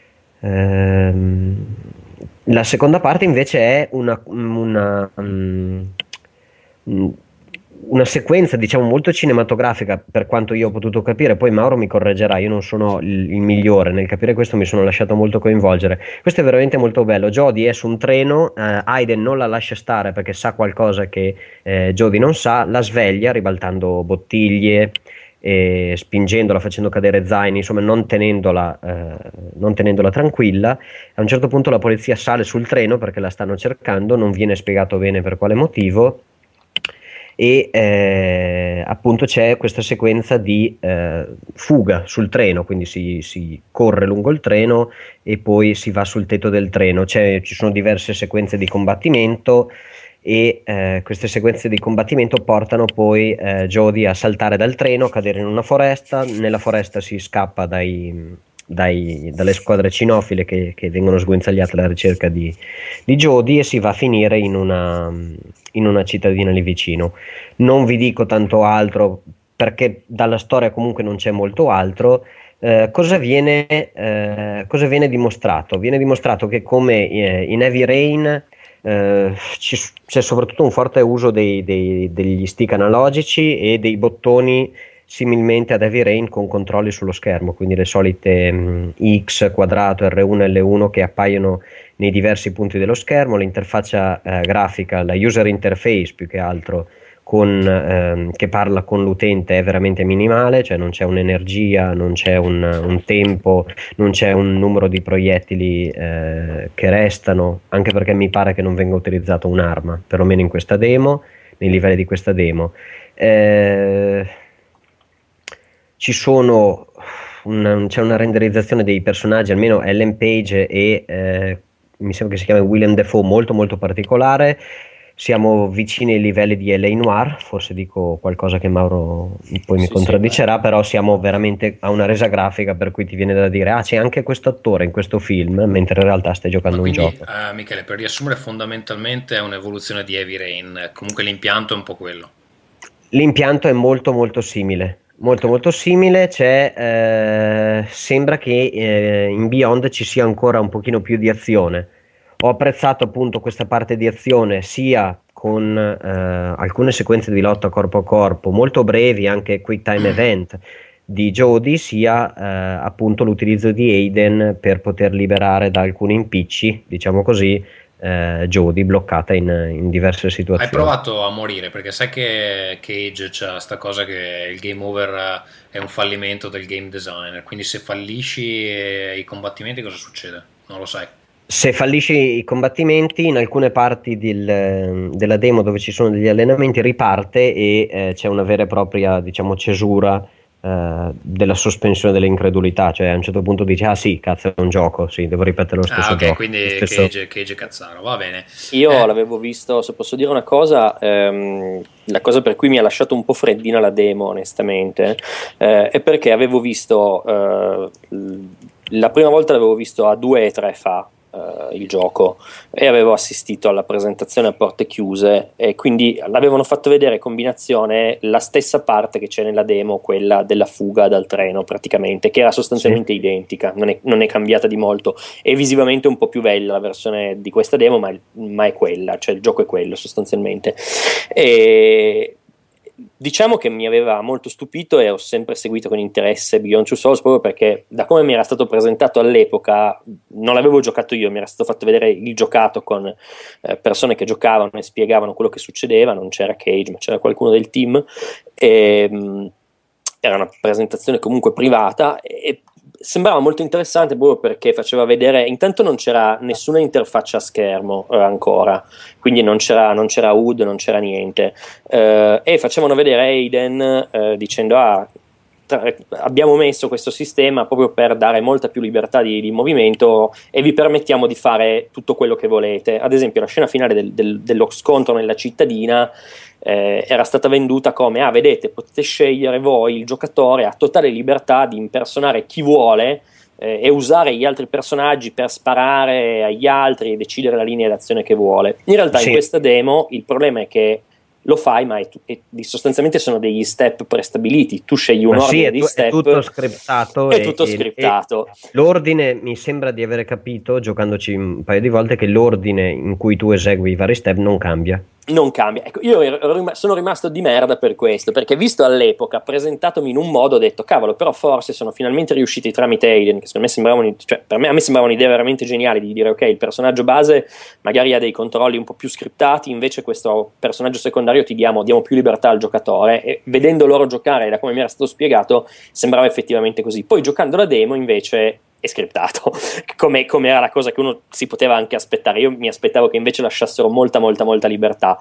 Ehm, la seconda parte invece è una, una um, una sequenza, diciamo, molto cinematografica, per quanto io ho potuto capire. Poi Mauro mi correggerà, io non sono il, il migliore nel capire questo, mi sono lasciato molto coinvolgere. Questo è veramente molto bello. Jodie è su un treno, eh, Aiden non la lascia stare perché sa qualcosa che eh, Jodie non sa, la sveglia ribaltando bottiglie, e spingendola, facendo cadere zaini, insomma non tenendola, eh, non tenendola tranquilla. A un certo punto la polizia sale sul treno perché la stanno cercando, non viene spiegato bene per quale motivo, e eh, appunto c'è questa sequenza di eh, fuga sul treno, quindi si, si corre lungo il treno e poi si va sul tetto del treno. C'è, ci sono diverse sequenze di combattimento e eh, queste sequenze di combattimento portano poi eh, Jodie a saltare dal treno, cadere in una foresta. Nella foresta si scappa dai Dai, dalle squadre cinofile che, che vengono sguinzagliate alla ricerca di, di Jodie, e si va a finire in una, in una cittadina lì vicino. Non vi dico tanto altro perché dalla storia comunque non c'è molto altro. Eh, cosa, viene, eh, cosa viene dimostrato? Viene dimostrato che come eh, in Heavy Rain eh, ci, c'è soprattutto un forte uso dei, dei, degli stick analogici e dei bottoni similmente ad Heavy Rain, con controlli sullo schermo, quindi le solite mh, X, quadrato, R uno, L uno che appaiono nei diversi punti dello schermo. L'interfaccia eh, grafica, la user interface più che altro, con, ehm, che parla con l'utente, è veramente minimale, cioè non c'è un'energia, non c'è un, un tempo, non c'è un numero di proiettili eh, che restano, anche perché mi pare che non venga utilizzata un'arma, perlomeno in questa demo, nei livelli di questa demo. Eh, Ci sono una, c'è una renderizzazione dei personaggi, almeno Ellen Page e eh, mi sembra che si chiami Willem Dafoe, molto molto particolare. Siamo vicini ai livelli di L A Noire, forse dico qualcosa che Mauro poi mi sì, contraddicerà, sì, però siamo veramente a una resa grafica per cui ti viene da dire ah, c'è anche questo attore in questo film, mentre in realtà stai giocando quindi, un gioco. Uh, Michele, per riassumere, fondamentalmente è un'evoluzione di Heavy Rain, comunque l'impianto è un po' quello. L'impianto è molto molto simile. Molto molto simile, c'è, eh, sembra che eh, in Beyond ci sia ancora un pochino più di azione. Ho apprezzato appunto questa parte di azione sia con eh, alcune sequenze di lotta corpo a corpo molto brevi, anche quick time event di Jodie, sia eh, appunto l'utilizzo di Aiden per poter liberare da alcuni impicci, diciamo così, Eh, Jodie bloccata in, in diverse situazioni. Hai provato a morire? Perché sai che Cage c'ha sta cosa che il game over è un fallimento del game designer, quindi se fallisci i combattimenti cosa succede? Non lo sai. Se fallisci i combattimenti, in alcune parti del, della demo dove ci sono degli allenamenti riparte e eh, c'è una vera e propria, diciamo, cesura Uh, della sospensione dell'incredulità, cioè a un certo punto dici ah sì, cazzo, è un gioco, sì, devo ripetere lo stesso ah, ok, gioco, quindi stesso... Cage, Cage Cazzaro, va bene. Io eh. l'avevo visto, se posso dire una cosa, ehm, la cosa per cui mi ha lasciato un po' freddina la demo onestamente eh, è perché avevo visto eh, la prima volta l'avevo visto a due e tre fa uh, il gioco e avevo assistito alla presentazione a porte chiuse, e quindi l'avevano fatto vedere combinazione la stessa parte che c'è nella demo, quella della fuga dal treno praticamente, che era sostanzialmente sì. identica, non è, non è cambiata di molto, è visivamente un po' più bella la versione di questa demo, ma, ma è quella, cioè il gioco è quello sostanzialmente. E diciamo che mi aveva molto stupito e ho sempre seguito con interesse Beyond Two Souls, proprio perché da come mi era stato presentato all'epoca, non l'avevo giocato io, mi era stato fatto vedere il giocato con eh, persone che giocavano e spiegavano quello che succedeva, non c'era Cage ma c'era qualcuno del team, e, mh, era una presentazione comunque privata e sembrava molto interessante proprio perché faceva vedere, intanto non c'era nessuna interfaccia a schermo eh, ancora, quindi non c'era, non c'era U D, non c'era niente, eh, e facevano vedere Aiden eh, dicendo ah, tra, abbiamo messo questo sistema proprio per dare molta più libertà di, di movimento e vi permettiamo di fare tutto quello che volete. Ad esempio la scena finale del, del, dello scontro nella cittadina Eh, era stata venduta come ah vedete, potete scegliere voi, il giocatore ha totale libertà di impersonare chi vuole eh, e usare gli altri personaggi per sparare agli altri e decidere la linea d'azione che vuole. In realtà sì. In questa demo il problema è che lo fai, ma è, è, è, sostanzialmente sono degli step prestabiliti, tu scegli un ma ordine sì, è di tu, step, è tutto scriptato, è tutto e, scriptato. E l'ordine, mi sembra di aver capito giocandoci un paio di volte, che l'ordine in cui tu esegui i vari step non cambia. Non cambia. Ecco, io sono rimasto di merda per questo, perché visto all'epoca presentatomi in un modo, ho detto cavolo, però forse sono finalmente riusciti tramite Aiden, che secondo me sembravano, cioè per me, a me sembrava un'idea veramente geniale di dire ok, il personaggio base magari ha dei controlli un po' più scriptati, invece questo personaggio secondario ti diamo, diamo più libertà al giocatore, e vedendo loro giocare da come mi era stato spiegato sembrava effettivamente così. Poi giocando la demo invece è scriptato, come, come era la cosa che uno si poteva anche aspettare. Io mi aspettavo che invece lasciassero molta molta molta libertà,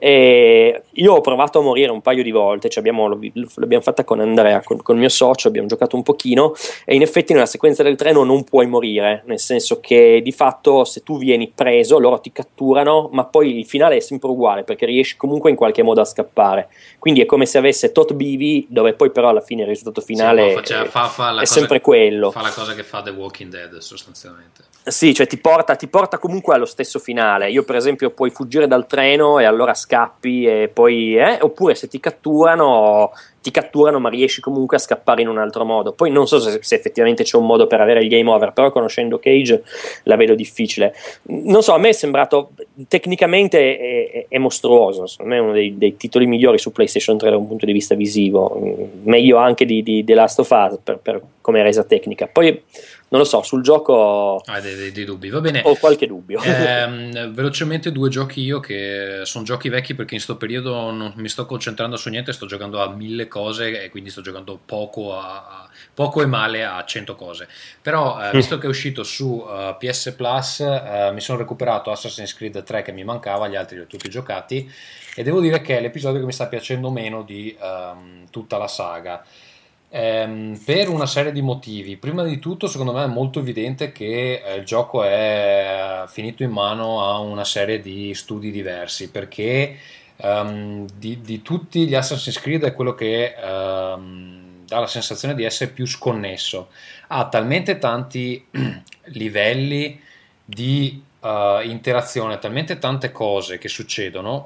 e io ho provato a morire un paio di volte, cioè abbiamo, l'abbiamo fatta con Andrea, con, con mio socio, abbiamo giocato un pochino e in effetti nella sequenza del treno non puoi morire, nel senso che di fatto se tu vieni preso loro ti catturano, ma poi il finale è sempre uguale perché riesci comunque in qualche modo a scappare, quindi è come se avesse tot bivi, dove poi però alla fine il risultato finale sì, faceva, fa, fa la è cosa, sempre quello, fa la cosa che fa The Walking Dead sostanzialmente. Sì, cioè ti porta, ti porta comunque allo stesso finale. Io per esempio puoi fuggire dal treno e allora scappi e poi eh? oppure se ti catturano ti catturano ma riesci comunque a scappare in un altro modo. Poi non so se, se effettivamente c'è un modo per avere il game over, però conoscendo Cage la vedo difficile. Non so, a me è sembrato tecnicamente è, è, è mostruoso, secondo me è uno dei, dei titoli migliori su PlayStation tre da un punto di vista visivo, meglio anche di, di The Last of Us per, per come resa tecnica. Poi non lo so, sul gioco ah, dei, dei, dei dubbi, va bene. Ho qualche dubbio. Eh, velocemente due giochi io che sono giochi vecchi perché in sto periodo non mi sto concentrando su niente, sto giocando a mille cose e quindi sto giocando poco, a, a, poco e male a cento cose. Però eh, visto che è uscito su uh, P S Plus, uh, mi sono recuperato Assassin's Creed tre che mi mancava, gli altri li ho tutti giocati e devo dire che è l'episodio che mi sta piacendo meno di um, tutta la saga. Um, per una serie di motivi. Prima di tutto, secondo me è molto evidente che eh, il gioco è finito in mano a una serie di studi diversi, perché um, di, di tutti gli Assassin's Creed è quello che um, dà la sensazione di essere più sconnesso. Ha talmente tanti livelli di uh, interazione, talmente tante cose che succedono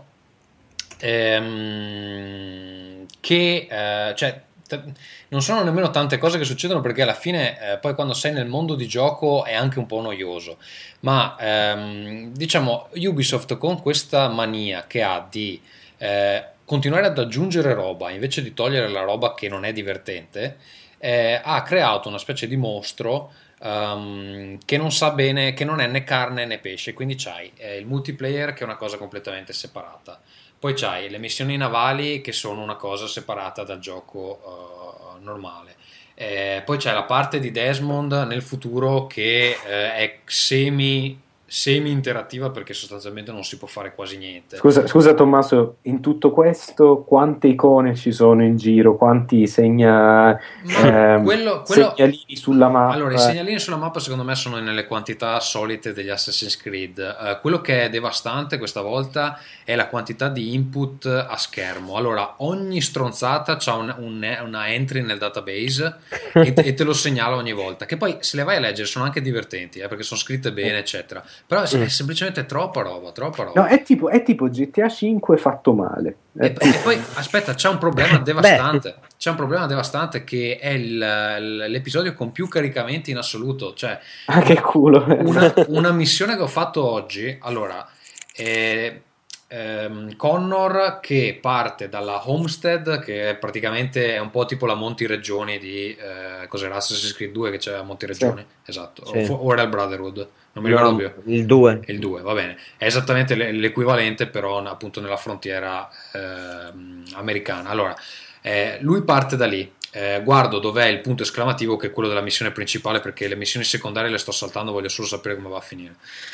um, che uh, cioè non sono nemmeno tante cose che succedono, perché alla fine eh, poi quando sei nel mondo di gioco è anche un po' noioso, ma ehm, diciamo Ubisoft con questa mania che ha di eh, continuare ad aggiungere roba invece di togliere la roba che non è divertente, eh, ha creato una specie di mostro um, che non sa bene, che non è né carne né pesce, quindi c'hai eh, il multiplayer che è una cosa completamente separata. Poi c'hai le missioni navali che sono una cosa separata dal gioco uh, normale. Eh, poi c'è la parte di Desmond nel futuro che eh, è semi semi-interattiva perché sostanzialmente non si può fare quasi niente. Scusa, scusa Tommaso, in tutto questo quante icone ci sono in giro, quanti segna, ehm, quello, quello, segnalini sulla mappa? Allora, i segnalini sulla mappa secondo me sono nelle quantità solite degli Assassin's Creed. Uh, quello che è devastante questa volta è la quantità di input a schermo. Allora, ogni stronzata c'ha un, un, una entry nel database e te, e te lo segnala ogni volta, che poi se le vai a leggere sono anche divertenti, eh, perché sono scritte bene, eccetera. Però è, è semplicemente troppa roba, troppa roba. No, è tipo, è tipo G T A cinque fatto male. E, e poi aspetta, c'è un problema devastante. C'è un problema devastante che è il, l'episodio con più caricamenti in assoluto. Cioè, ah, che culo! Una, una missione che ho fatto oggi. Allora, è, ehm, Connor che parte dalla Homestead, che è praticamente è un po' tipo la Montireggioni di eh, cos'era Assassin's Creed due, che c'era Montireggioni, sì. Esatto, sì. O, o era il Brotherhood. Non mi ricordo no, più. Il due. Il due, va bene. È esattamente l'equivalente, però appunto nella frontiera eh, americana. Allora, eh, lui parte da lì. Eh, guardo dov'è il punto esclamativo, che è quello della missione principale, perché le missioni secondarie le sto saltando, voglio solo sapere come va a finire.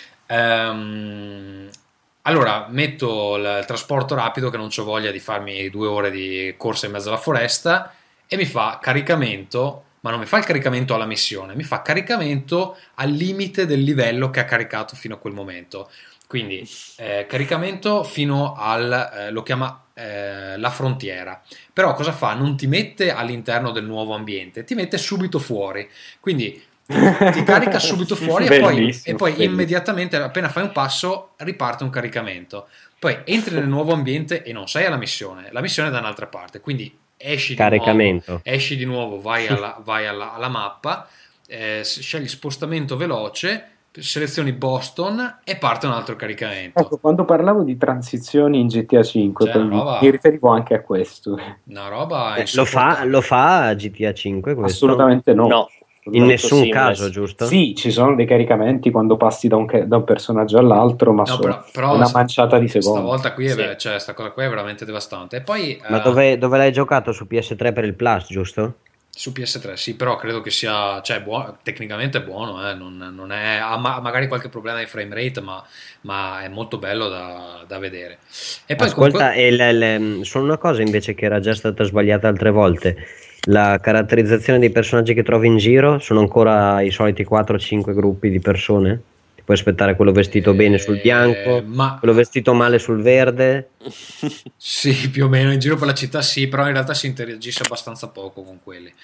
Ehm, allora, metto il trasporto rapido, che non c'ho voglia di farmi due ore di corsa in mezzo alla foresta, e mi fa caricamento. Ma non mi fa il caricamento alla missione, mi fa caricamento al limite del livello che ha caricato fino a quel momento. Quindi eh, caricamento fino al, eh, lo chiama eh, la frontiera. Però cosa fa? Non ti mette all'interno del nuovo ambiente, ti mette subito fuori. Quindi ti carica subito fuori e poi, e poi immediatamente, appena fai un passo, riparte un caricamento. Poi entri nel nuovo ambiente e non sei alla missione, la missione è da un'altra parte, quindi esci di nuovo, esci di nuovo, vai alla, vai alla, alla mappa, eh, scegli spostamento veloce, selezioni Boston e parte un altro caricamento. Ecco, quando parlavo di transizioni in G T A cinque, cioè, roba, mi riferivo anche a questo. Una roba eh, lo fa lo fa G T A cinque questo? Assolutamente no. No. In nessun caso, giusto? Sì, ci sono dei caricamenti quando passi da un, da un personaggio all'altro, ma no, sono però, però una manciata di secondi. Stavolta qui, sì. è, cioè, sta cosa qui è veramente devastante. E poi, ma uh, dove, dove l'hai giocato? Su P S tre per il Plus, giusto? Su P S tre, sì, però credo che sia, cioè, buono, tecnicamente è buono, eh, non, non è, ha ma, magari qualche problema di frame rate, ma, ma è molto bello da, da vedere. E poi ascolta, comunque... e le, le, solo una cosa invece che era già stata sbagliata altre volte. La caratterizzazione dei personaggi che trovi in giro sono ancora i soliti quattro cinque gruppi di persone? Ti puoi aspettare quello vestito eh, bene sul bianco, ma... quello vestito male sul verde? Sì, più o meno, in giro per la città sì, però in realtà si interagisce abbastanza poco con quelli.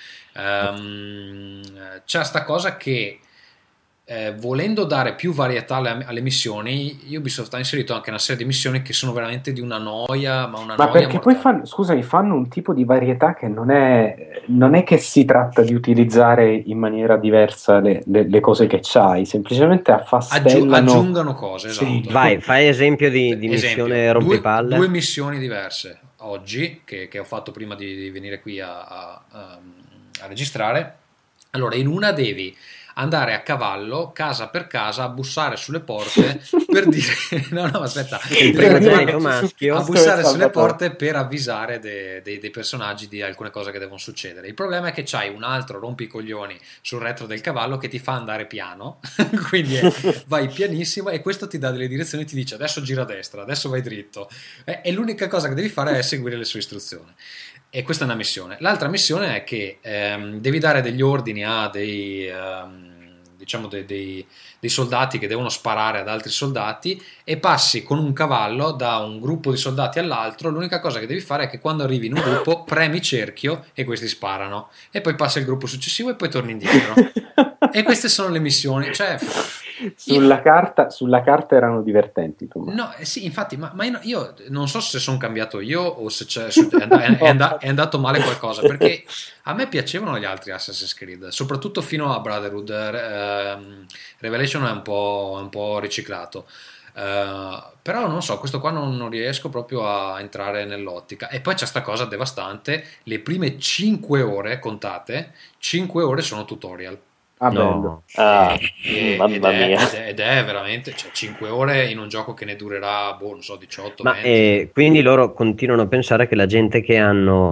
Um, c'è sta cosa che Eh, volendo dare più varietà alle, alle missioni, Ubisoft ha inserito anche una serie di missioni che sono veramente di una noia, ma una ma noia perché mortale. Poi fanno, scusami, fanno un tipo di varietà che non è, non è che si tratta di utilizzare in maniera diversa le, le, le cose che c'hai, semplicemente affastellano, Aggiu- aggiungano cose, esatto. Sì. Vai, fai esempio di, di esempio, missione rompipalle. Due, due missioni diverse oggi che, che ho fatto prima di, di venire qui a, a, a, a registrare. Allora, in una devi andare a cavallo casa per casa a bussare sulle porte per dire no no aspetta il primo maschio a bussare sulle porte per avvisare dei, dei, dei personaggi di alcune cose che devono succedere. Il problema è che c'hai un altro rompicoglioni sul retro del cavallo che ti fa andare piano quindi è, vai pianissimo e questo ti dà delle direzioni, ti dice adesso gira a destra, adesso vai dritto e, e l'unica cosa che devi fare è seguire le sue istruzioni. E questa è una missione. L'altra missione è che ehm, devi dare degli ordini a dei ehm, diciamo dei, dei, dei soldati che devono sparare ad altri soldati e passi con un cavallo da un gruppo di soldati all'altro. L'unica cosa che devi fare è che quando arrivi in un gruppo premi cerchio e questi sparano e poi passi al gruppo successivo e poi torni indietro e queste sono le missioni, cioè sulla, io... carta, sulla carta erano divertenti tu. No, eh sì, infatti, ma, ma io, io non so se sono cambiato io o se c'è, è, and- è, and- è andato male qualcosa, perché a me piacevano gli altri Assassin's Creed, soprattutto fino a Brotherhood. ehm, Revelation è un po', un po' riciclato, Uh, però non so, questo qua non, non riesco proprio a entrare nell'ottica. E poi c'è sta cosa devastante: le prime cinque ore contate, cinque ore sono tutorial. Ah, no. ah, e, mamma ed, è, mia. ed, è, ed è veramente, cioè, cinque ore in un gioco che ne durerà boh, non so, diciotto ma venti. eh, quindi loro continuano a pensare che la gente che hanno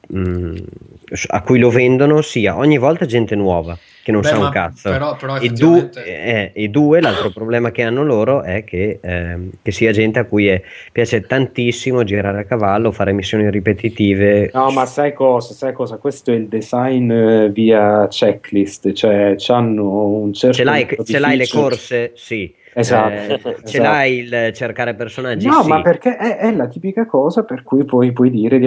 mh, a cui lo vendono sia ogni volta gente nuova che non Beh, sa un ma cazzo, però, però e, du- effettivamente eh, e due, l'altro problema che hanno loro è che, ehm, che sia gente a cui è- piace tantissimo girare a cavallo, fare missioni ripetitive. No, ma sai cosa? Sai cosa? Questo è il design eh, via checklist, cioè c'hanno un certo Ce l'hai, numero di ce l'hai le feature. corse? Sì. Esatto, Eh, ce esatto. l'hai il cercare personaggi? No, Sì. ma perché è, è la tipica cosa per cui poi puoi dire di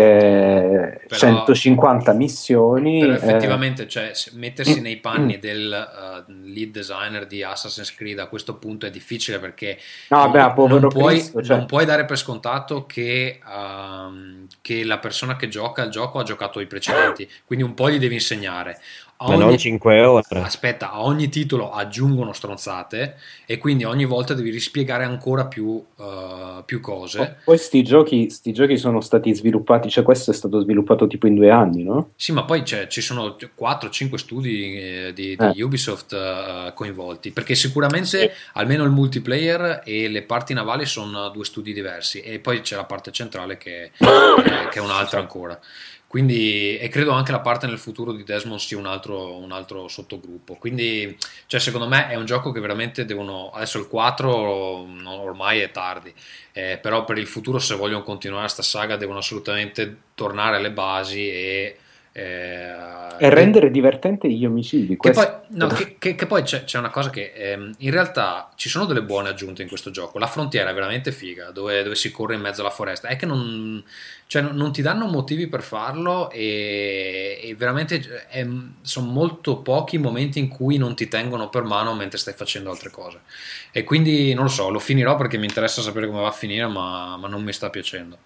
avere Però- centocinquanta missioni. però eh, effettivamente cioè, se- mettersi nei panni del uh, lead designer di Assassin's Creed a questo punto è difficile, perché No, vabbè, non, povero non puoi, Cristo, cioè. non puoi dare per scontato che, um, che la persona che gioca il gioco ha giocato i precedenti, quindi un po' gli devi insegnare. A Ma non cinque ore. Aspetta, a ogni titolo aggiungono stronzate e quindi ogni volta devi rispiegare ancora più, uh, più cose. Poi sti giochi, sti giochi sono stati sviluppati, cioè questo è stato sviluppato tipo in due anni, no? Sì, ma poi c'è- ci sono quattro cinque studi eh, di, di Eh. Ubisoft eh, coinvolti, perché sicuramente Sì. almeno il multiplayer e le parti navali sono due studi diversi, e poi c'è la parte centrale che, eh, che è un'altra ancora. Quindi, e credo anche la parte nel futuro di Desmond sia un altro, un altro sottogruppo. Quindi, cioè, secondo me è un gioco che veramente devono. Adesso il quattro no, ormai è tardi, eh, però per il futuro, se vogliono continuare sta saga, devono assolutamente tornare alle basi e. eh, E rendere divertente gli omicidi. che questo- poi, no, che, che- che poi c'è, c'è una cosa che ehm, in realtà ci sono delle buone aggiunte in questo gioco. La frontiera è veramente figa, dove, dove si corre in mezzo alla foresta. È che non, cioè, non, non ti danno motivi per farlo, e, e veramente è- sono molto pochi i momenti in cui non ti tengono per mano mentre stai facendo altre cose. E quindi non lo so, lo finirò perché mi interessa sapere come va a finire, ma, ma non mi sta piacendo.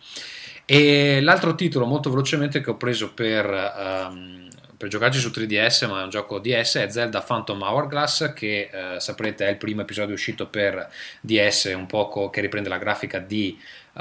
E l'altro titolo molto velocemente che ho preso per, ehm, per giocarci su tre D S, ma è un gioco D S, è Zelda Phantom Hourglass, che eh, saprete è il primo episodio uscito per D S, un poco che riprende la grafica di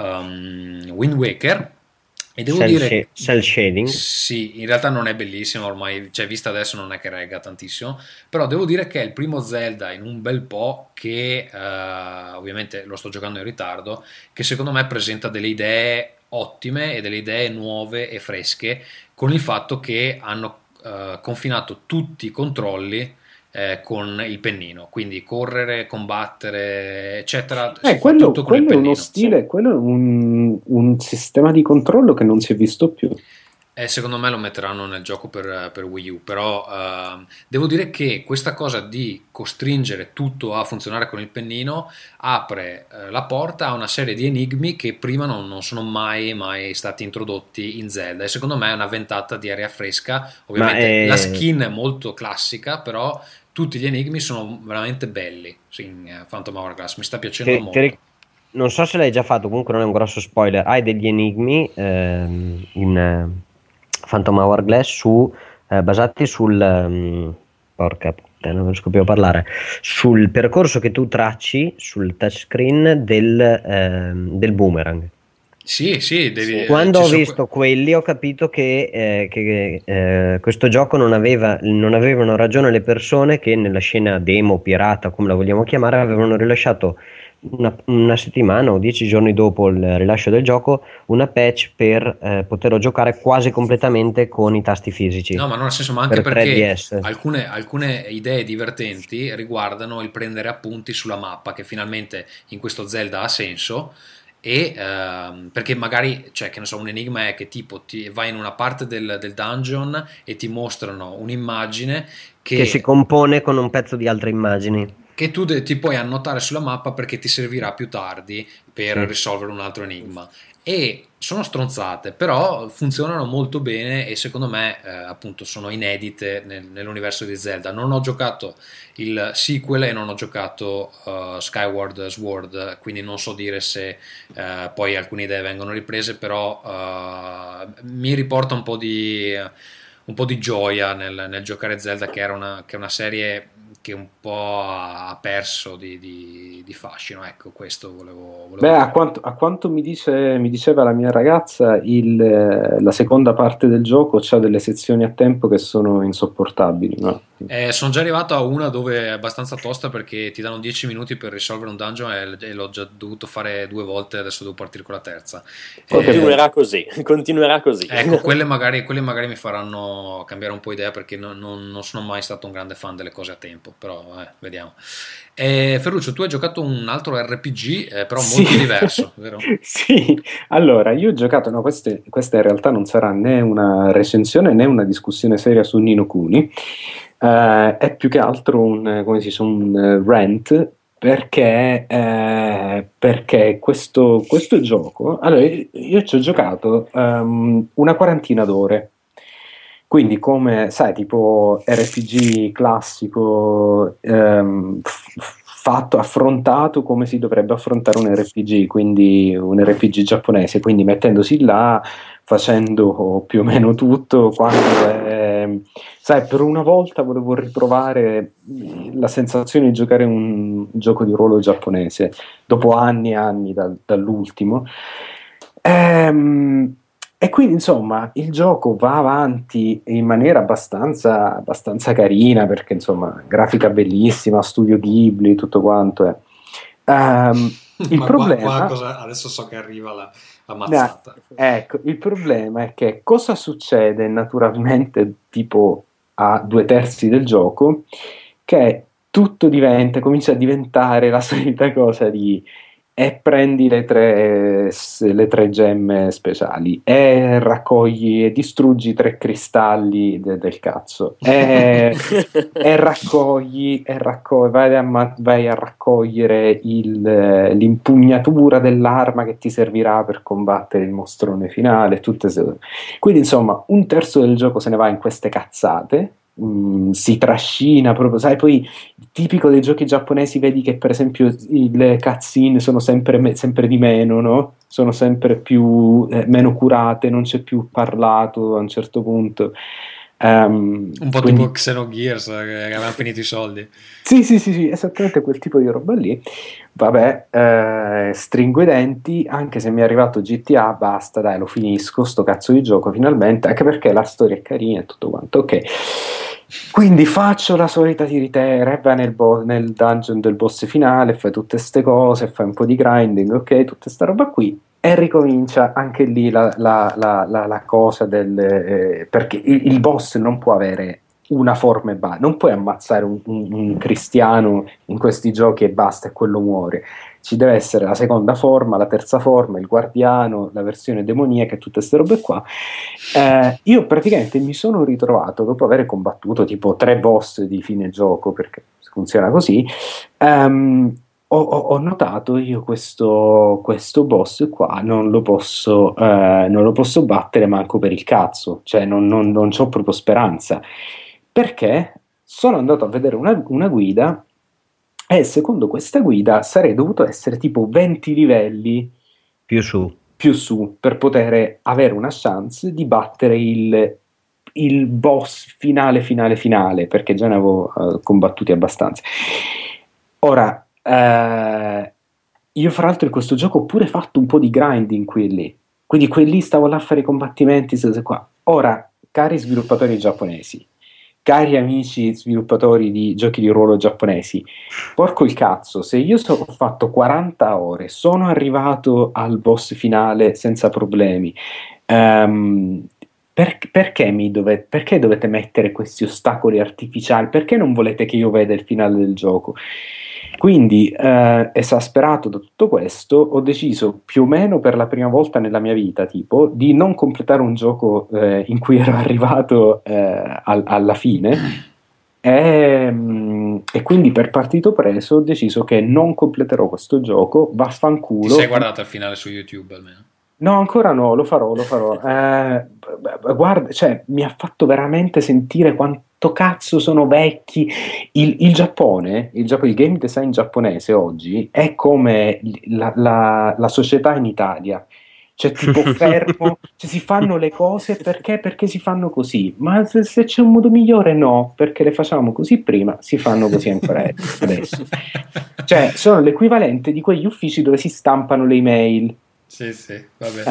um, Wind Waker. E devo Cell dire, sha- cell shading. sì, in realtà non è bellissima ormai, cioè vista adesso non è che regga tantissimo, però devo dire che è il primo Zelda in un bel po' che eh, ovviamente lo sto giocando in ritardo, che secondo me presenta delle idee ottime e delle idee nuove e fresche, con il fatto che hanno eh, confinato tutti i controlli eh, con il pennino, quindi correre, combattere, eccetera. si Eh, fa quello, tutto con il quello è uno pennino. stile, quello è un, un sistema di controllo che non si è visto più. Eh, secondo me lo metteranno nel gioco per, per Wii U, però ehm, devo dire che questa cosa di costringere tutto a funzionare con il pennino apre eh, la porta a una serie di enigmi che prima non, non sono mai, mai stati introdotti in Zelda, e secondo me è una ventata di aria fresca. Ovviamente Ma è- la skin è molto classica, però tutti gli enigmi sono veramente belli in eh, Phantom Hourglass, mi sta piacendo Ti- molto. ti ric- non so se l'hai già fatto, comunque non è un grosso spoiler. Hai degli enigmi ehm, in eh, Phantom Hourglass su, eh, basati sul ehm, porca puttana, non riesco più a parlare, sul percorso che tu tracci sul touchscreen del, ehm, del boomerang. Sì, sì, devi, Quando ci ho sono visto quelli ho capito che, eh, che, eh, questo gioco non aveva, non avevano ragione le persone che nella scena demo, pirata, come la vogliamo chiamare, avevano rilasciato una, una settimana o dieci giorni dopo il rilascio del gioco una patch per eh, poterlo giocare quasi completamente con i tasti fisici. No, ma non nel senso, ma anche per perché tre D S. alcune, alcune idee divertenti riguardano il prendere appunti sulla mappa, che finalmente in questo Zelda ha senso. E ehm, perché magari, cioè, che ne so, un enigma è che tipo ti vai in una parte del, del dungeon e ti mostrano un'immagine che, Che si compone con un pezzo di altre immagini. che tu de- ti puoi annotare sulla mappa perché ti servirà più tardi per Sì. risolvere un altro enigma. E sono stronzate, però funzionano molto bene, e secondo me eh, appunto sono inedite nel- nell'universo di Zelda. Non ho giocato il sequel e non ho giocato uh, Skyward Sword, quindi non so dire se eh, poi alcune idee vengono riprese, però uh, mi riporta un po' di, un po' di gioia nel, nel giocare Zelda, che era una, che è una serie che un po' ha perso di, di, di fascino. Ecco, questo volevo, volevo Beh, dire. a quanto, a quanto mi dice, mi diceva la mia ragazza, il, eh, la seconda parte del gioco c'ha delle sezioni a tempo che sono insopportabili, no? Eh, sono già arrivato a una dove è abbastanza tosta perché ti danno dieci minuti per risolvere un dungeon e, e l'ho già dovuto fare due volte, adesso devo partire con la terza. Continuerà eh, così, continuerà così. Ecco, quelle magari, quelle magari mi faranno cambiare un po' idea perché non, non, non sono mai stato un grande fan delle cose a tempo, però eh, vediamo. Eh, Ferruccio, tu hai giocato un altro R P G, eh, però molto Sì. diverso, vero? Sì, allora io ho giocato, no, queste- questa in realtà non sarà né una recensione né una discussione seria su Ni no Kuni, eh, è più che altro un, come si dice, un eh, rant perché, eh, perché questo, questo gioco, allora io, io ci ho giocato ehm, una quarantina d'ore. Quindi come, sai, tipo R P G classico, ehm, f- fatto, affrontato come si dovrebbe affrontare un R P G, quindi un R P G giapponese, quindi mettendosi là, facendo più o meno tutto, quando è- sai, per una volta volevo riprovare la sensazione di giocare un gioco di ruolo giapponese, dopo anni e anni dal- dall'ultimo. Ehm, e quindi insomma il gioco va avanti in maniera abbastanza, abbastanza carina perché insomma grafica bellissima, studio Ghibli, tutto quanto è. Ehm, il Ma problema, qua, qua cosa, adesso so che arriva la, la no, mazzata. ecco, il problema è che cosa succede naturalmente tipo a due terzi del gioco, che tutto diventa, comincia a diventare la solita cosa di e prendi le tre, le tre gemme speciali e raccogli e distruggi tre cristalli de- del cazzo e, e raccogli e raccogli vai a, ma- vai a raccogliere il, eh, l'impugnatura dell'arma che ti servirà per combattere il mostrone finale, tutte se- quindi insomma un terzo del gioco se ne va in queste cazzate. Mm, si trascina proprio, sai, poi tipico dei giochi giapponesi, vedi che per esempio i- le cutscene sono sempre, me- sempre di meno, no? Sono sempre più eh, meno curate, non c'è più parlato a un certo punto. Ehm, Un po' quindi- tipo Xenogears, eh, che avevano finito i soldi. sì, sì, sì, sì, esattamente quel tipo di roba lì. Vabbè, eh, stringo i denti, anche se mi è arrivato G T A, basta, dai, lo finisco, sto cazzo di gioco finalmente, anche perché la storia è carina e tutto quanto, ok. Quindi faccio la solita tiritera, vai nel, bo- nel dungeon del boss finale, fai tutte ste cose, fai un po' di grinding, ok, tutta sta roba qui, e ricomincia anche lì la, la- la- la- la cosa del... eh, perché il, il boss non può avere una forma e basta, non puoi ammazzare un, un- un cristiano in questi giochi e basta e quello muore, ci deve essere la seconda forma, la terza forma, il guardiano, la versione demoniaca e tutte queste robe qua. Eh, io praticamente mi sono ritrovato dopo aver combattuto tipo tre boss di fine gioco, perché funziona così. ehm, ho, ho- ho notato io questo, questo boss qua non lo posso, eh, non lo posso battere manco per il cazzo, cioè non, non, non c'ho proprio speranza, perché sono andato a vedere una, una guida e secondo questa guida sarei dovuto essere tipo venti livelli Più su. più su per poter avere una chance di battere il, il boss finale, finale, finale, perché già ne avevo eh, combattuti abbastanza. Ora, eh, io fra l'altro in questo gioco ho pure fatto un po' di grinding qui e lì, quindi quelli stavo là a fare i combattimenti, queste cose qua. Ora, cari sviluppatori giapponesi, cari amici sviluppatori di giochi di ruolo giapponesi, porco il cazzo, se io so- ho fatto quaranta ore, sono arrivato al boss finale senza problemi, ehm, per- perché, mi dove- perché dovete mettere questi ostacoli artificiali? Perché non volete che io veda il finale del gioco? Quindi, eh, esasperato da tutto questo, ho deciso più o meno per la prima volta nella mia vita, tipo, di non completare un gioco eh, in cui ero arrivato eh, al- alla fine. E, mm, e quindi per partito preso ho deciso che non completerò questo gioco, Ti vaffanculo. sei guardato il finale su YouTube almeno? No, ancora no, lo farò, lo farò. Eh, b- b- guarda, cioè, mi ha fatto veramente sentire quanto cazzo sono vecchi. Il, il Giappone, il, Giappone, il game design giapponese oggi è come la, la- la società in Italia. Cioè, tipo fermo, cioè, si fanno le cose perché, perché si fanno così. Ma se, se c'è un modo migliore, no, perché le facciamo così prima, si fanno così ancora adesso. Cioè, sono l'equivalente di quegli uffici dove si stampano le email. Sì, sì, vabbè. Eh,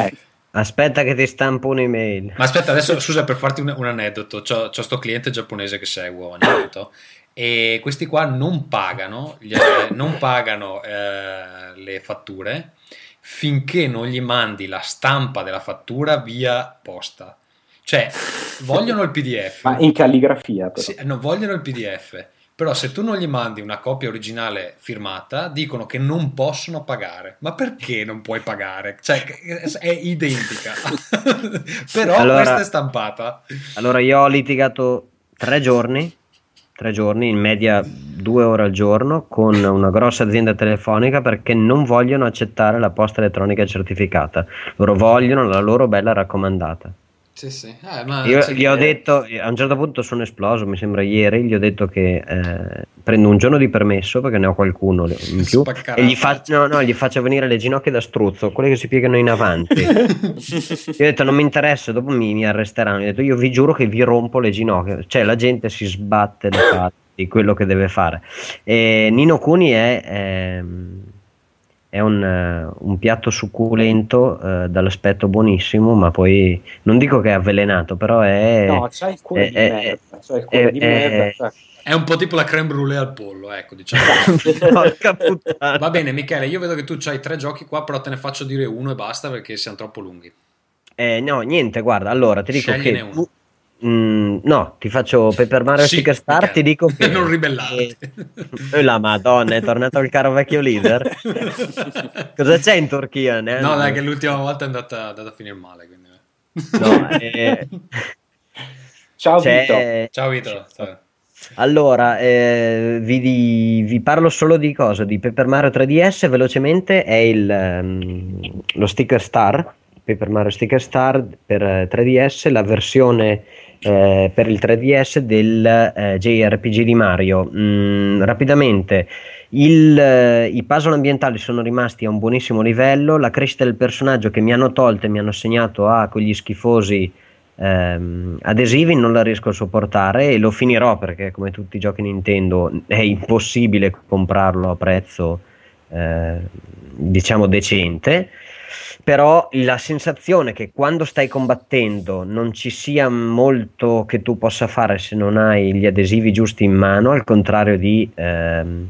Aspetta che ti stampo un'email. Ma aspetta, adesso scusa, per farti un, un aneddoto, c'ho, c'ho sto cliente giapponese che seguo ogni tanto e questi qua non pagano, gli- non pagano eh, le fatture finché non gli mandi la stampa della fattura via posta. Cioè, vogliono il P D F. Ma in calligrafia, però. Sì, no, vogliono il P D F. Però se tu non gli mandi una copia originale firmata, dicono che non possono pagare. Ma perché non puoi pagare? Cioè, è identica. Però Allora- questa è stampata. Allora, io ho litigato tre giorni, tre giorni, in media due ore al giorno, con una grossa azienda telefonica perché non vogliono accettare la posta elettronica certificata. Loro vogliono la loro bella raccomandata. Sì, sì. Eh, ma Io c'è gli ho che- detto, a un certo punto sono esploso, mi sembra ieri, gli ho detto che eh, prendo un giorno di permesso perché ne ho qualcuno in più Spaccarà e gli, la fa- no, no, gli faccio venire le ginocchia da struzzo, quelle che si piegano in avanti. Gli ho detto non mi interessa, dopo mi, mi arresteranno. Gli ho detto io vi giuro che vi rompo le ginocchia, cioè la gente si sbatte le palle di quello che deve fare. E Nino Kuni è... ehm, è un, eh, un piatto succulento, eh, dall'aspetto buonissimo, ma poi non dico che è avvelenato, però è. No, c'ha il cuore è- di è- merda, c'ha il cuore è- di è- merda. cioè. È un po' tipo la crème brûlée al pollo, ecco, diciamo. Porca puttana. Va bene, Michele, io vedo che tu c'hai tre giochi qua, però te ne faccio dire uno e basta perché siamo troppo lunghi. Eh, no, niente, guarda, allora ti dico Scegliene che uno. tu- mm, no, ti faccio Paper Mario Sì, Sticker Star, Michele, ti dico che non ribellarti. Eh, la Madonna, è tornato il caro vecchio leader. Cosa c'è in Turchia? Ne- No, dai, che l'ultima volta è andata, è andata a finire male. Quindi... No, eh, Ciao c'è- Vito. Ciao Vito. Ciao. Allora, eh, vi, di- vi parlo solo di cosa? Di Paper Mario tre D S, velocemente, è il, ehm, lo Sticker Star, Paper Mario Sticker Star per eh, tre D S, la versione eh, per il tre D S del eh, J R P G di Mario. Mm, rapidamente, il, eh, i puzzle ambientali sono rimasti a un buonissimo livello, la crescita del personaggio che mi hanno tolto e mi hanno segnato a quegli schifosi ehm, adesivi non la riesco a sopportare e lo finirò perché come tutti i giochi Nintendo è impossibile comprarlo a prezzo eh, diciamo decente, però la sensazione che quando stai combattendo non ci sia molto che tu possa fare se non hai gli adesivi giusti in mano, al contrario di ehm,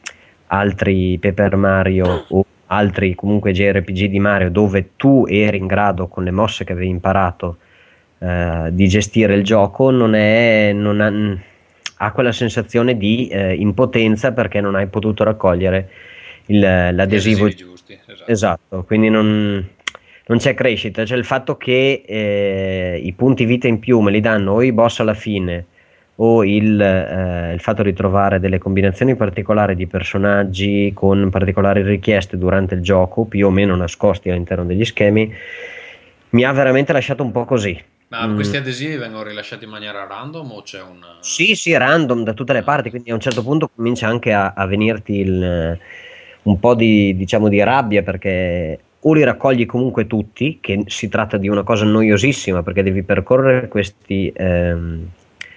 altri Paper Mario o altri comunque J R P G di Mario dove tu eri in grado con le mosse che avevi imparato eh, di gestire il gioco, non è non ha, ha quella sensazione di eh, impotenza perché non hai potuto raccogliere il, l'adesivo Gli adesivi giusti, esatto. esatto, quindi non, non c'è crescita, c'è il fatto che eh, i punti vita in più me li danno o i boss alla fine o il, eh, il fatto di trovare delle combinazioni particolari di personaggi con particolari richieste durante il gioco, più o meno nascosti all'interno degli schemi, mi ha veramente lasciato un po' così. Ma Mm. questi adesivi vengono rilasciati in maniera random o c'è un... Sì, sì, random da tutte le parti, quindi a un certo punto comincia anche a, a venirti il, un po' di, diciamo, di rabbia perché o li raccogli comunque tutti, che si tratta di una cosa noiosissima perché devi percorrere questi, ehm,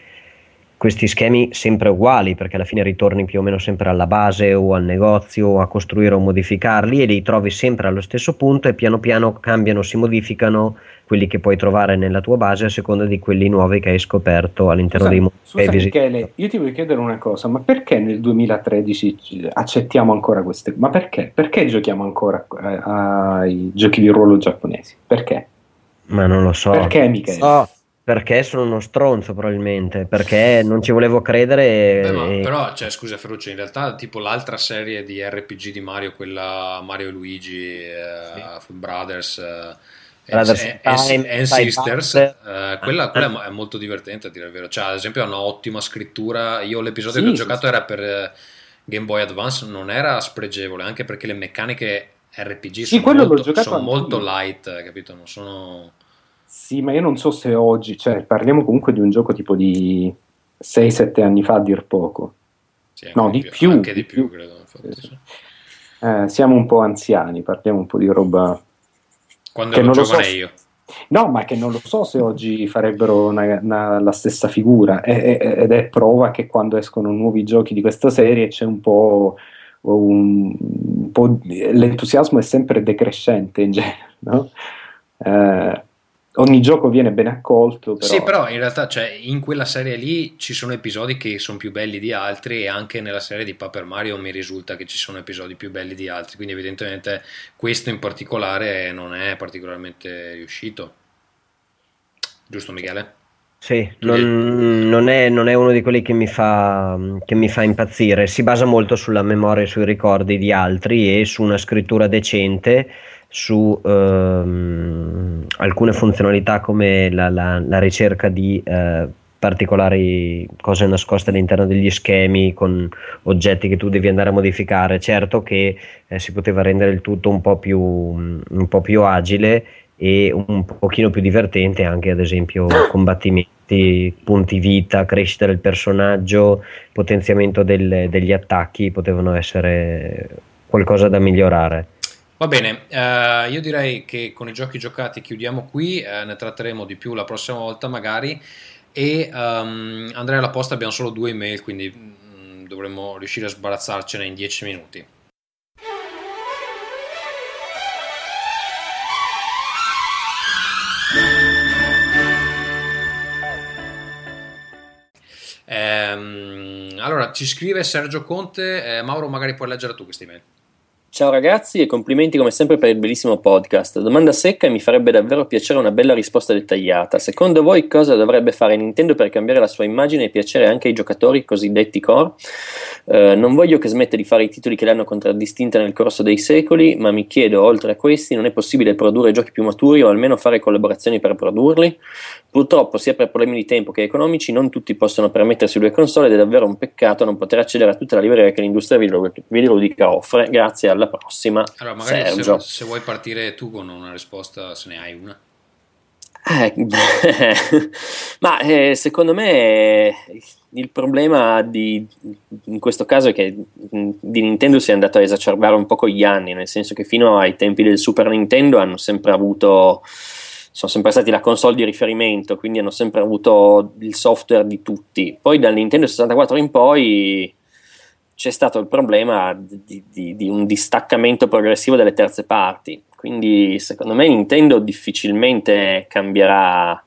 questi schemi sempre uguali perché alla fine ritorni più o meno sempre alla base o al negozio o a costruire o modificarli e li trovi sempre allo stesso punto e piano piano cambiano, si modificano quelli che puoi trovare nella tua base a seconda di quelli nuovi che hai scoperto all'interno Scusa, dei mondi che scusa hai visitato. Michele, io ti voglio chiedere una cosa, ma perché nel duemilatredici ci- accettiamo ancora queste ma perché? Perché giochiamo ancora eh, ai giochi di ruolo giapponesi? Perché? Ma non lo so. Perché, Michele? No, perché sono uno stronzo probabilmente, perché non ci volevo credere. Beh, ma e- però, cioè, scusa Ferruccio, in realtà tipo l'altra serie di R P G di Mario, quella Mario e Luigi, eh, Brothers, eh, Brothers and, in and- Time, and Time Sisters, Butler. eh, quella, Ah, quella ah. è mo- è molto divertente a dire il vero. Cioè, ad esempio, hanno ottima scrittura. Io l'episodio Sì, che ho sì, giocato sì. era per eh, Game Boy Advance, non era spregevole, anche perché le meccaniche R P G Sì, sono, quello l'ho molto, giocato sono anch'io. molto light, eh, capito? Non sono... Sì, ma io non so se oggi, cioè parliamo comunque di un gioco tipo di sei sette anni fa a dir poco. Sì, anche No, di più, anche di di più, più. credo. Infatti, Sì, sì. sì. Eh, siamo un po' anziani, parliamo un po' di roba Quando che ero non lo giovane so. io. No, ma che non lo so se oggi farebbero una- una- la stessa figura e- e- ed è prova che quando escono nuovi giochi di questa serie c'è un po', un, un po' l'entusiasmo è sempre decrescente in genere, no? eh, ogni gioco viene ben accolto, però... Sì, però in realtà, cioè, in quella serie lì ci sono episodi che sono più belli di altri, e anche nella serie di Paper Mario mi risulta che ci sono episodi più belli di altri, quindi evidentemente questo in particolare non è particolarmente riuscito. Giusto, Michele? Sì, non, non è, non è uno di quelli che mi fa, che mi fa impazzire. Si basa molto sulla memoria e sui ricordi di altri e su una scrittura decente, su ehm, alcune funzionalità come la, la- la ricerca di eh, particolari cose nascoste all'interno degli schemi con oggetti che tu devi andare a modificare. Certo che eh, si poteva rendere il tutto un po' più, un po' più agile e un pochino più divertente, anche ad esempio combattimenti, punti vita, crescita del personaggio, potenziamento del- degli attacchi potevano essere qualcosa da migliorare. Va bene, eh, io direi che con i giochi giocati chiudiamo qui, eh, ne tratteremo di più la prossima volta magari, e ehm, Andrea alla posta abbiamo solo due email, quindi mm, dovremmo riuscire a sbarazzarcene in dieci minuti. Ehm, allora, ci scrive Sergio Conte, eh, Mauro, magari puoi leggere tu questa email. Ciao ragazzi e complimenti come sempre per il bellissimo podcast. Domanda secca e mi farebbe davvero piacere una bella risposta dettagliata. Secondo voi cosa dovrebbe fare Nintendo per cambiare la sua immagine e piacere anche ai giocatori cosiddetti core? Eh, non voglio che smetta di fare i titoli che l'hanno contraddistinta nel corso dei secoli, ma mi chiedo, oltre a questi, non è possibile produrre giochi più maturi o almeno fare collaborazioni per produrli? Purtroppo, sia per problemi di tempo che economici, non tutti possono permettersi due console ed è davvero un peccato non poter accedere a tutta la libreria che l'industria video- videoludica offre. Grazie, alla prossima. Allora, magari se, Sergio. se vuoi partire tu con una risposta, se ne hai una. Eh, ma eh, secondo me eh, il problema di, in questo caso è che mh, di Nintendo si è andato a esacerbare un po' con gli anni, nel senso che fino ai tempi del Super Nintendo hanno sempre avuto, sono sempre stati la console di riferimento, quindi hanno sempre avuto il software di tutti. Poi dal Nintendo sessantaquattro in poi c'è stato il problema di, di- di un distaccamento progressivo dalle terze parti, quindi secondo me Nintendo difficilmente cambierà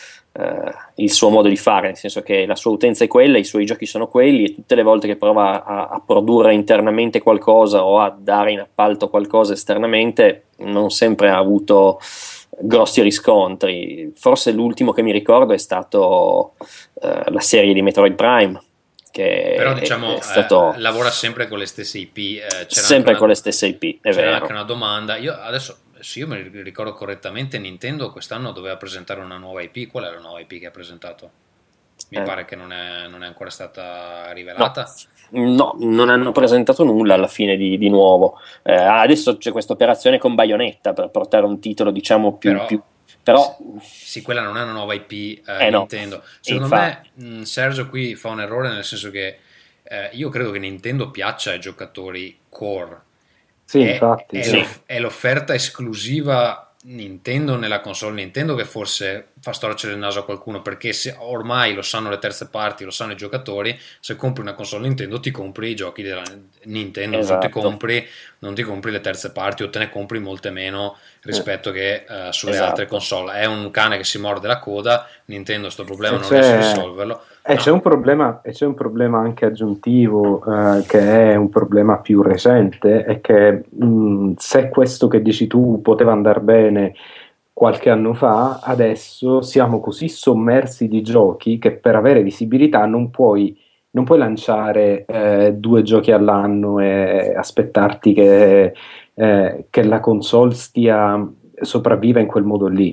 eh, il suo modo di fare, nel senso che la sua utenza è quella, i suoi giochi sono quelli e tutte le volte che prova a, a produrre internamente qualcosa o a dare in appalto qualcosa esternamente non sempre ha avuto grossi riscontri. Forse l'ultimo che mi ricordo è stato eh, la serie di Metroid Prime, che Però è- diciamo, è stato eh, lavora sempre con le stesse I P. eh, c'era anche sempre una- con le stesse I P, è C'era vero. anche una domanda. Io adesso, se io mi ricordo correttamente, Nintendo quest'anno doveva presentare una nuova I P. Qual è la nuova I P che ha presentato? Mi Eh. pare che non è, non è ancora stata rivelata. No, non hanno presentato nulla alla fine di, di nuovo. Eh, adesso c'è questa operazione con Bayonetta per portare un titolo, diciamo, più... Però- più- però Sì, quella non è una nuova I P eh, Eh, no. Nintendo. Secondo Infatti. me mh, Sergio qui fa un errore, nel senso che eh, io credo che Nintendo piaccia ai giocatori core. Sì, è, infatti, è sì. l'off- è l'offerta esclusiva Nintendo nella console Nintendo che forse fa storcere il naso a qualcuno, perché se ormai lo sanno le terze parti, lo sanno i giocatori, se compri una console Nintendo ti compri i giochi della Nintendo, non ti Esatto. compri, non ti compri le terze parti o te ne compri molte meno rispetto che eh, sulle Esatto. altre console. È un cane che si morde la coda, Nintendo sto problema E non c'è- riesce a risolverlo. E No. c'è un problema, e c'è un problema anche aggiuntivo, eh, che è un problema più recente, è che mh, se questo che dici tu poteva andare bene qualche anno fa, adesso siamo così sommersi di giochi che per avere visibilità non puoi, non puoi lanciare eh, due giochi all'anno e aspettarti che, eh, che la console stia sopravviva in quel modo lì.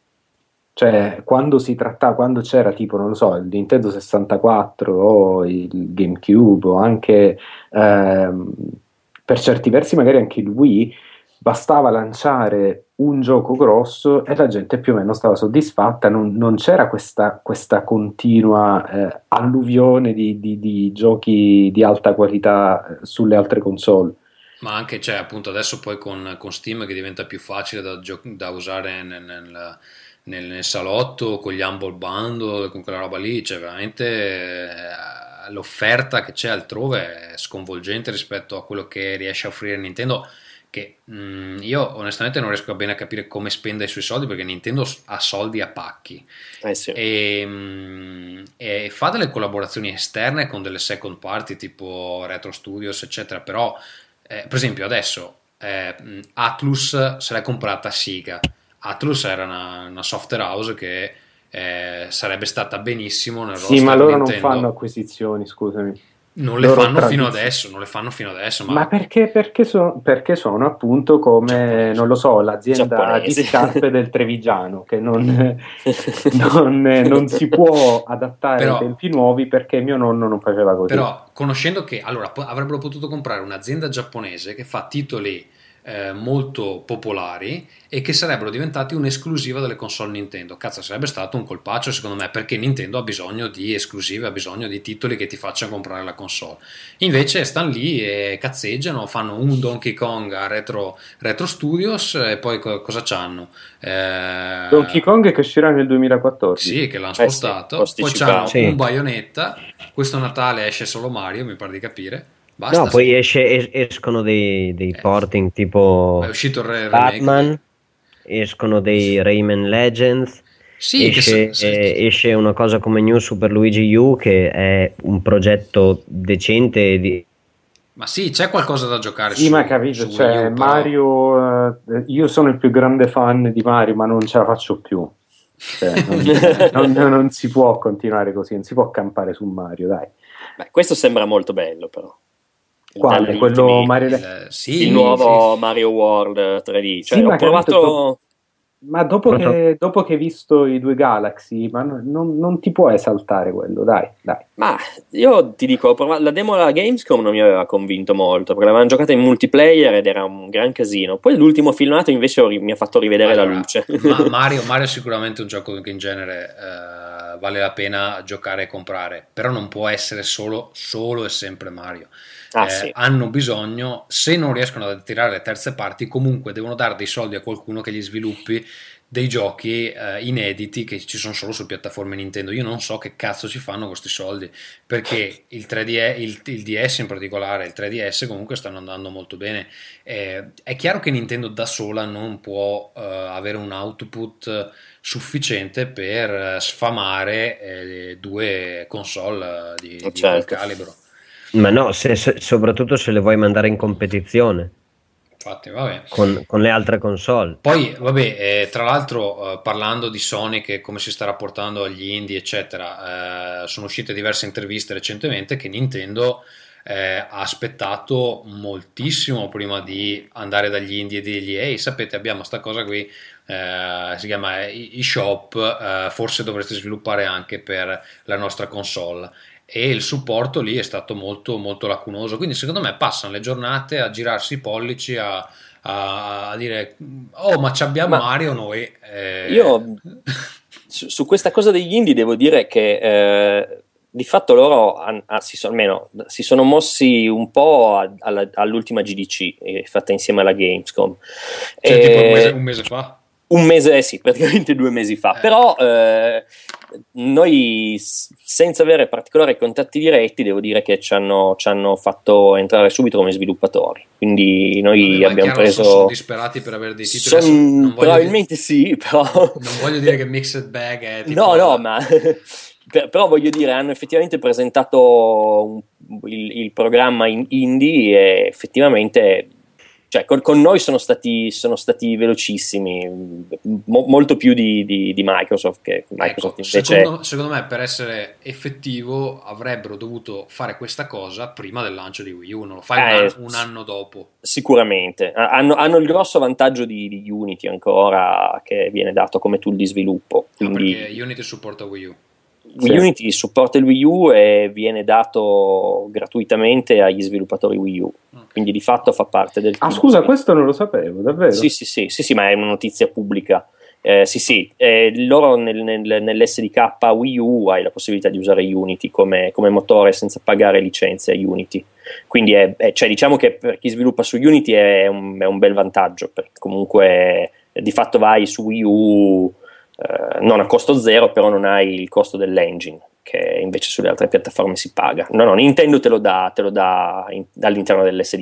Cioè, quando si trattava, quando c'era tipo, non lo so, il Nintendo sessantaquattro o il GameCube o anche ehm, per certi versi magari anche il Wii, bastava lanciare un gioco grosso e la gente più o meno stava soddisfatta, non, non c'era questa, questa continua eh, alluvione di, di- di giochi di alta qualità eh, sulle altre console. Ma anche, cioè, appunto, adesso poi con, con Steam che diventa più facile da, gio- da usare nel, nel- nel- nel salotto, con gli Humble Bundle, con quella roba lì, cioè veramente eh, l'offerta che c'è altrove è sconvolgente rispetto a quello che riesce a offrire Nintendo, che mh, io onestamente non riesco bene a capire come spenda i suoi soldi, perché Nintendo ha soldi a pacchi. Eh sì. e, mh, e fa delle collaborazioni esterne con delle second party tipo Retro Studios eccetera, però eh, per esempio adesso eh, Atlus se l'è comprata Sega. Atlus era una, una software house che eh, sarebbe stata benissimo nel sì, ma loro non Nintendo. fanno acquisizioni, scusami. Non le Loro fanno tradiz- fino adesso, non le fanno fino adesso, ma, ma perché, perché, so- perché sono appunto come, Giapponesi. non lo so, l'azienda Giapponesi. di scarpe del Trevigiano, che non, non, non si può adattare Però- ai tempi nuovi, perché mio nonno non faceva così. però conoscendo che allora po- avrebbero potuto comprare un'azienda giapponese che fa titoli eh, molto popolari e che sarebbero diventati un'esclusiva delle console Nintendo. Cazzo, sarebbe stato un colpaccio secondo me, perché Nintendo ha bisogno di esclusive, ha bisogno di titoli che ti facciano comprare la console. Invece stanno lì e cazzeggiano, fanno un Donkey Kong a Retro, Retro Studios e poi co- cosa c'hanno? Eh, Donkey Kong che uscirà nel duemilaquattordici. Sì, che l'hanno Eh sì, spostato. Poi posticipato. c'hanno Sì. un Bayonetta. Questo Natale esce solo Mario, mi pare di capire. Basta. No, poi esce, es- escono dei, dei Eh. porting tipo È uscito il re- il remake. Batman, escono dei Rayman Legends, Sì, che esce, se- se- eh, esce una cosa come New Super Luigi U, che è un progetto decente di... ma sì, c'è qualcosa da giocare Sì, su, ma capito, su cioè Wii U, però- Mario, eh, io sono il più grande fan di Mario, ma non ce la faccio più. Cioè, non, non- non si può continuare così, non si può campare su Mario, dai. Beh, questo sembra molto bello, però. Il Quale? Dall'Ultimi- Quello Mario il, sì, il nuovo sì. Mario World tre D. Cioè, Sì, ho ma provato. capito, Ma dopo Pronto? che, dopo che hai visto i due Galaxy, ma no- non, non ti può esaltare quello, dai, dai. Ma io ti dico, ho provato- la demo alla Gamescom non mi aveva convinto molto, perché l'avevamo giocata in multiplayer ed era un gran casino. Poi l'ultimo filmato invece ho ri- mi ha fatto rivedere Allora, la luce. ma- Mario, Mario è sicuramente un gioco che in genere eh, vale la pena giocare e comprare, però non può essere solo, solo e sempre Mario. Ah, Eh, sì. hanno bisogno, se non riescono ad attirare le terze parti, comunque devono dare dei soldi a qualcuno che gli sviluppi dei giochi eh, inediti che ci sono solo su piattaforme Nintendo. Io non so che cazzo ci fanno questi soldi, perché il tre D S, il, il D S in particolare, il tre D S comunque stanno andando molto bene. Eh, è chiaro che Nintendo da sola non può eh, avere un output sufficiente per eh, sfamare eh, due console eh, di, di quel Certo. calibro. Ma no, se- se- soprattutto se le vuoi mandare in competizione Infatti, vabbè. con, con le altre console. Poi, vabbè, eh, tra l'altro, eh, parlando di Sony, che come si sta rapportando agli indie, eccetera, eh, sono uscite diverse interviste recentemente che Nintendo eh, ha aspettato moltissimo prima di andare dagli indie e dirgli: ehi, sapete, abbiamo sta cosa qui, eh, si chiama eShop, eh, forse dovreste sviluppare anche per la nostra console. E il supporto lì è stato molto molto lacunoso, quindi secondo me passano le giornate a girarsi i pollici, a, a, a dire: oh, ma ci abbiamo Ma Mario noi. eh. Io su, su questa cosa degli indie devo dire che eh, di fatto loro han- ah, si, sono, almeno, si sono mossi un po' a- alla- all'ultima G D C eh, fatta insieme alla Gamescom. Cioè, tipo un mese, Eh, un mese fa. Un mese, sì, praticamente due mesi fa. Eh. Però eh, noi, s- senza avere particolari contatti diretti, devo dire che ci hanno, ci hanno fatto entrare subito come sviluppatori. Quindi noi Vabbè, ma è abbiamo chiaro, sono, preso. sono disperati per avere dei titoli. Adesso Son- non voglio probabilmente sì, però. dire- non voglio dire che Mixed Bag è tipo No, no, ma per- però voglio dire, hanno effettivamente presentato un- il, il programma in indie e effettivamente, cioè, con, con noi sono stati, sono stati velocissimi, mo- molto più di, di- di Microsoft, che Microsoft Ecco, invece. secondo, secondo me, per essere effettivo avrebbero dovuto fare questa cosa prima del lancio di Wii U, non lo fai un, Eh, anno, un anno dopo. Sicuramente Ha- hanno, hanno il grosso vantaggio di, di Unity ancora, che viene dato come tool di sviluppo. No, Quindi perché Unity supporta Wii U. Wii Sì. Unity supporta il Wii U e viene dato gratuitamente agli sviluppatori Wii U, Ok. quindi di fatto fa parte del Ah, team. scusa, questo non lo sapevo, davvero? Sì, sì, sì, sì, sì, ma è una notizia pubblica. Eh, sì, sì, eh, loro nel, nel, nell'S D K Wii U hai la possibilità di usare Unity come, come motore senza pagare licenze a Unity. Quindi è, è- cioè, diciamo che per chi sviluppa su Unity è un, è un bel vantaggio, perché comunque eh, di fatto vai su Wii U eh, non a costo zero, però non hai il costo dell'engine, che invece sulle altre piattaforme si paga. No, no, Nintendo te lo dà, te lo dà in- all'interno dell'S D K.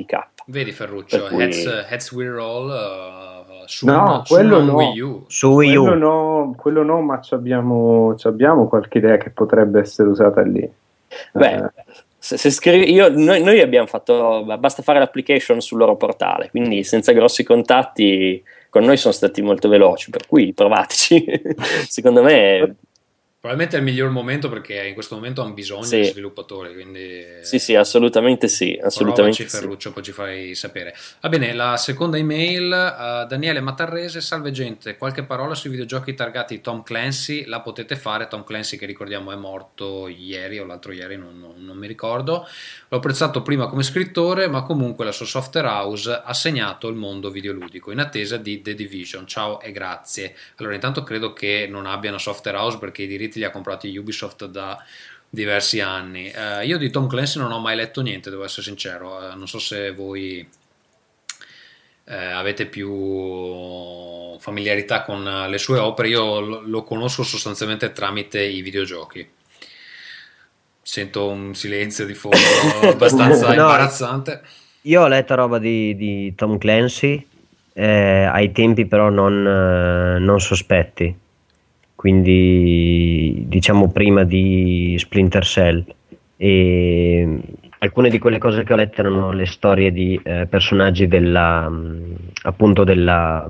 Vedi Ferruccio, cui... Heads, Heads Will Roll uh, su, no, una, quello su una no. Wii U. Su Wii U. Quello no, quello no, ma ci abbiamo, ci abbiamo qualche idea che potrebbe essere usata lì. Beh, eh. se, se scrivi, io, noi, noi abbiamo fatto, basta fare l'application sul loro portale, quindi senza grossi contatti con noi sono stati molto veloci, per cui provateci. Secondo me probabilmente è il miglior momento, perché in questo momento hanno bisogno sì. di sviluppatori, quindi sì sì assolutamente sì, assolutamente provaci Ferruccio, poi ci farai sapere. Va bene, la seconda email, uh, Daniele Matarrese: salve gente, qualche parola sui videogiochi targati Tom Clancy, la potete fare. Tom Clancy, che ricordiamo è morto ieri o l'altro ieri, non, non, non mi ricordo. L'ho apprezzato prima come scrittore, ma comunque la sua software house ha segnato il mondo videoludico, in attesa di The Division. Ciao e grazie. Allora, intanto credo che non abbia una software house, perché i diritti li ha comprati Ubisoft da diversi anni. Uh, io di Tom Clancy non ho mai letto niente, devo essere sincero. Uh, non so se voi uh, avete più familiarità con uh, le sue opere. Io lo, lo conosco sostanzialmente tramite i videogiochi. Sento un silenzio di fondo abbastanza no, imbarazzante. Io ho letto roba di, di Tom Clancy eh, ai tempi però non, eh, non sospetti, quindi diciamo prima di Splinter Cell, e alcune di quelle cose che ho letto erano le storie di eh, personaggi della appunto della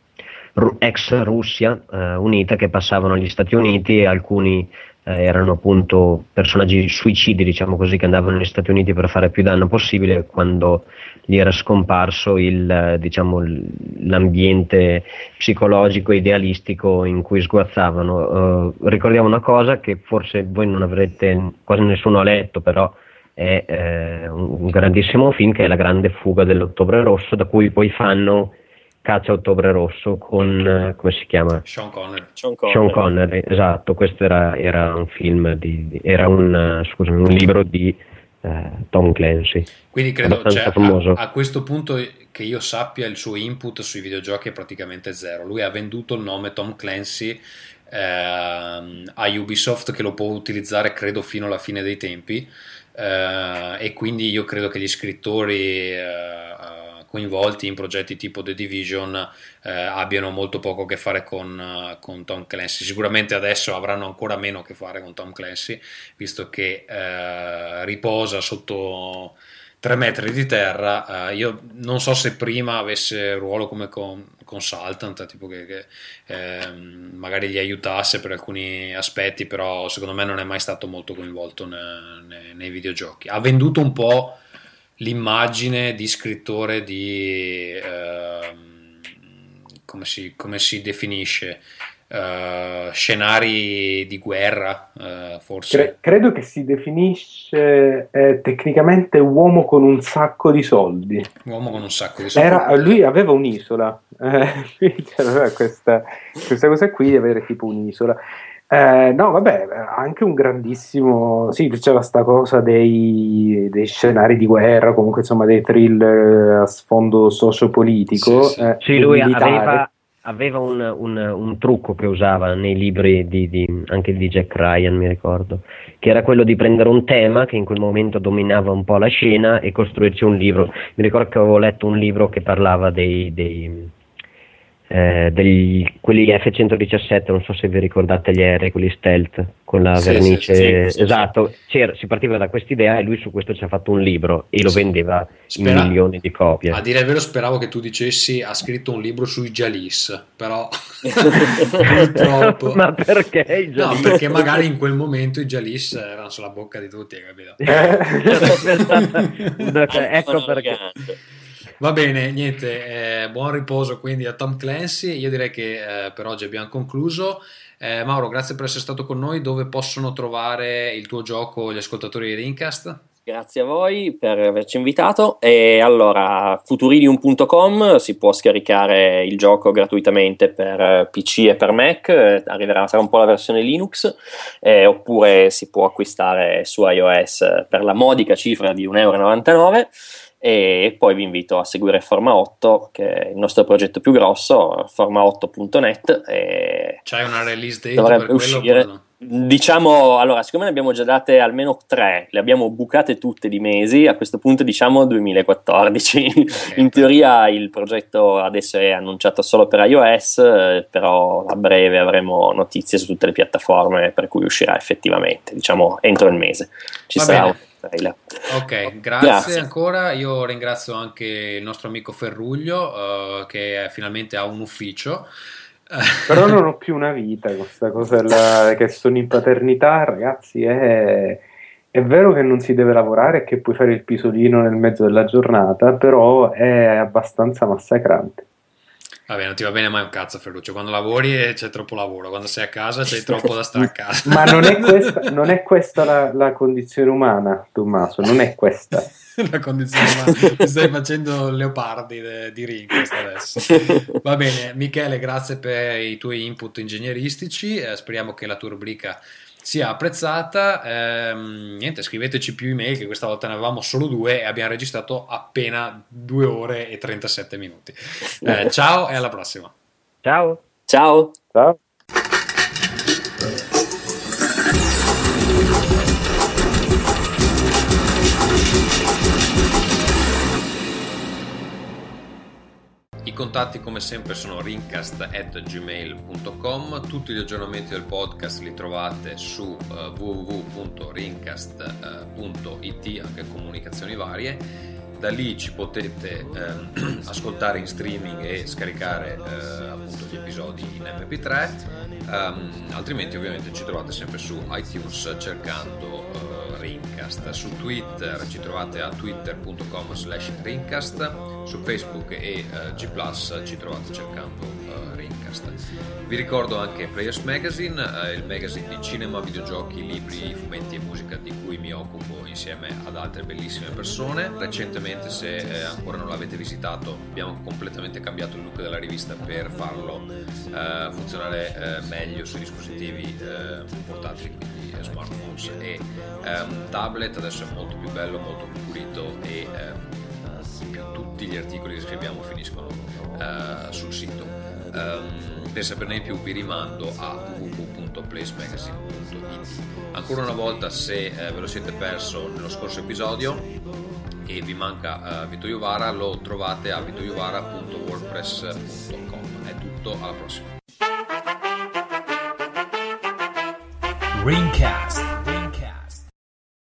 ex Russia eh, unita, che passavano agli Stati Uniti, e alcuni eh, erano appunto personaggi suicidi, diciamo così, che andavano negli Stati Uniti per fare più danno possibile. Quando gli era scomparso il, diciamo, l'ambiente psicologico idealistico in cui sguazzavano. Uh, ricordiamo una cosa che forse voi non avrete, quasi nessuno ha letto, però è eh, un grandissimo film, che è La grande fuga dell'Ottobre Rosso, da cui poi fanno Caccia Ottobre Rosso con, eh, come si chiama? Sean Connery. Sean Connery, Sean Connery, esatto. Questo era, era un film di, di era un, uh, scusami, un libro di uh, Tom Clancy. Quindi credo, cioè, famoso. A, a questo punto, che io sappia, il suo input sui videogiochi è praticamente zero. Lui ha venduto il nome Tom Clancy eh, a Ubisoft, che lo può utilizzare credo fino alla fine dei tempi, eh, e quindi io credo che gli scrittori eh, coinvolti in progetti tipo The Division eh, abbiano molto poco a che fare con, uh, con Tom Clancy. Sicuramente adesso avranno ancora meno a che fare con Tom Clancy, visto che eh, riposa sotto tre metri di terra. Uh, io non so se prima avesse ruolo come con, consultant, tipo che, che eh, magari gli aiutasse per alcuni aspetti, però secondo me non è mai stato molto coinvolto ne, ne, nei videogiochi. Ha venduto un po' l'immagine di scrittore di eh, come, si, come si definisce eh, scenari di guerra, eh, forse Cre- credo che si definisce eh, tecnicamente uomo con un sacco di soldi. Uomo con un sacco di soldi. Era, lui aveva un'isola, eh, quindi c'era questa, questa cosa qui di avere tipo un'isola. Eh, no, vabbè, anche un grandissimo. Sì, c'era sta cosa dei, dei scenari di guerra, comunque insomma dei thriller a sfondo sociopolitico. Sì, sì. Eh, Sì, lui militare. aveva, aveva un, un, un trucco che usava nei libri di, di, anche di Jack Ryan, mi ricordo, che era quello di prendere un tema che in quel momento dominava un po' la scena e costruirci un libro. Mi ricordo che avevo letto un libro che parlava dei, dei Eh, degli, quelli F centodiciassette, non so se vi ricordate gli aerei, quelli stealth con la Sì, vernice, sì, sì, sì, esatto, c'era, si partiva da quest'idea e lui su questo ci ha fatto un libro e lo Sì. vendeva Spera- in milioni di copie. A dire il vero, speravo che tu dicessi ha scritto un libro sui Jalis, però purtroppo. Ma perché i No, Jalis? perché magari in quel momento i Jalis erano sulla bocca di tutti, capito? Ecco perché. Va bene, niente, eh, buon riposo quindi a Tom Clancy. Io direi che eh, per oggi abbiamo concluso. eh, Mauro, grazie per essere stato con noi. Dove possono trovare il tuo gioco gli ascoltatori di Rincast? Grazie a voi per averci invitato. E allora, futuridium punto com, si può scaricare il gioco gratuitamente per P C e per Mac, eh, arriverà tra un po' la versione Linux, eh, oppure si può acquistare su iOS per la modica cifra di un euro e novantanove. E poi vi invito a seguire Forma otto, che è il nostro progetto più grosso, forma otto punto net. E c'hai una release date dovrebbe per quello? uscire. No? Diciamo, allora, siccome ne abbiamo già date almeno tre, le abbiamo bucate tutte di mesi, a questo punto diciamo duemilaquattordici. Okay. In teoria il progetto adesso è annunciato solo per iOS, eh, però a breve avremo notizie su tutte le piattaforme per cui uscirà effettivamente, diciamo entro il mese. Ci Va sarà bene. un trailer. Ok, grazie, Grazie ancora. Io ringrazio anche il nostro amico Ferruglio, uh, che finalmente ha un ufficio. Però non ho più una vita, questa cosa la, che sono in paternità, ragazzi, è, è vero che non si deve lavorare e che puoi fare il pisolino nel mezzo della giornata, però è abbastanza massacrante. Vabbè, non ti va bene mai un cazzo, Ferruccio. Quando lavori c'è troppo lavoro, quando sei a casa c'hai troppo da stare a casa. Ma non è questa, non è questa la, la condizione umana, Tommaso, non è questa. La condizione umana. Ti stai facendo leopardi de, di Rincast adesso. Va bene, Michele, grazie per i tuoi input ingegneristici. Eh, speriamo che la tua rubrica sia apprezzata. Eh, niente, scriveteci più email, che questa volta ne avevamo solo due e abbiamo registrato appena due ore e trentasette minuti. Eh, ciao e alla prossima. Ciao. Ciao. Ciao. I contatti come sempre sono rincast at gmail punto com. Tutti gli aggiornamenti del podcast li trovate su uh, w w w punto rincast punto i t, anche comunicazioni varie. Da lì ci potete ehm, ascoltare in streaming e scaricare eh, appunto gli episodi in emme pi tre, um, altrimenti ovviamente ci trovate sempre su iTunes cercando uh, Rincast. Su Twitter ci trovate a twitter punto com slash rincast, su Facebook e uh, G plus ci trovate cercando uh, Rincast. Vi ricordo anche Players Magazine, uh, il magazine di cinema, videogiochi, libri, fumetti e musica di cui mi occupo insieme ad altre bellissime persone. Recentemente, se eh, ancora non l'avete visitato, abbiamo completamente cambiato il look della rivista per farlo eh, funzionare eh, meglio sui dispositivi eh, portatili, quindi smartphones e ehm, tablet. Adesso è molto più bello, molto più pulito e ehm, più tutti gli articoli che scriviamo finiscono eh, sul sito. Um, per saperne di più vi rimando a w w w punto place magazine punto i t. Ancora una volta, se eh, ve lo siete perso nello scorso episodio e vi manca uh, Vito Iovara, lo trovate a vito iovara punto wordpress punto com. È tutto, alla prossima. Rincast.